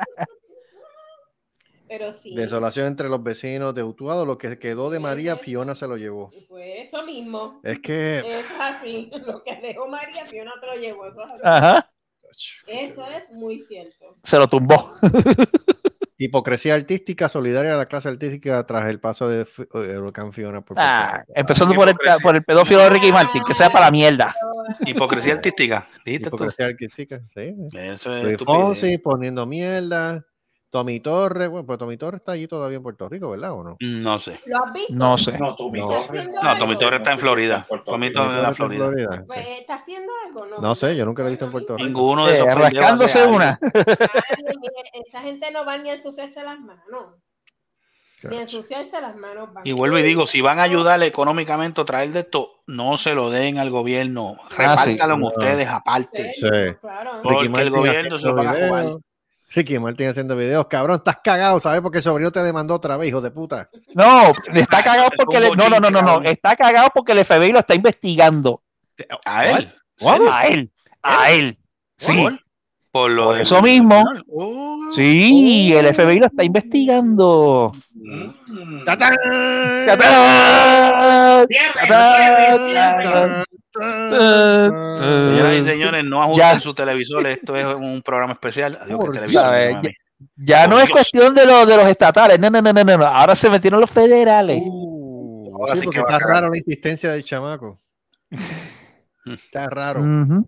Pero sí. desolación entre los vecinos de Utuado. Lo que quedó de María, Fiona se lo llevó. Pues eso mismo. Es que. Eso es así. Lo que dejó María, Fiona te lo llevó. Eso es así. Ajá. Eso es muy cierto. Se lo tumbó. Hipocresía artística solidaria a la clase artística tras el paso de Fi- eh, huracán Fiona por Puerto Ah, Rico. empezando por el, Hipocresía. por el pedófilo de Ricky Martin, que sea para la mierda. Hipocresía artística. Dijiste tú. Hipocresía artística, sí. Eso es Luis estupidez. Fonsi poniendo mierda. Tommy Torres, bueno, pues Tommy Torres está allí todavía en Puerto Rico, ¿verdad? ¿O no? No sé. ¿Lo has visto? No sé. No, Tommy No. Torres. No, Tommy Torres está en Florida. Puerto Tommy Rico. Torres está en Tommy la Torres Florida. Pues, ¿está haciendo algo? No, No sé, yo nunca lo he visto en Puerto Rico. Ninguno de Eh, esos pendejos rascándose hace algo. una. Nadie, mire, esa gente no va ni a ensuciarse las manos. Ni a ensuciarse las manos. van. Y vuelvo y digo, si van a ayudarle económicamente o traer de esto, no se lo den al gobierno. Repártalo en sí. ustedes aparte. Sí, Sí. Claro. Porque Ricky el Martin gobierno se lo van a haciendo jugar. videos. Ricky Martin haciendo videos. Cabrón, estás cagado, ¿sabes? Porque el sobrino te demandó otra vez, hijo de puta. No, está cagado es porque un le, no, no, no, no, no, bochinche, está cagado porque el F B I lo está investigando. A él. What? A él, a él. Sí, ¿Por? Por lo Por del- eso mismo. Oh. sí, el F B I lo está investigando. Mm. ¡Tatán! ¡Tatán! Cierre, ¡Tatán! Señoras y señores, no ajusten Ya. sus televisores. Esto es un programa especial. Adiós, que Por televisión Dios. no mames. Ya no Por es Dios. cuestión de, lo, de los estatales, no, no, no, no, no, no. Ahora se metieron los federales. Uh, Ahora sí, sí porque que va a está cagar. raro la insistencia del chamaco. Está raro. Ujú.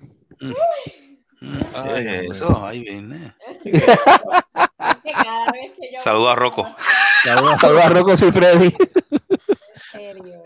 ¿Qué es eso? Ahí viene. Es que cada vez que yo- Saluda a Rocco. Saludos. Saludos a Rocco y Freddy. En serio.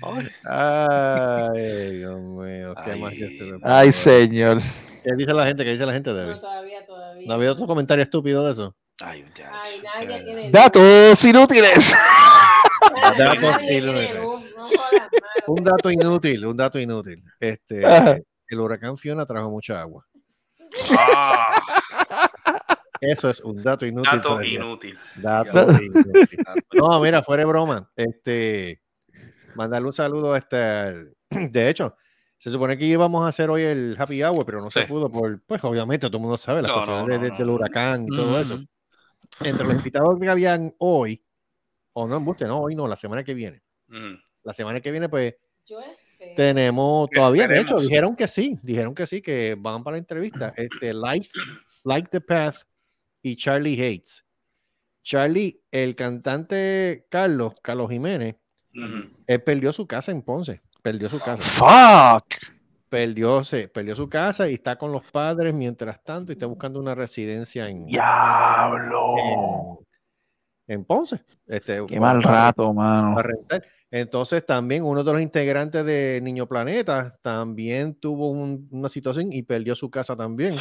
Ay, Dios mío, qué Ay. más que se me puede Ay, ver. señor. ¿Qué dice la gente? ¿Qué dice la gente, No, David? todavía, todavía. ¿No había otro comentario estúpido de eso? Ay, muchacho. Ay, nadie tiene luz. Datos inútiles. Nadie Datos tiene inútiles. luz, no jodas, mano. Un dato inútil, un dato inútil. Este, Ajá. el huracán Fiona trajo mucha agua. Ah, Eso es un dato inútil. dato para el día. inútil. Dato inútil. No, mira, fuera de broma. Este, mandarle un saludo a este. al- De hecho, se supone que íbamos a hacer hoy el happy hour, pero no se Sí. pudo por, pues obviamente todo el mundo sabe las No, cuestiones no, de- no, de- no, del no. huracán y todo Ujú. eso. Entre los invitados que habían hoy, o no, embuste, no, hoy no, la semana que viene. Mm. La semana que viene, pues, Yo espero. tenemos, todavía, de hecho, Esperemos. dijeron que sí, dijeron que sí, que van para la entrevista. Este, Like, Like the Path y Charlie Hates. Charlie, el cantante Carlos, Carlos Jiménez, Ujú. él perdió su casa en Ponce, perdió su casa, Fuck. perdió, se, perdió su casa y está con los padres mientras tanto y está buscando una residencia en, Diablo. en, en Ponce. Este, Qué mal para- rato, mano. para rentar. Entonces también uno de los integrantes de Niño Planeta también tuvo un- una situación y perdió su casa también.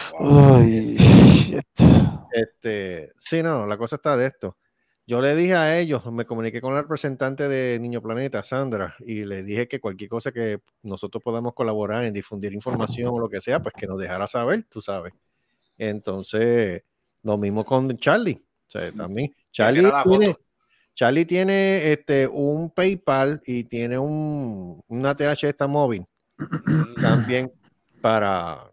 Uy, shit. Este, sí, no, la cosa está de esto. Yo le dije a ellos, me comuniqué con la representante de Niño Planeta, Sandra, y le dije que cualquier cosa que nosotros podamos colaborar en difundir información o lo que sea, pues que nos dejara saber, tú sabes. Entonces, lo mismo con Charlie. O sea, también. Charlie era la tiene, foto. Charlie tiene este, un PayPal y tiene un, una T H esta móvil también para,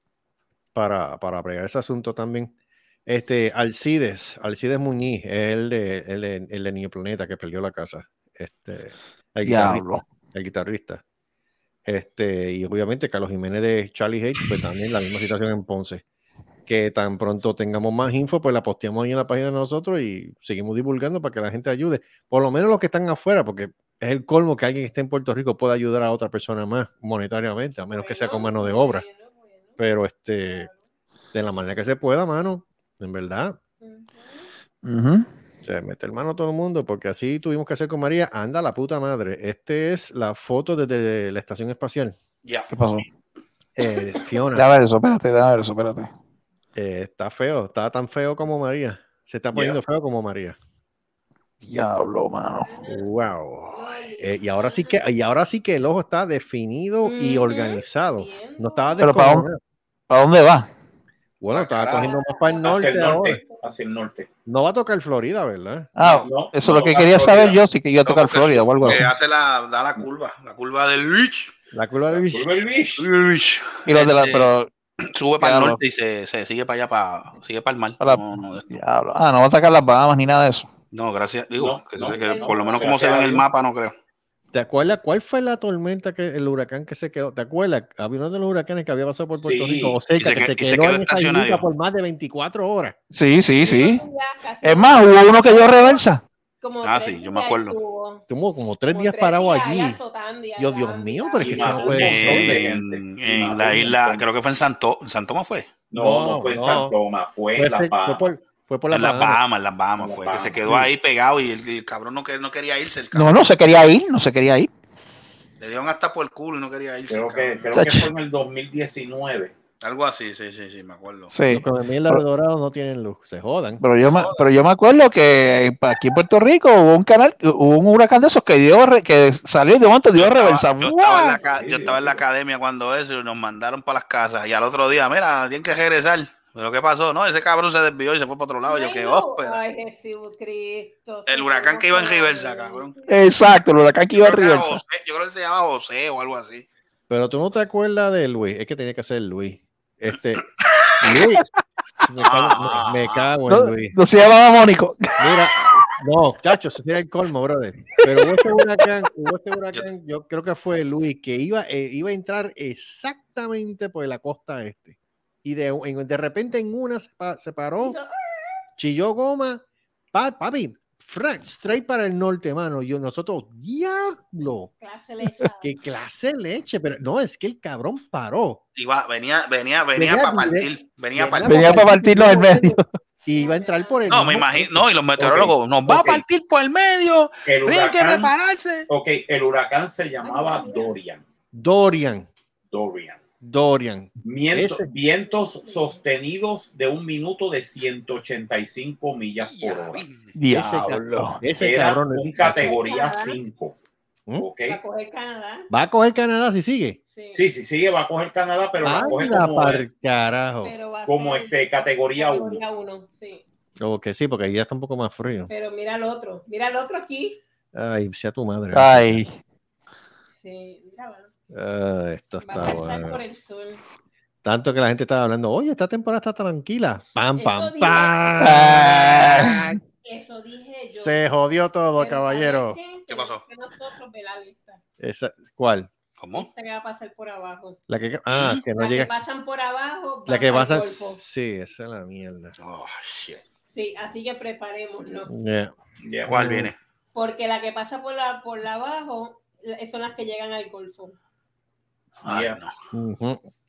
para, para bregar ese asunto también. Este, Alcides, Alcides Muñiz, es el de, el de, el de Niño Planeta que perdió la casa. Este, el guitarrista, Diablo. el guitarrista. Este, y obviamente Carlos Jiménez de Charlie Hates, pues también la misma situación en Ponce. Que tan pronto tengamos más info, pues la posteamos ahí en la página de nosotros y seguimos divulgando para que la gente ayude. Por lo menos los que están afuera, porque es el colmo que alguien que esté en Puerto Rico pueda ayudar a otra persona más monetariamente, a menos que sea con mano de obra. Pero este, de la manera que se pueda, mano, en verdad. Ujú. Se mete el mano a todo el mundo, porque así tuvimos que hacer con María. Anda la puta madre. Este es la foto desde la estación espacial. Ya. ¿Qué pasó? Eh, Fiona, Déjame ver eso, espérate, déjame ver eso, espérate. eh, está feo, está tan feo como María. Se está poniendo feo como María. Diablo, mano. Wow. Eh, y ahora sí que, y ahora sí que el ojo está definido y Ujú. organizado. No estaba Pero ¿para dónde, descojonado. ¿para dónde va? Bueno, Ah, estaba carajo. cogiendo más para el Hacia norte el ahora. norte, hacia el norte. No va a tocar Florida, ¿verdad? Ah, No, eso no es lo que toca quería Florida. saber yo, si que iba a tocar porque Florida su- o algo que así. hace la, da la curva, la curva del beach. La curva del bicho. Curva el Beach. Beach. Y los de la, Este, pero, sube para el Diablo. norte y se, se sigue para allá, para, sigue para el mar. Para- No, no, esto. diablo. Ah, no va a atacar las Bahamas ni nada de eso. No, gracias. Digo, No, que, no, sé que no, por lo menos como gracias se ve a en el Dios. mapa, no creo. ¿Te acuerdas cuál fue la tormenta que el huracán que se quedó? ¿Te acuerdas? Había uno de los huracanes que había pasado por Puerto Sí. Rico o cerca Y se que que- se y quedó, se quedó en esa estacionario. islita por más de veinticuatro horas. Sí, sí, sí. Unos días, casi Es como- más, hubo uno que dio reversa. como Ah, tres sí, yo me días acuerdo. estuvo. Estuvo como tres Como días tres parado días ahí allí. azotando y Dios, Dios allá, mío, y pero es que Y esto no mató puede un montón ser. de En, gente. Y en mató la un isla, montón. creo que fue en Santo, ¿en San Tomás fue? No, No, no fue en no. San Tomás, fue Fue, en Las fue Bahamas. por, fue por En las las Bahamas. Bahamas, en las Bahamas En las fue, que se Bahamas, quedó sí. ahí pegado y el, el cabrón no, que, no quería irse. El No, cabrón. no se quería ir, no se quería ir. Le dieron hasta por el culo y no quería irse. Creo el que, cabrón. creo que fue en el dos mil diecinueve. Algo así, sí, sí, sí, me acuerdo. Sí. Los con mierda de Dorado no tienen luz. Se jodan. Pero yo, me, Joder. pero yo me acuerdo que aquí en Puerto Rico hubo un canal, hubo un huracán de esos que dio re- que salió y de momento dio Yo estaba, reversa. yo estaba en la, ¡Guau! ca- yo estaba en la academia cuando eso y nos mandaron para las casas. Y al otro día, mira, tienen que regresar. ¿Pero qué pasó? No, ese cabrón se desvió y se fue para otro lado. No Yo hay qué luz. ópera. Ay, Jesucristo. El huracán que iba en reversa, cabrón. Exacto, el huracán que Yo iba a creo, que era reversa. José, yo creo que se llama José o algo así. Pero tú no te acuerdas de Luis. Es que tenía que ser Luis. Este. Luis. Me cago, me, me cago en No, Luis. no se llamaba Mónico. Mira, no, chacho, ese era el colmo, brother. Pero hubo este huracán, hubo este huracán, yo creo que fue Luis, que iba, eh, iba a entrar exactamente por la costa este. Y de, en- de repente en una se, pa- se paró, Hizo- chilló goma, pa- papi, Frank, straight para el norte, mano. Yo, nosotros, diablo, Clase lechada. qué clase de leche, pero no, es que el cabrón paró. Iba, venía, venía, venía, Venía para direct- partir. Venía venía para Venía para partirnos en medio. Y iba a entrar por el No, me mismo- imagino. No, y los meteorólogos, nos va ok. a partir por el medio. El Tienen que huracán, prepararse. ok, el huracán se llamaba Dorian. Dorian, Dorian. Dorian. Vientos, Ese- vientos sostenidos de un minuto de ciento ochenta y cinco millas por hora. Diablo. Ese Era cabrón un categoría cinco. ¿Mm? ¿Ok? Va a coger Canadá. va a coger Canadá si sigue. Sí. Sí, sí, sigue, va a coger Canadá, pero la coge Anda como, pa'l carajo. Pero va a como ser este, categoría uno. categoría uno, sí. O que sí, porque ahí ya está un poco más frío. Pero mira el otro. Mira el otro aquí. Ay, sea tu madre. Ay, Sí, mira, bueno. Ah, esto Va a está pasar bueno. por el sur. Tanto que la gente estaba hablando, oye, esta temporada está tranquila. Pam, Eso pam, dije. pam. Ah. Eso dije yo. Se jodió todo, Pero caballero. ¿sabes qué? ¿Qué pasó? Que nosotros ve la lista. Esa, ¿cuál? ¿Cómo? Esta que va a pasar por abajo. La que, ah, que no la llega. que pasan por abajo. La van que al pasa. Golfo. Sí, esa es la mierda. Oh, shit. Sí, así que preparémonos. Yeah. Ya. ¿Cuál viene? Porque la que pasa por la por la abajo la- son las que llegan al Golfo. Ay, Yeah. no. Ujú.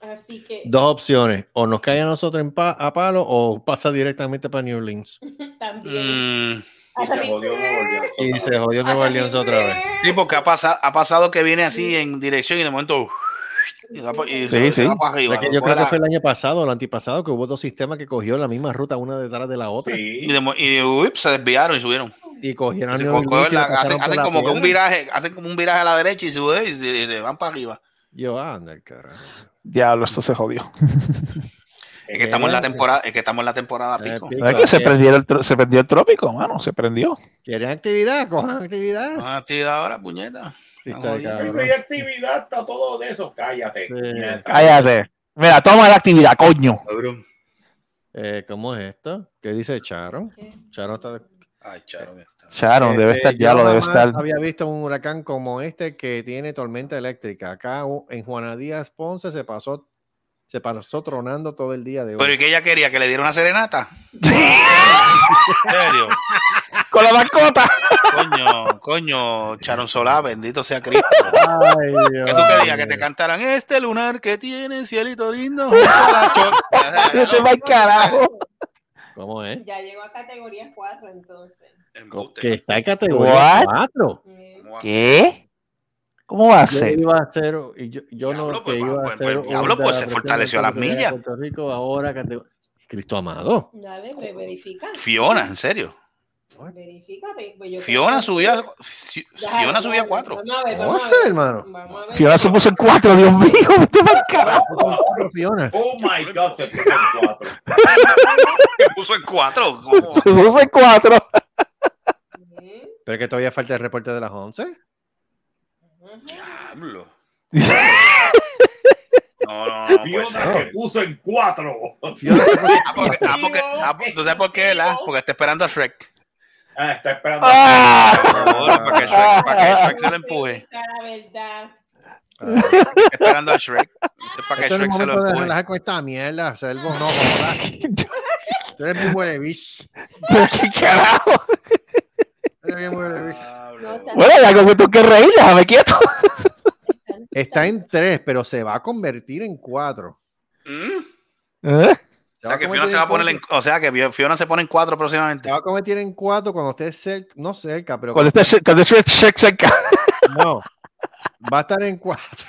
Así que Dos opciones, o nos cae a nosotros en pa a palo o pasa directamente para New Orleans. también. Mm, Y se jodió Nueva Orleans. Y se jodió Nueva Orleans otra vez. sí, porque ha pasado, ha pasado que viene así en dirección y de momento y va, pa- y Sí, se, sí. se va para arriba. Es que lo yo coge creo que la- fue el año pasado o el antipasado que hubo dos sistemas que cogió la misma ruta una detrás de la otra. Sí. y, de mo- y ups, se desviaron y subieron. Y cogieron a Se New co- Orleans cogen y la- la pasaron hacen por hacen la como que un piedra. viraje, hacen como un viraje a la derecha y suben y se, y se van para arriba. Yo, anda el carajo. Diablo, esto se jodió. Es que estamos en la Era- temporada, es que estamos en la temporada Eh, pico. pico. Es que se prendió el, tro- se prendió el trópico, mano, se prendió. ¿Quieren actividad? Cojan actividad. Una actividad ahora, puñeta. Está de Ay, cabrón. no hay actividad, está todo de eso. Cállate. Sí. puñeta. Cállate. Mira, toma la actividad, coño. Cabrón. Eh, ¿Cómo es esto? ¿Qué dice Charon? Charon está de... Ay, Charo. Sharon, debe Eh, estar, eh, ya yo lo debe jamás estar. había visto un huracán como este que tiene tormenta eléctrica. Acá u- en Juana Díaz Ponce se pasó, se pasó tronando todo el día de hoy. Pero ¿y qué ella quería? ¿Que le diera una serenata? ¿En serio? Con la mascota. Coño, coño, Charon Solá, bendito sea Cristo. Ay, Dios Que tú querías que mío. te cantaran este lunar que tiene cielito lindo junto a la cho- Se va al carajo. ¿Cómo es? ya llegó a categoría cuatro entonces. Embuste. Que está en categoría What? cuatro. Eh, ¿Cómo va a ser? ¿Qué? ¿Cómo va a Yo ser? iba a hacer, y yo, yo Diablo, no, pues, que iba a pues, hacer pues, diablo, un pues, de se la fortaleció a las representación de millas. Puerto Rico ahora categoría. Cristo amado. Dale, ve- verifica. Fiona, en serio. Verifícate. Pues yo Fiona creo que- subía, Fi- Déjalo, Fiona subía déjalo. cuatro. Vamos a ver, ¿Cómo vamos va a a ser, ver. hermano? Vamos a ver. Fiona se puso en cuatro, Dios mío. Vete pa'l carajo. Fiona. Oh my God, se puso en cuatro. Se puso en cuatro. ¿Cómo? Se puso en cuatro. Eh, Pero que todavía falta el reporte de las once. ajá. Diablo. No, no, no, pues. Fiona se puso en cuatro. Fiona se puso- Ah, porque, ah, porque, ah, ¿tú sabes por qué, verdad? Porque está esperando a Shrek. Ah, está esperando. Ah. Ahora, para que Shrek, para que Shrek se lo empuje. La verdad. Está esperando a Shrek. Es para que Esto no es Shrek se lo momento de empuje. relajar con esta mierda. Selvo, no, joda. Tú eres bien huele bicho. Pero qué carajo. Eres bien huele bicho. No, está- Bueno, ya como tú que reír, déjame quieto. Está en tres, pero se va a convertir en cuatro. Mm. ¿Eh? O sea que Fiona se va a poner en, o sea que Fiona se pone en cuatro Se próximamente. va a convertir en cuatro cuando esté cerca, no cerca, pero Cuando esté cuando esté Shrek cerca. no. Va a estar en cuatro.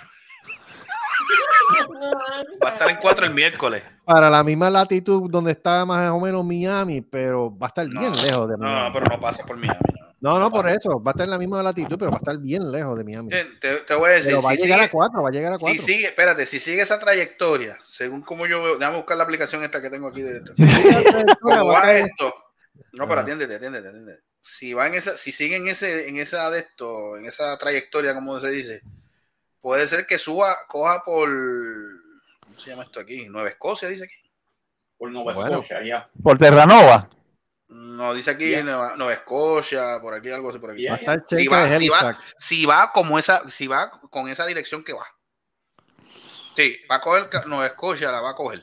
Va a estar en cuatro el miércoles. Para la misma latitud donde está más o menos Miami, pero va a estar bien No, lejos de No, Miami. no, pero no pasa por Miami. No. No, no, por eso. Va a estar en la misma latitud, pero va a estar bien lejos de Miami. Te, te- te voy a decir, Pero va a si llegar sigue, a cuatro, va a llegar a si cuatro. sigue, espérate, si sigue esa trayectoria, según como yo veo, déjame buscar la aplicación esta que tengo aquí de esto. Si sigue la trayectoria, ¿Cómo va a va caer- esto? No, pero Ajá. atiéndete, atiéndete, atiéndete. Si va en esa, si sigue en ese, en esa de esto, en esa trayectoria, como se dice, puede ser que suba, coja por, ¿cómo se llama esto aquí? Nueva Escocia, dice aquí. Por Nueva Bueno. Escocia, ya. Por Terranova. No, dice aquí Ya. Nueva, Nueva Escocia, por aquí, algo así por aquí. Ya, Va a estar Si cerca va, de si va, Halifax. si va como esa, si va con esa dirección que va. Sí, va a coger ca- Nueva Escocia, la va a coger.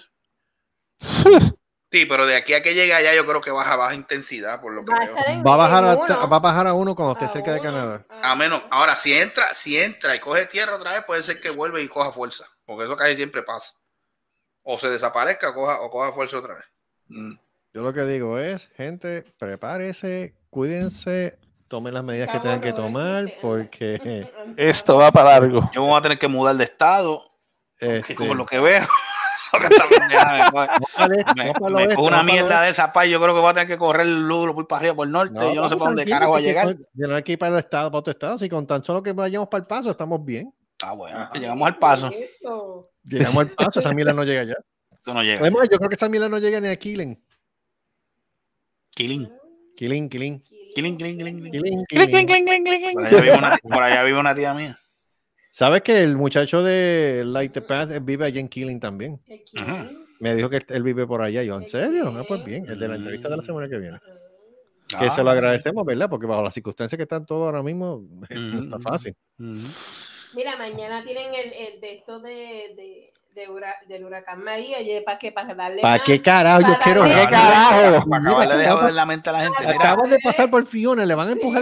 Sí, pero de aquí a que llegue allá yo creo que baja baja intensidad por lo que Va a veo. estar en- Va a bajar en a, uno. va a bajar a uno cuando esté A cerca de uno. Canadá. A menos, ahora si entra, si entra y coge tierra otra vez, puede ser que vuelva y coja fuerza, porque eso casi siempre pasa. O se desaparezca o coja, o coja fuerza otra vez. Mm. Yo lo que digo es, gente, prepárese, cuídense, tomen las medidas que Estamos tengan que tomar, robados, porque Esto va para largo. Yo me voy a tener que mudar de estado, este, como lo que veo. Porque esta pendeja me coge- no para el este, me- no para el me oeste, coge no una para el mierda oeste. de esa paz. Yo creo que voy a tener que correr el duro por para arriba, por el norte. yo no sé para dónde tranquilo, carajo va a si llegar. que- yo no hay que ir para el estado, para otro estado, si con tan solo que vayamos para el paso estamos bien. Ah, bueno, Ajá. llegamos al paso. Eso. Llegamos al paso, esa mila no llega allá. Esto no llega. Además, yo creo que esa mila no llega ni a Killing. Killing. Killing, Killing. Killing, killing, killing, killing. Killing, Cling, cling, Killing. cling, cling, cling, Por cling. allá vive una, por allá vive una tía mía. ¿Sabes que el muchacho de Light the Path él vive allá en Killing también? Aquí. Ajá. Me dijo que él vive por allá. Yo, ¿en serio? Ah, pues bien, el de la entrevista de la semana que viene. Que se lo Ah. agradecemos, ¿verdad? Porque bajo las circunstancias que están todos ahora mismo, no está Ujú. fácil. Ujú. Mira, mañana tienen el, el de esto de, de, de hura- del huracán María, y para que para darle ¿Para más- qué carajo? Yo para quiero darle- ¿Qué carajo? Para acabarle de joder la mente a la gente. Mira, Acabas de pasar por Fiona, le van a empujar mar. Sí,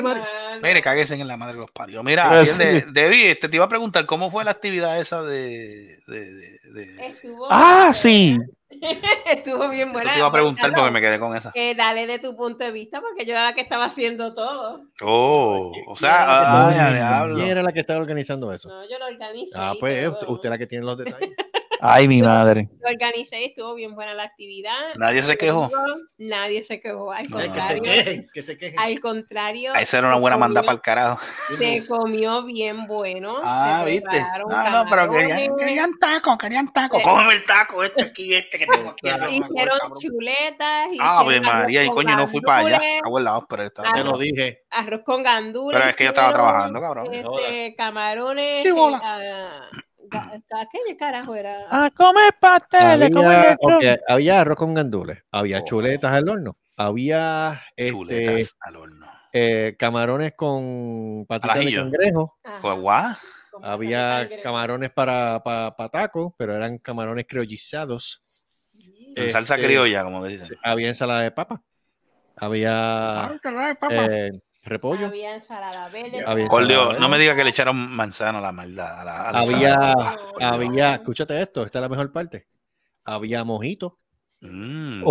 Mire, cáguese en la madre de los parios. Mira, atiende, Debbie, este, te iba a preguntar cómo fue la actividad esa de. de, de, de... Estuvo Ah, sí. Estuvo bien buena. Eso te iba a preguntar porque me quedé con esa. Eh, dale de tu punto de vista, porque yo era la que estaba haciendo todo. Oh, o sea, ay, a diablo. ¿Quién era la que estaba organizando eso? No, yo lo organicé. Ah, pues usted, usted es la que tiene los detalles. Ay, mi madre. Lo organicé y estuvo bien buena la actividad. Nadie se quejó. Nadie se quejó. Al No, contrario, que se quejen, que se quejen. Al contrario. Esa era una buena manda para el carajo. Se comió bien bueno. Ah, se viste. prepararon No, no, pero camarones. querían, querían tacos, querían tacos. Sí. Cógeme el taco, este aquí, este que tengo aquí. Hicieron chuletas. Ave hicieron María, arroz y con coño, no fui para allá. gandules, Hago el lado, pero estaba. Te lo dije. Arroz con gandules. Pero es que yo estaba hicieron, trabajando, cabrón. Este, camarones. Sí, bola. eh, ah, ga- ¿Qué carajo era? A comer pasteles, comer Había, lechón. ok, había arroz con gandules, había Oh. chuletas al horno, había este, Chuletas al horno. eh, camarones con patitas de ajillo. cangrejo, Ajá, Pues, guau. con había patas de cangrejo. camarones para, para, para tacos, pero eran camarones criollizados. Sí. En salsa Este, criolla, como dicen. sí, había ensalada de papa, había Ay, qué rico, papá. eh, repollo, Había ensalada verde. Había Por ensalada Dios, verde. no me diga que le echaron manzana a la maldad. A la, a la había, ensalada. había, escúchate esto, esta es la mejor parte, había mojito, Mm.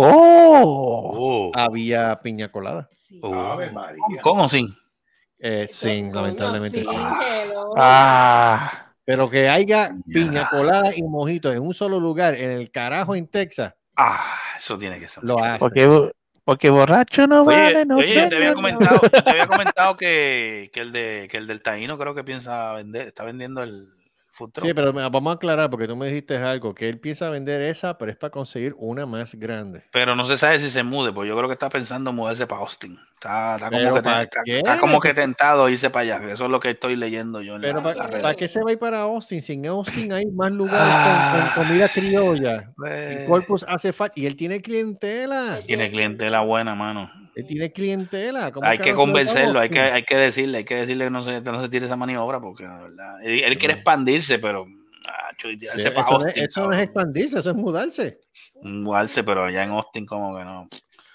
Oh. Oh. había piña colada, Sí. Oh. Ave María. ¿Cómo sin? eh, sin, Coño, lamentablemente sí, sí. hello. Ah. Pero que haya piña colada y mojito en un solo lugar, en el carajo en Texas, Ah, eso tiene que ser. lo mucho. hace. Porque, porque borracho no Oye, vale, no oye, yo te había sé. comentado, yo te había comentado que, que el de que el del Taíno creo que piensa vender, está vendiendo el food truck. Sí, pero me- vamos a aclarar porque tú me dijiste algo, que él piensa vender esa, pero es para conseguir una más grande. Pero no se sabe si se mude, pues yo creo que está pensando en mudarse para Austin. Está, está como, ¿Pero que, para está, qué? está como que tentado a irse para allá. Eso es lo que estoy leyendo yo en Pero la, ¿para, la red. ¿para qué se va a ir para Austin? Si en Austin hay más lugares con, con comida criolla. Pues, El Corpus hace falta. Y él tiene clientela. tiene clientela buena, mano. Él tiene clientela. ¿Cómo Hay que carajo se va para convencerlo, hay Austin? que, hay que decirle, hay que decirle que no se, no se tire esa maniobra porque la verdad, él, él quiere expandirse, pero ah, chuy, tirarse Eso, para no es, Austin, eso no es expandirse, eso es mudarse. mudarse, pero allá en Austin como que no.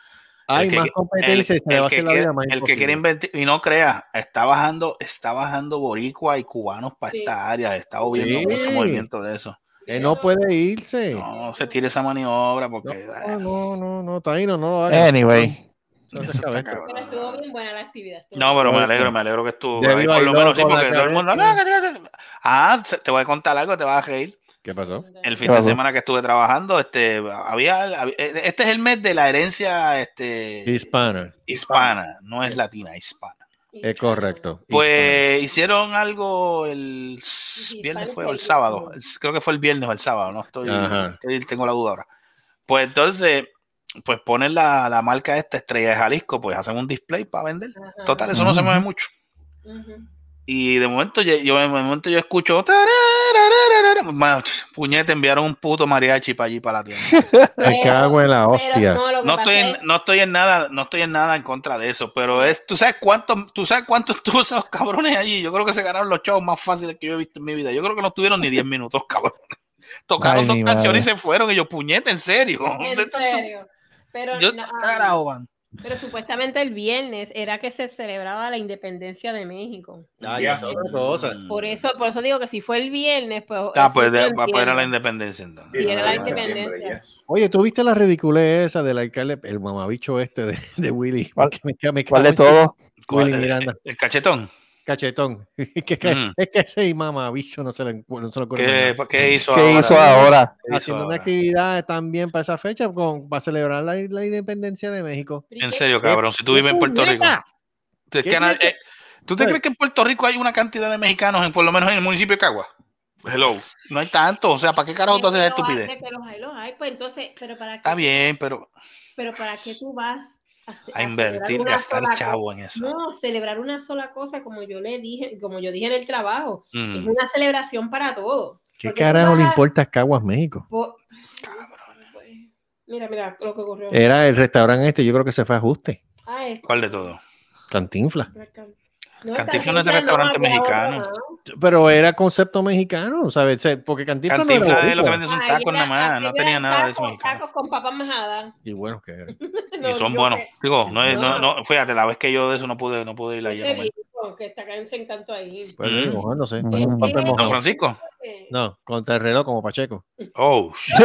Hay El que- más competencia y se le el va a que hacer la quiere- vida más el que imposible. quiere invertir, y no crea, está bajando, está bajando boricua y cubanos para Sí. esta área, he estado viendo Sí. mucho movimiento de eso. Él no puede irse. No se tire esa maniobra No, porque no, no, no, no, Taíno, no lo haga. Anyway. No eso se está acabe esto. cabrón. Pero estuvo bien buena la actividad. estuvo No, pero me Oye, alegro, me alegro que estuvo Debbie ahí, por lo bailó menos sí, con la porque todo el mundo. cabeza. Ah, se- te voy a contar algo, te vas a reír. ¿Qué pasó? El fin ¿Qué de pasó? semana que estuve trabajando, este, había, había- este es el mes de la herencia, este, Hispana. hispana, no es latina, hispana. Es correcto. Pues hicieron algo el viernes fue o el sábado, el- creo que fue el viernes o el sábado, no estoy, Ajá. estoy- tengo la duda ahora. Pues entonces, pues ponen la, la marca esta Estrella de Jalisco, pues hacen un display para vender. Ajá. Total, eso no se mueve mucho. Ujú. Y de momento yo, yo- de momento yo escucho tararararara, ma- puñete, enviaron un puto mariachi para allí para la tienda. Me cago en la Pero hostia. no, lo que No pasa estoy, es- en, no estoy en nada, no estoy en nada en contra de eso, pero es, tú sabes cuántos, tú sabes cuántos tuvo esos cabrones allí. Yo creo que se ganaron los shows más fáciles que yo he visto en mi vida. Yo creo que no tuvieron ni diez minutos, cabrones. Tocaron Ay, dos mi canciones madre. y se fueron. Y yo, puñete, en serio. En serio. Pero, Yo, no, carajo, man. pero supuestamente el viernes era que se celebraba la independencia de México. Ah, ya es otra cosa. Por eso, por eso digo que si fue el viernes, pues. Ah, eso pues, yo de, lo pues era la entiendo. independencia entonces. Sí, era la En septiembre, independencia. yes. Oye, ¿tú viste la ridiculez esa del alcalde, el mamabicho este de, de Willy? ¿Cuál- Que me, me ¿Cuál cago de en su- todo? ¿Cuál? Willy Miranda. El, el cachetón. Cachetón. que, que- Ujú. Es que ese mamabicho no se le, no se le ocurre ¿Qué, nada. ¿Qué hizo ¿Qué ahora? hizo ahora? ¿Qué hizo Haciendo una ahora? actividad también para esa fecha, con, para celebrar la, la independencia de México. En serio, cabrón, si tú vives en Puerto Rico. ¡Puñeta! ¿Tú, es ¿Qué que ana- tiene? eh, ¿tú te Oye. crees que en Puerto Rico hay una cantidad de mexicanos, en, por lo menos en el municipio de Cagua? Hello. No hay tanto. O sea, ¿para qué carajo tú haces esa Que los hay, estupidez? que los hay, los hay, pues entonces, pero para qué, Está bien, pero pero para qué tú vas a, ce- a a invertir, celebrar una gastar sola chavo en eso. cosa? No, celebrar una sola cosa, como yo le dije, como yo dije en el trabajo, Mm. es una celebración para todo. ¿Qué Porque tú carajo le vas a- importa a Caguas, México? po- Pues, mira, mira lo que ocurrió. Era el restaurante este, yo creo que se fue a ajuste. Ah, es- ¿Cuál de todo? Cantinfla. no, Cantinflas no es de Cantinflas restaurante había mexicano. otro, ¿no? Pero era concepto mexicano, ¿sabes? O sea, porque Cantinfla no Cantinflas era es lo que boricua. vende son Ahí tacos era- nada más. aquello No tenía eran nada de eso tacos- mexicano. Tacos con papas majadas. Y buenos que eran. Y No, son yo buenos. sé. Digo, no, es- no, No. no, fíjate, la vez que yo de eso no pude, no pude ir allí a Ese comer. vino, Que está acá en Encanto ahí. Pues Mm. mojándose. Mm. Con sus papel ¿Don mojado. Francisco? No, contra el reloj como Pacheco. Oh, shit.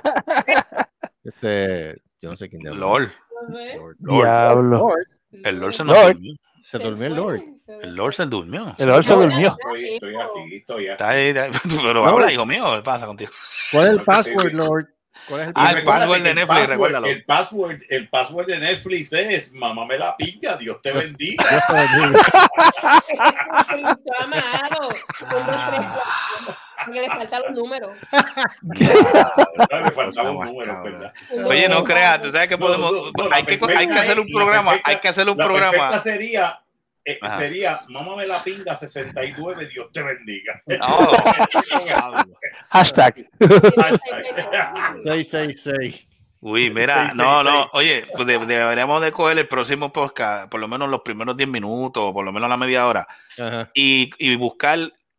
Este, yo no sé quién diablos. Lord. Lord. Lord. Diablo. Lord. El Lord se nos Lord. durmió. Se durmió el Lord. El Lord se durmió. El Lord se durmió. Estoy, estoy aquí, estoy aquí. Está ahí, está- pero Lord. habla, hijo mío, ¿qué pasa contigo? ¿Cuál es el password, Lord? ¿Cuál es el Ah, el password? password de El Netflix, password- recuérdalo. El password, el password de Netflix es mamá me la pinga, Dios te bendiga. Dios te bendiga. Está amado. Un, dos, tres, cuatro. Porque le faltan los números. No, me faltaba un Cosa número, más ¿verdad? Oye, no creas, tú sabes que No, podemos, no, no, la hay, que, perfecta hay que hacer un es- programa, la perfecta- hay que hacer un la programa. perfecta sería, eh, Ajá. sería mamá me la pinga sesenta y nueve, Dios te bendiga. No, diablo. Hashtag. seis seis seis. Uy, mira, seis, no, seis, no, seis. oye, pues de- deberíamos de coger el próximo podcast, por lo menos los primeros diez minutos, o por lo menos la media hora, Ajá. y, y buscar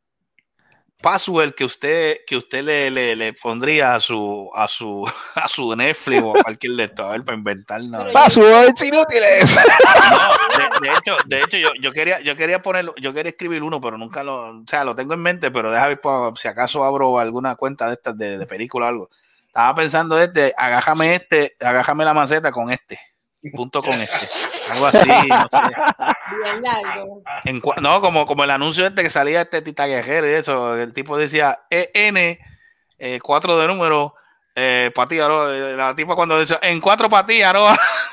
password que usted que usted le, le, le pondría a su a su a su Netflix o a cualquier de estos, a ver, para inventar nada. Passwords inútiles. No, de, de hecho, de hecho yo, yo quería yo quería ponerlo, yo quería escribir uno, pero nunca lo, o sea, lo tengo en mente, pero déjame ver por- si acaso abro alguna cuenta de estas de, de película o algo. Estaba pensando este, agájame este, agájame la maceta con este, punto con este, algo así, no sé. Bien largo. En cua- no, como, como el anuncio este que salía este Tita Guerrero y eso, el tipo decía E N, eh, cuatro de número, eh, patilla, ¿no? Eh, la tipa cuando decía en cuatro patillas, ¿no?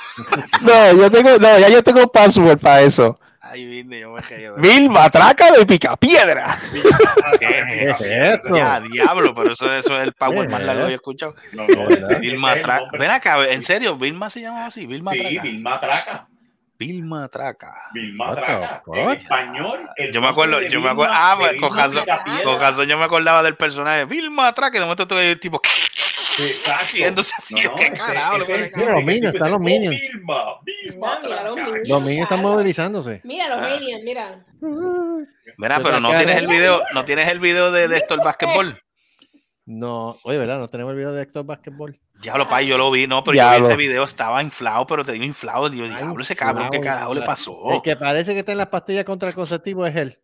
No, yo tengo, no, ya yo tengo password para eso. Ay, vine, yo me caí. Mil matraca de picapiedra. ¿Qué es eso? Ya, diablo, pero eso, eso es el power ¿Qué más es? largo que he escuchado. No, no, ese- ese es Vilma el Traca. nombre. Ven acá, en serio, Vilma se llamaba así, Vilma Sí, Traca. Vilma Traca. Vilma Traca. Vilma What the Traca. fuck? En español. el Yo me nombre acuerdo, de yo me Vilma- acuerdo, ah, de pues, con Vilma razón, Picapiedra. con razón yo me acordaba del personaje Vilma Traca, y de momento tuve el tipo Exacto. haciéndose así, No, no, qué ese- carajo, ese le es el pone Mira, los nombre que Minions, tú están los dices, oh, Minions. Vilma, Vilma Mira, los Traca. Minions. Los niños están movilizándose. Mira los Ah. aliens, mira. Mira, Yo pero no saqué tienes a- el video, no tienes el video de, de esto el básquetbol. No, oye, ¿verdad? No tenemos el video de Héctor Basketball. Diablo, pa, yo lo vi, no, pero Diablo. yo vi ese video, estaba inflado, pero te digo inflado, digo, Está diablo, ese cabrón, ¿qué inflado, carajo le inflado. pasó? El que parece que está en las pastillas contra el conceptivo es él.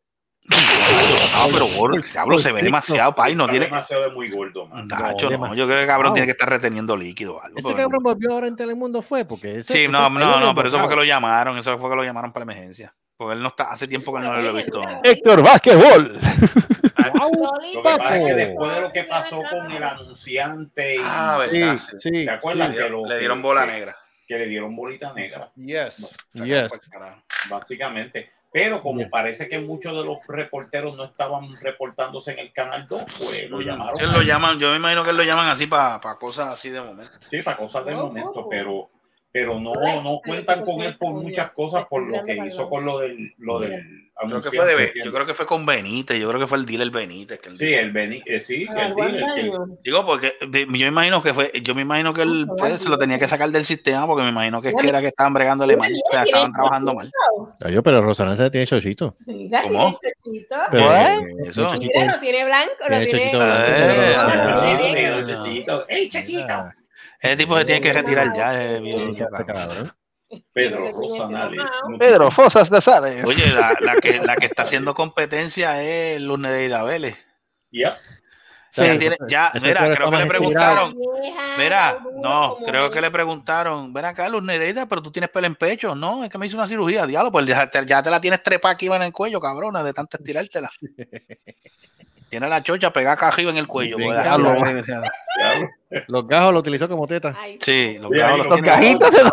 No, pero gordo, diablo, se ve Por demasiado, pa, y no Está tiene... demasiado de muy gordo, man. Nacho, No, no, yo creo que el cabrón demasiado. tiene que estar reteniendo líquido o algo. Ese pero- cabrón volvió ahora en Telemundo, fue porque ese, Sí, ese no, está no, bien no, pero eso fue que embocado. lo llamaron, eso fue que lo llamaron para la emergencia. Porque él no está, hace tiempo que no lo he visto. Héctor Básquetbol. Lo que pasa es que después de lo que pasó con el anunciante y Ah, Sí, verdad. sí, ¿te acuerdas sí. que lo- Le dieron que- bola que- negra. que le dieron bolita negra? Yes, Sacaron yes. pa'l carajo. Básicamente. Pero como Bien. parece que muchos de los reporteros no estaban reportándose en el Canal dos, pues lo llamaron. Sí, él lo llaman, yo me imagino que él lo llaman así para cosas así de momento. Sí, para cosas del Oh, momento, oh. pero, pero no, no cuentan con él por muchas cosas, por lo que hizo con lo del, lo del Creo que fue de, anunciante. yo creo que fue con Benítez, yo creo que fue el dealer Benítez. Que él Sí, dijo. el Beni, eh, sí, el Algo dealer, que- daño. Digo, porque de- yo me imagino que fue, yo me imagino que él Ah, pues, se lo tenía que sacar del sistema, porque me imagino que es que era que estaban bregándole Mira, mal, mira, o sea, tiene estaban trabajando mal. chochito. Oye, pero Rosanance tiene chochito. Mira, ¿Cómo? tiene chochito. Pero, ¿Qué? Eso. Chochito. Mira, lo tiene blanco, lo Tiene tiene. chochito blanco, Eh, pero- no, lo tiene Chachito, negro. negro, Chachito. ¡Ey, Chachito! Ese tipo se tiene que retirar ya. ese Sí, video, que hace cabrón. cabrón. Pedro Rosanales. Pedro Fosas de Sales. Oye, la, la que, la que está haciendo competencia es Luz Nereida Vélez. Ya. Sí. Ya, tiene- ya, Ese mira, cuero creo está que le más preguntaron. Vieja, Mira, duro no, como creo que es. le preguntaron, ven acá, Luz Nereida, pero tú tienes pelo en pecho. No, es que me hice una cirugía, diablo, pues ya te, ya te la tienes trepa aquí en el cuello, cabrona, de tanto estirártela. Tiene la chocha pegada acá arriba en el cuello. Bien, pues, diablo. déjalo. Los gajos lo utilizó como teta. Ay, Sí, los Oye, gajos ahí los los tiene- Gajitos de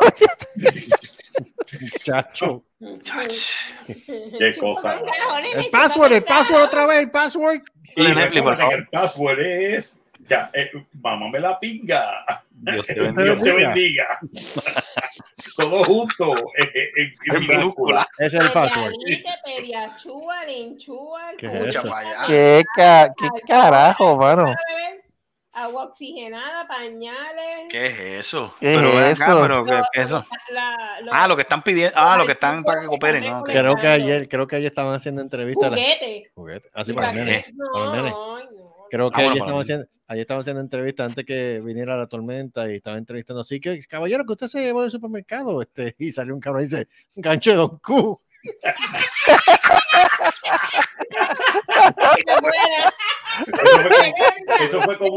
Chacho. Qué cosa. El password, el password otra vez, el password. Y De Netflix, por recuerda que favor. el password es ya, eh, mamá me la pinga. Dios te Dios bendiga. te bendiga. Todo junto. eh, eh, en- en En minúscula. Ese es el password. Perialite, periachúa, linchúa, ¿Qué es Escucha eso? para allá. ¿Qué, ca- qué carajo, mano? agua oxigenada, pañales. ¿Qué es eso? ¿Qué pero es ven acá, eso? pero ¿qué qué es eso? La- lo- Ah, lo que están pidiendo, ah, lo que están para que cooperen, ¿no? Creo Creo que ayer, creo que ayer estaban haciendo entrevistas. a la- Juguete. Juguete. Así ¿Para para el qué? nene. para el nene. No, no. Creo que Ah, bueno, ayer, para estaban mí. haciendo, ayer estaban haciendo entrevistas antes que viniera la tormenta y estaban entrevistando. Así que, caballero, que usted se llevó del supermercado. Este, y salió un cabrón y dice, gancho de Don Q.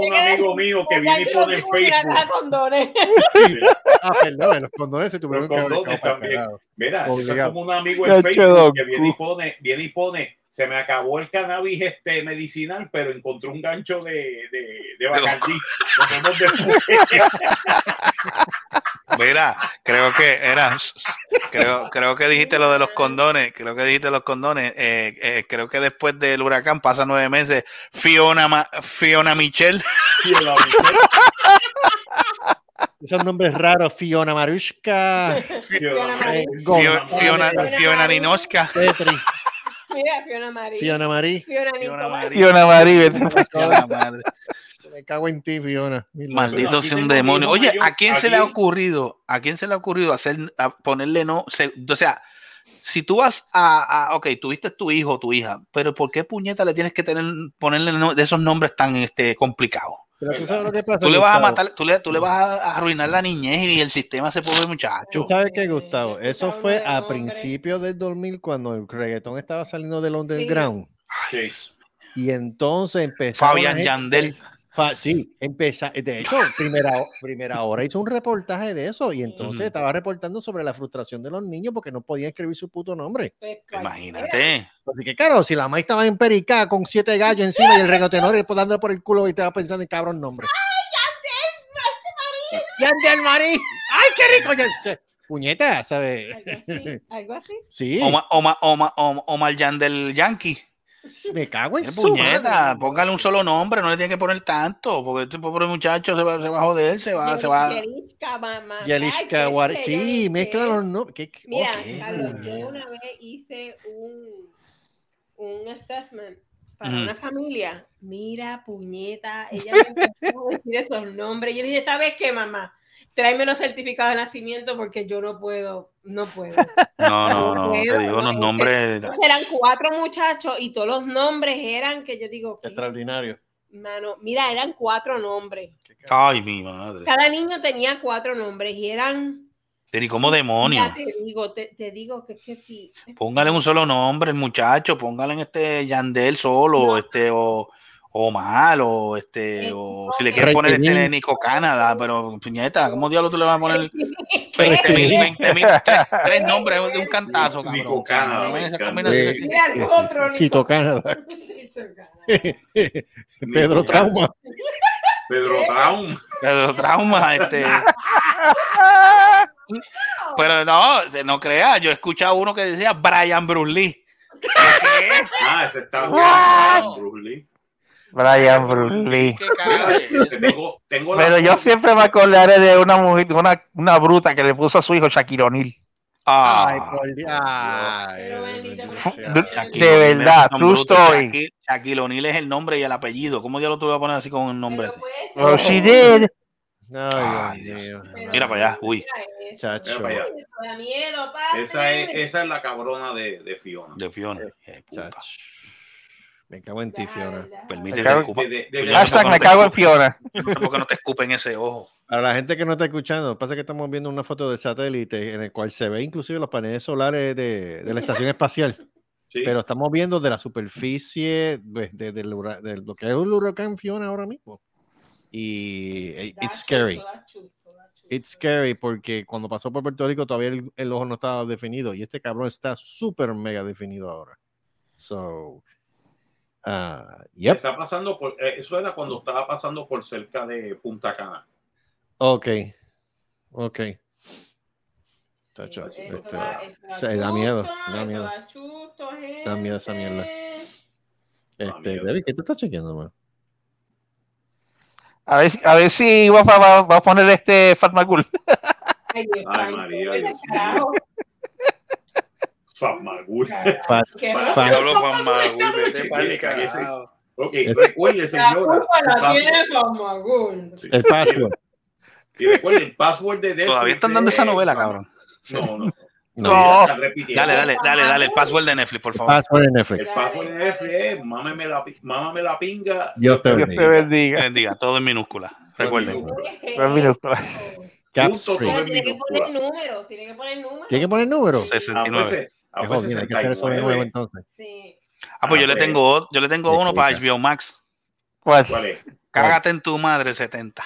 un amigo mío que viene y pone en Facebook. Condones. Ah, perdón, los condones se tuvieron Los que haber condones quedado también. parados. Mira, eso es Obligado. como un amigo Ya en Facebook quedó. que viene y pone, viene y pone, se me acabó el cannabis este medicinal, pero encontré un gancho de, de, de Bacardí. Nos vemos después. Mira, creo que era, creo, creo que dijiste lo de los condones, creo que dijiste los condones, eh, eh, creo que después del huracán pasa nueve meses, Fiona, Ma- Fiona Michelle, Sí, la Michelle. Esos nombres raros, Fiona Marushka, Fiona Fiona- Marie. Fiona, Fiona, Fiona Ninoska, Petri, Mira, Fiona Marie. Fiona Marí. Fiona Fiona Nicolás. Marie. Fiona Marie, vete. Ya la madre. Me cago en ti, Fiona. Mil Maldito Bueno, aquí sea un tengo mi demonio. hijo Oye, mayor, ¿a quién se le ha aquí- ocurrido? ¿A quién se le ha ocurrido hacer, a ponerle no? Se- o sea, si tú vas a, a, ok, tuviste tu hijo o tu hija, pero ¿por qué puñeta le tienes que tener, ponerle no- de esos nombres tan este, complicados? Pero tú sabes lo que pasa. Tú le vas a Gustavo. matar, tú le, tú le vas a arruinar la niñez y el sistema a ese pobre muchacho. Tú sabes que, Gustavo, Eh, eso escucha fue uno de a nombre. principios del dos mil cuando el reggaetón estaba saliendo del underground. Sí. Y entonces empezaron Fabián la gente- Yandel. Fa- sí, empeza, de hecho, primera, primera hora hizo un reportaje de eso y entonces Ujú. estaba reportando sobre la frustración de los niños porque no podían escribir su puto nombre. Pues, cualquiera. Imagínate. Así que, claro, si la maíz estaba en Pericá con siete gallos encima y el reggaetonero después dándole por el culo y estaba pensando en cabrón nombre. ¡Ay, Yandel Marí! ¡Ay, qué rico! Yandel! Puñeta, ¿sabes? Algo así. Algo así. Sí, Omar, Omar, Omar, Omar, Omar Yandel Yankee. me cago en Eh, su puñeta, madre. póngale un solo nombre, no le tiene que poner tanto, porque este pobre muchacho se va, se va a joder, se va, se va. Yelishka, mamá. Yelishka Ay, War- qué sé Sí, yo, mezcla qué- los nombres. ¿Qué- qué- Mira, oh, Carlos, yo puñeta. una vez hice un, un assessment para Ujú. una familia. Mira, puñeta, ella me empezó a decir esos nombres. Yo dije, ¿sabes qué, mamá? Tráeme los certificados de nacimiento porque yo no puedo, no puedo. No, no, no, te puedo, digo no, unos es nombres. Eran cuatro muchachos y todos los nombres eran que yo digo, ¿qué? Extraordinario. Mano, mira, eran cuatro nombres. Ay, mi madre. Cada niño tenía cuatro nombres y eran. Pero ¿y cómo demonio? Ya te digo, te, te digo que es que sí. Póngale un solo nombre, el muchacho, póngale en este Yandel solo, No. este, o, o mal, o este, Eh, o no, si le que- quieres poner este Requerín. Nico Canadá, pero puñeta, ¿cómo diablos tú le vas a poner ¿Qué? veinte mil, veinte mil, tres, tres nombres de un cantazo, cabrón? Nico Canadá, No me esa me combinación Eh, así. Mira, el otro Tito Canadá. Pedro Trauma. Pedro Traum. Pero trauma, este. Pero no, no creas, yo he escuchado uno que decía Brian Bruce Lee. ¿Qué? Ah, ese está What? bien. Bruce Lee. Brian Bruce Lee. ¿Qué carajo es eso? Tengo, tengo la Pero yo foto. siempre me acordaré de una mujer, una, una bruta que le puso a su hijo Shaquille O'Neal. Ay, Ah, por Dios. Ay, Pero bendito, desgraciado. pero- Shaquille De O'Neal, verdad, son true brutos. story. Shaquille- Shaquille O'Neal es el nombre y el apellido. ¿Cómo diablos tú le vas a poner así con un nombre así? Oh, she did. Ay, Ay, Dios Dios mío. Pero Mira para allá, uy. mira eso. Chacho. Mira para allá. Eso da miedo, papi. Esa es, esa es la cabrona de, de Fiona. De Fiona. Eh, puta. Chacho. Me cago en ti, Fiona. Permite Me que cago- escupa. de- de- de- Yo no sé Hashtag por qué me no te cago en escupen- Fiona. no sé por qué no te escupen ese ojo. Para la gente que no está escuchando, pasa que estamos viendo una foto del satélite en el cual se ve inclusive los paneles solares de, de la estación espacial, Sí. pero estamos viendo de la superficie de, de- del hura- de lo que es el huracán Fiona ahora mismo. Y eh, it's scary. It's scary porque cuando pasó por Puerto Rico todavía el, el ojo no estaba definido y este cabrón está súper mega definido ahora. So, ah, yep. Está pasando por, eh, eso era cuando estaba pasando por cerca de Punta Cana. Ok. Ok. Chacho, este, se da miedo, da miedo. Da miedo esa mierda. Este, miedo. David, ¿qué tú estás chequeando, man? A ver, si- a ver si va, va, va- va a poner este Fatmagul. Ay, Dios Ay, santo, María, vete Dios carajo. Famagul. Fa- Qué fa- Diablo, Famagul, vete Mire, pa'l cállese. carajo. Ok, recuerde, La señora. culpa su la password. tiene Famagul. El password. Y recuerde el password de Netflix. Todavía están dando esa es- novela, cabrón. No, no. No. No. Están repitiendo. Dale, dale, dale, dale, el password de Netflix, por favor. Password en El Netflix. password de Netflix es mámame la, pi- mámame la pinga. Dios te Dios te bendiga. bendiga. Bendiga, todo en minúscula. Recuerden. Pues mira, Caps Punto free. todo en Tiene que minúscula. poner números, tiene que poner números. ¿Tiene que poner número? Ah, pues, sesenta y nueve. eh, ah, Qué pues jodido, hay que hacer eso de sesenta y nuevo nueve. entonces. Sí. Ah, pues yo Ah, le pues. tengo, yo le tengo De uno para chica. H B O Max. ¿cuál? ¿Cuál es? Cágate en tu madre setenta.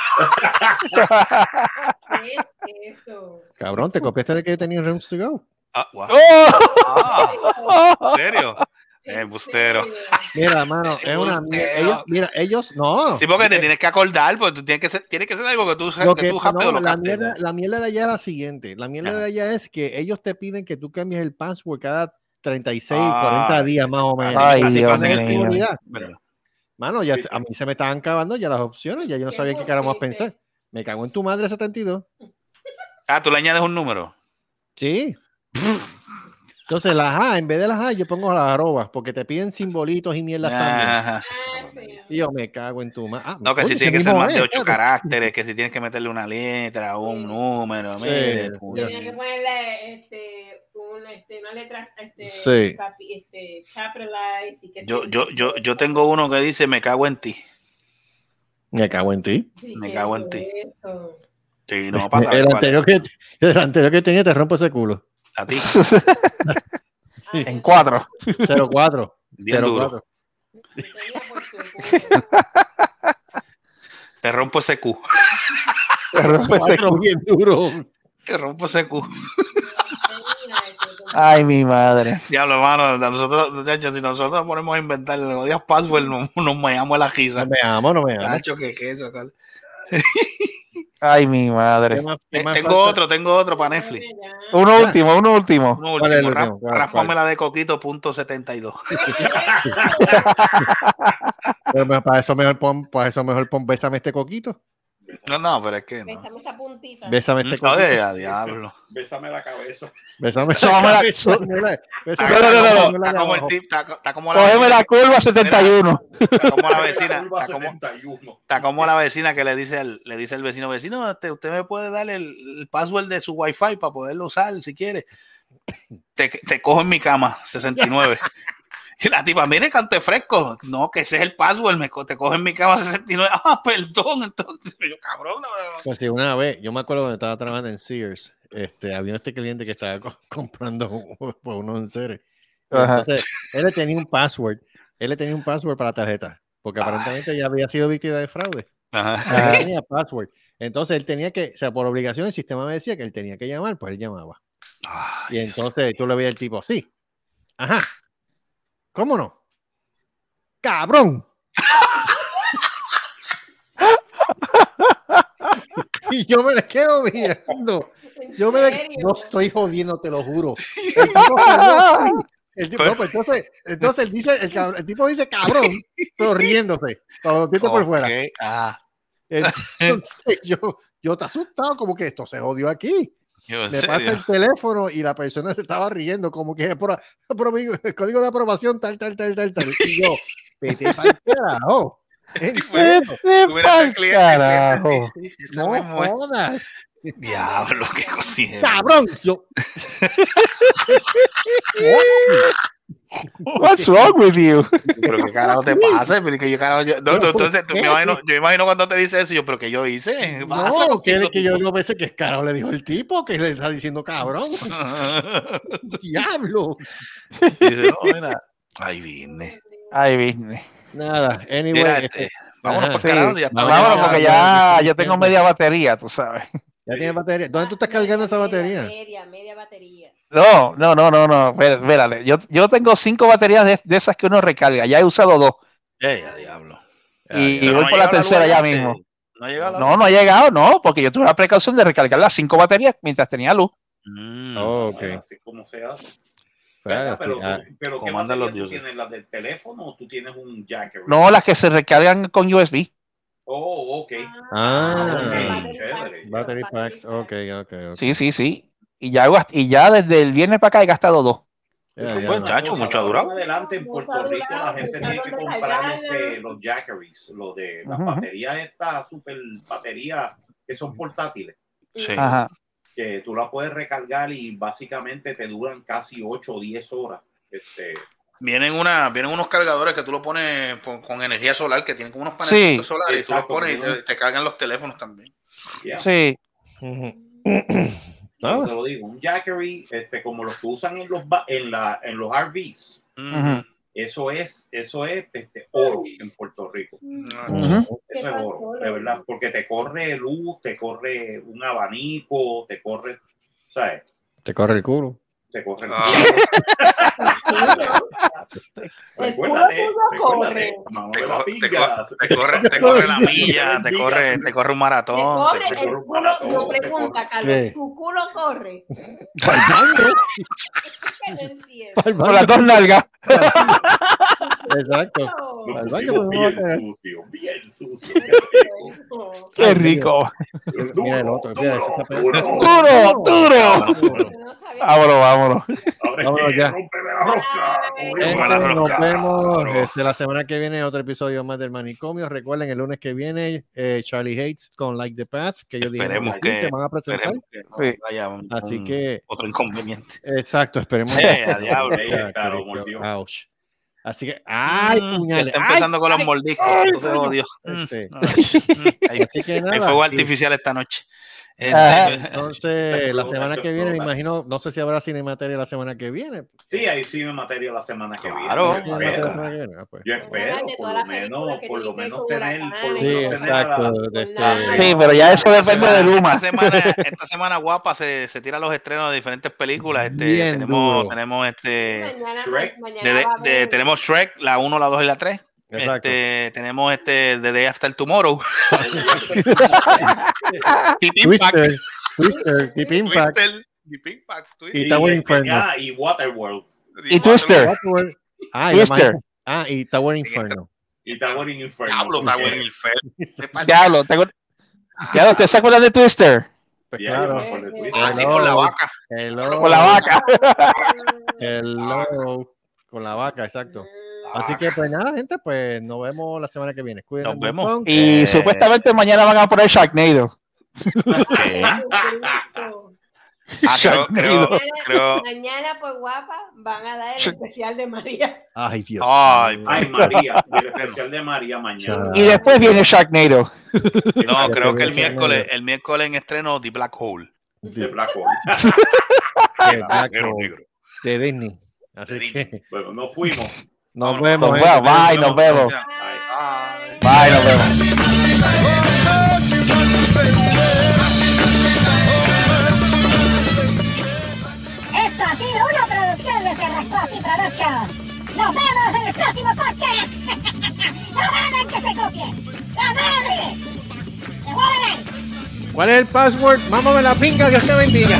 ¿Qué es eso? Cabrón, ¿te copiaste de que tenía Rooms to Go? Ah, wow. ¡Oh! ¿En serio? Eh, bustero. Mira, mano, es una mierda. Ellos, mira, ellos no. Sí, porque te tienes que acordar, porque tú tienes que ser, tiene que ser algo que tú, Lo que que, tú rápido no, lo la, captes. mierda, la mierda de allá es la siguiente. La mierda Ajá. de allá es que ellos te piden que tú cambies el password cada treinta y seis, Ah, cuarenta días más o menos. Ay, así Dios pasa en el mío. seguridad. Bueno, Mano, ya a mí se me estaban acabando ya las opciones, ya yo no ¿Qué sabía qué caramba pusiste? pensar. Me cago en tu madre setenta y dos. ah, tú le añades un número. Sí. Entonces las A, en vez de las A, yo pongo las arrobas, porque te piden simbolitos y mierdas también. Ajá, sí, Ah, sí, sí. sí. Y yo me cago en tu madre. Ah, No, que coño, si ese tiene que ser mismo más de es, ocho espérate. caracteres, que si tienes que meterle una letra, un número, Sí, mire, ya. puño. Tenía que ponerle este, un, este, una letra este, Sí. capi- este, capitalize y que Yo, sí. yo, yo, yo tengo uno que dice me cago en ti. Me cago en ti. Sí, me ¿qué cago es en ti. eso? Sí, no pasa. El ¿Cuál anterior, que, el anterior que tenía te rompo ese culo. es? A ti. Ah, En yo cuatro. cero cuatro. Bien cero duro. cuatro. tenía- yo tenía por tu culo. Te rompo ese Q. Te rompe ese cuatro culo. bien duro. Te rompo ese Q. Tenía, este, Ay, mi madre. Diablo, hermano, nosotros, muchachos, si nosotros nos ponemos a inventar los odios password, nos, nos meamos la No risa. me amo, no me amo. Nacho, que que eso, acá. Ay, mi ¿Qué madre. más- qué Eh, más tengo falta? otro, tengo otro para Netflix. ya. Uno Ya. último, uno último. Uno ¿Cuál es el último, rap- último? ¿Cuál? ráspame ¿Cuál? la de coquito punto setenta y dos. Pero me- para eso mejor pon, para eso mejor pon, bésame este coquito. No, no, pero es que no. Bésame esa puntita. Bésame este coquito. Oye, a diablo. Bésame la cabeza. Bésame Súbame la- cabeza, sú- muela- Está, bésame No, no, la no, cabeza, no. muela está de como el abajo. tip, está, está como la Cógeme vecina, la curva setenta y uno. está como la La vecina, curva está como, setenta y uno. está como la vecina que le dice al, le dice al vecino, vecino, este, usted me puede dar el, el password de su wifi para poderlo usar si quiere. Te, te cojo en mi cama, sesenta y nueve. Y la tipa, mire, cante fresco. No, que ese es el password, me co- te cojo en mi cama sesenta y nueve. Ah, perdón, entonces. Yo, cabrón, no, no. Pues sí, una vez, yo me acuerdo cuando estaba trabajando en Sears, este, había este cliente que estaba co- comprando un- por unos enseres. Y Ajá. entonces, él le tenía un password, él le tenía un password para la tarjeta, porque Ay. aparentemente ya había sido víctima de fraude. Ajá. Él tenía password. Entonces él tenía que, o sea, por obligación el sistema me decía que él tenía que llamar, pues él llamaba. Ay, Y entonces tú le veías el tipo, sí, ajá, ¿cómo no? ¡Cabrón! Y yo me le quedo mirando. ¿En Yo me le... serio? No estoy jodiendo, te lo juro. El tipo, no, el tipo- no, pues entonces, entonces él dice, el, cabrón- el tipo dice cabrón, pero riéndose, con los dientes por fuera. ok, ah, Entonces yo, yo te asustado, como que esto se jodió aquí. yo, en Me pasa serio. el teléfono y la persona se estaba riendo, como que por, por el código de aprobación, tal, tal, tal, tal, tal. Y yo, vete para el carajo. En serio, Vete Tú miras pa'l al cliente, el carajo. cliente, sí, sí, esa no mismo es. jodas. Diablo, qué cosilla. Cabrón. Yo, What's wrong with you? Pero qué carajo te pasa, pero que yo carajo, yo, no, Pero, tú- entonces tú- ¿qué? me imagino, yo me imagino cuando te dice eso, yo, pero que yo hice, pasa, no, que, loquito. que yo no pensé que carajo le dijo el tipo, que le está diciendo cabrón. Diablo. Y dice, no, mira, ahí vine. Ay, business. Nada, anyway. Mira, este, este, vámonos ajá. por carajo, ya estamos Vámonos, ya- porque ya- ya yo tengo media batería, tú sabes. ya tiene batería. ¿Dónde tú estás cargando esa batería? Media, media batería. No, no, no, no, no. Espérate, espérate. Yo, yo tengo cinco baterías de, de esas que uno recarga. Ya he usado dos. Eh, a diablo. Y Pero voy no por la llega luz tercera allá ya antes. mismo. No llega la No, luz. no ha llegado, no, porque yo tuve la precaución de recargar las cinco baterías mientras tenía luz. Mm. Oh, ok. Bueno, así como se hace. Pues, Venga, sí, pero, ah, tú- pero ¿qué Comandan los batería tú dioses. tienes? ¿Las del teléfono o tú tienes un Jackery? No, las que se recargan con U S B. Oh, ok. Ah, ok, Battery chévere. pack. battery Battery packs, pack. ok, ok, ok. Sí, sí, sí. Y ya, hago- y ya desde el viernes para acá he gastado dos. Ya, Esto ya, fue no. una Muchacho, cosa, mucho ha de ahora durado. en adelante en Mucho Puerto ha Rico la durado, gente mucho tiene que ha comprar recargado. este, los Jackeries, lo de las Ujú. baterías estas super baterías que son portátiles, Sí. Ajá. que tú las puedes recargar y básicamente te duran casi ocho o diez horas. Este, Vienen, una, vienen unos cargadores que tú lo pones con, con energía solar, que tienen como unos panelcitos Sí. solares, y tú los Exacto, pones y como te, te cargan los teléfonos también. yeah. Sí. Ujú. Pero Ah, te lo digo, un Jackery, este, como los que usan en los ba- en la en los R Vs, Mm. Ujú. Eso es, eso es este, oro en Puerto Rico. Ujú. Eso es oro, de verdad, porque te corre luz, te corre un abanico, te corre, ¿sabes? Te corre el culo. Te corre el Ah. El culo Recuérdate, tuyo recuérdate, corre. mamá Te, de co- la te, pinga. co- te corre, te corre la milla, te corre, te corre un Te maratón. corre te- te el corre un culo. maratón, No te pregunta, corre- Carlos. ¿Qué? ¿Tu culo corre? Pa'l baño. Que no entiendo. Pa'l Con las baño. dos nalgas. Exacto. Nos Al baño, pusimos pues, bien vamos a tener. sucio, bien sucio. No. Qué Ay, rico. Mira el otro, mira, Duro, ese está duro, Duro, duro. duro. Yo no sabía. Vámonos, vámonos. Ahora Vámonos es que ya. rómpeme la rosca. Ay. rómpeme Gente, la nos rosca. vemos Claro. este, la semana que viene, otro episodio más del Manicomio. Recuerden, el lunes que viene, eh, Charlie Hates con Like the Path, que ellos dijeron Esperemos que se que, van a presentar. esperemos que no Sí. haya un- Así un- que, otro inconveniente. exacto, esperemos. Eh, a diablo. Ahí Ya, está, lo Cristo, mordió. ouch. Así que, ay, Mm, ya puñales. está ay, empezando con los ay, mordiscos. ay, Tú te coño. odio. Mm, Este, ay, mm, hay, Así que hay nada. fuego y artificial esta noche. Ajá. Este, entonces, la semana que viene, me Explota. imagino, no sé si habrá Cinemateria la semana que viene. Sí, hay cine materia la semana que Claro. viene. Yo Cinemateria la espero, semana que viene. Ah, pues. yo Hablan espero de por todas lo las menos, películas que por lo tienen que ver menos con tener, por lo huracanes. Sí, menos tener a la- exacto. de este- Nada. Sí, pero ya eso esta depende de semana, Luma. esta semana, esta semana guapa se, se tira los estrenos de diferentes películas. Este, Bien tenemos, duro. tenemos este Mañana, Shrek. mañana de- de- va a de- haber- tenemos Shrek, la uno, la dos y la tres. Exacto. Este, tenemos este The Day After Tomorrow. Deep Impact. Twister, Twister, Deep Impact. Twister, Deep Impact, Twister. Y Tower y- Inferno. ah, y Waterworld. Y Twister. Waterworld. Ah, y la Twister. ma- ah, y Tower Inferno. Y Tower in Inferno. Diablo, está Eh, buen Inferno. Diablo, tengo. Diablo, ¿te se acuerdan de Twister? Pues ya, yo claro. me acuerdo de Twister. Ah, sí, con la vaca. Hello. Con la vaca. Hello. Con la vaca, exacto. Así que, pues nada, gente, pues nos vemos la semana que viene. Cuídense Nos un vemos. montón. Y Eh. supuestamente mañana van a poner Sharknado. ¿Qué? Ah, creo, creo, Mañana, creo. mañana, pues guapa, van a dar el especial de María. Ay, Dios. Ay, mío. Ay, María. El especial de María mañana. Y después viene Sharknado. No, creo que el Ay, miércoles, el miércoles en estreno The Black Hole. De Black Hole. Qué vaco. Negro, negro. De Disney. Así De que Bueno, nos fuimos. nos Vámonos. vemos. Nos gente. vemos. Bye, nos vemos. Bye. Bye, nos vemos. Esto ha sido una producción de Cerrascosi Productions. Nos vemos en el próximo podcast. ¡La madre que se copie! ¡La madre! ¡Devuélvele! ¿Cuál es el password? Mámame la pinga, Dios te bendiga.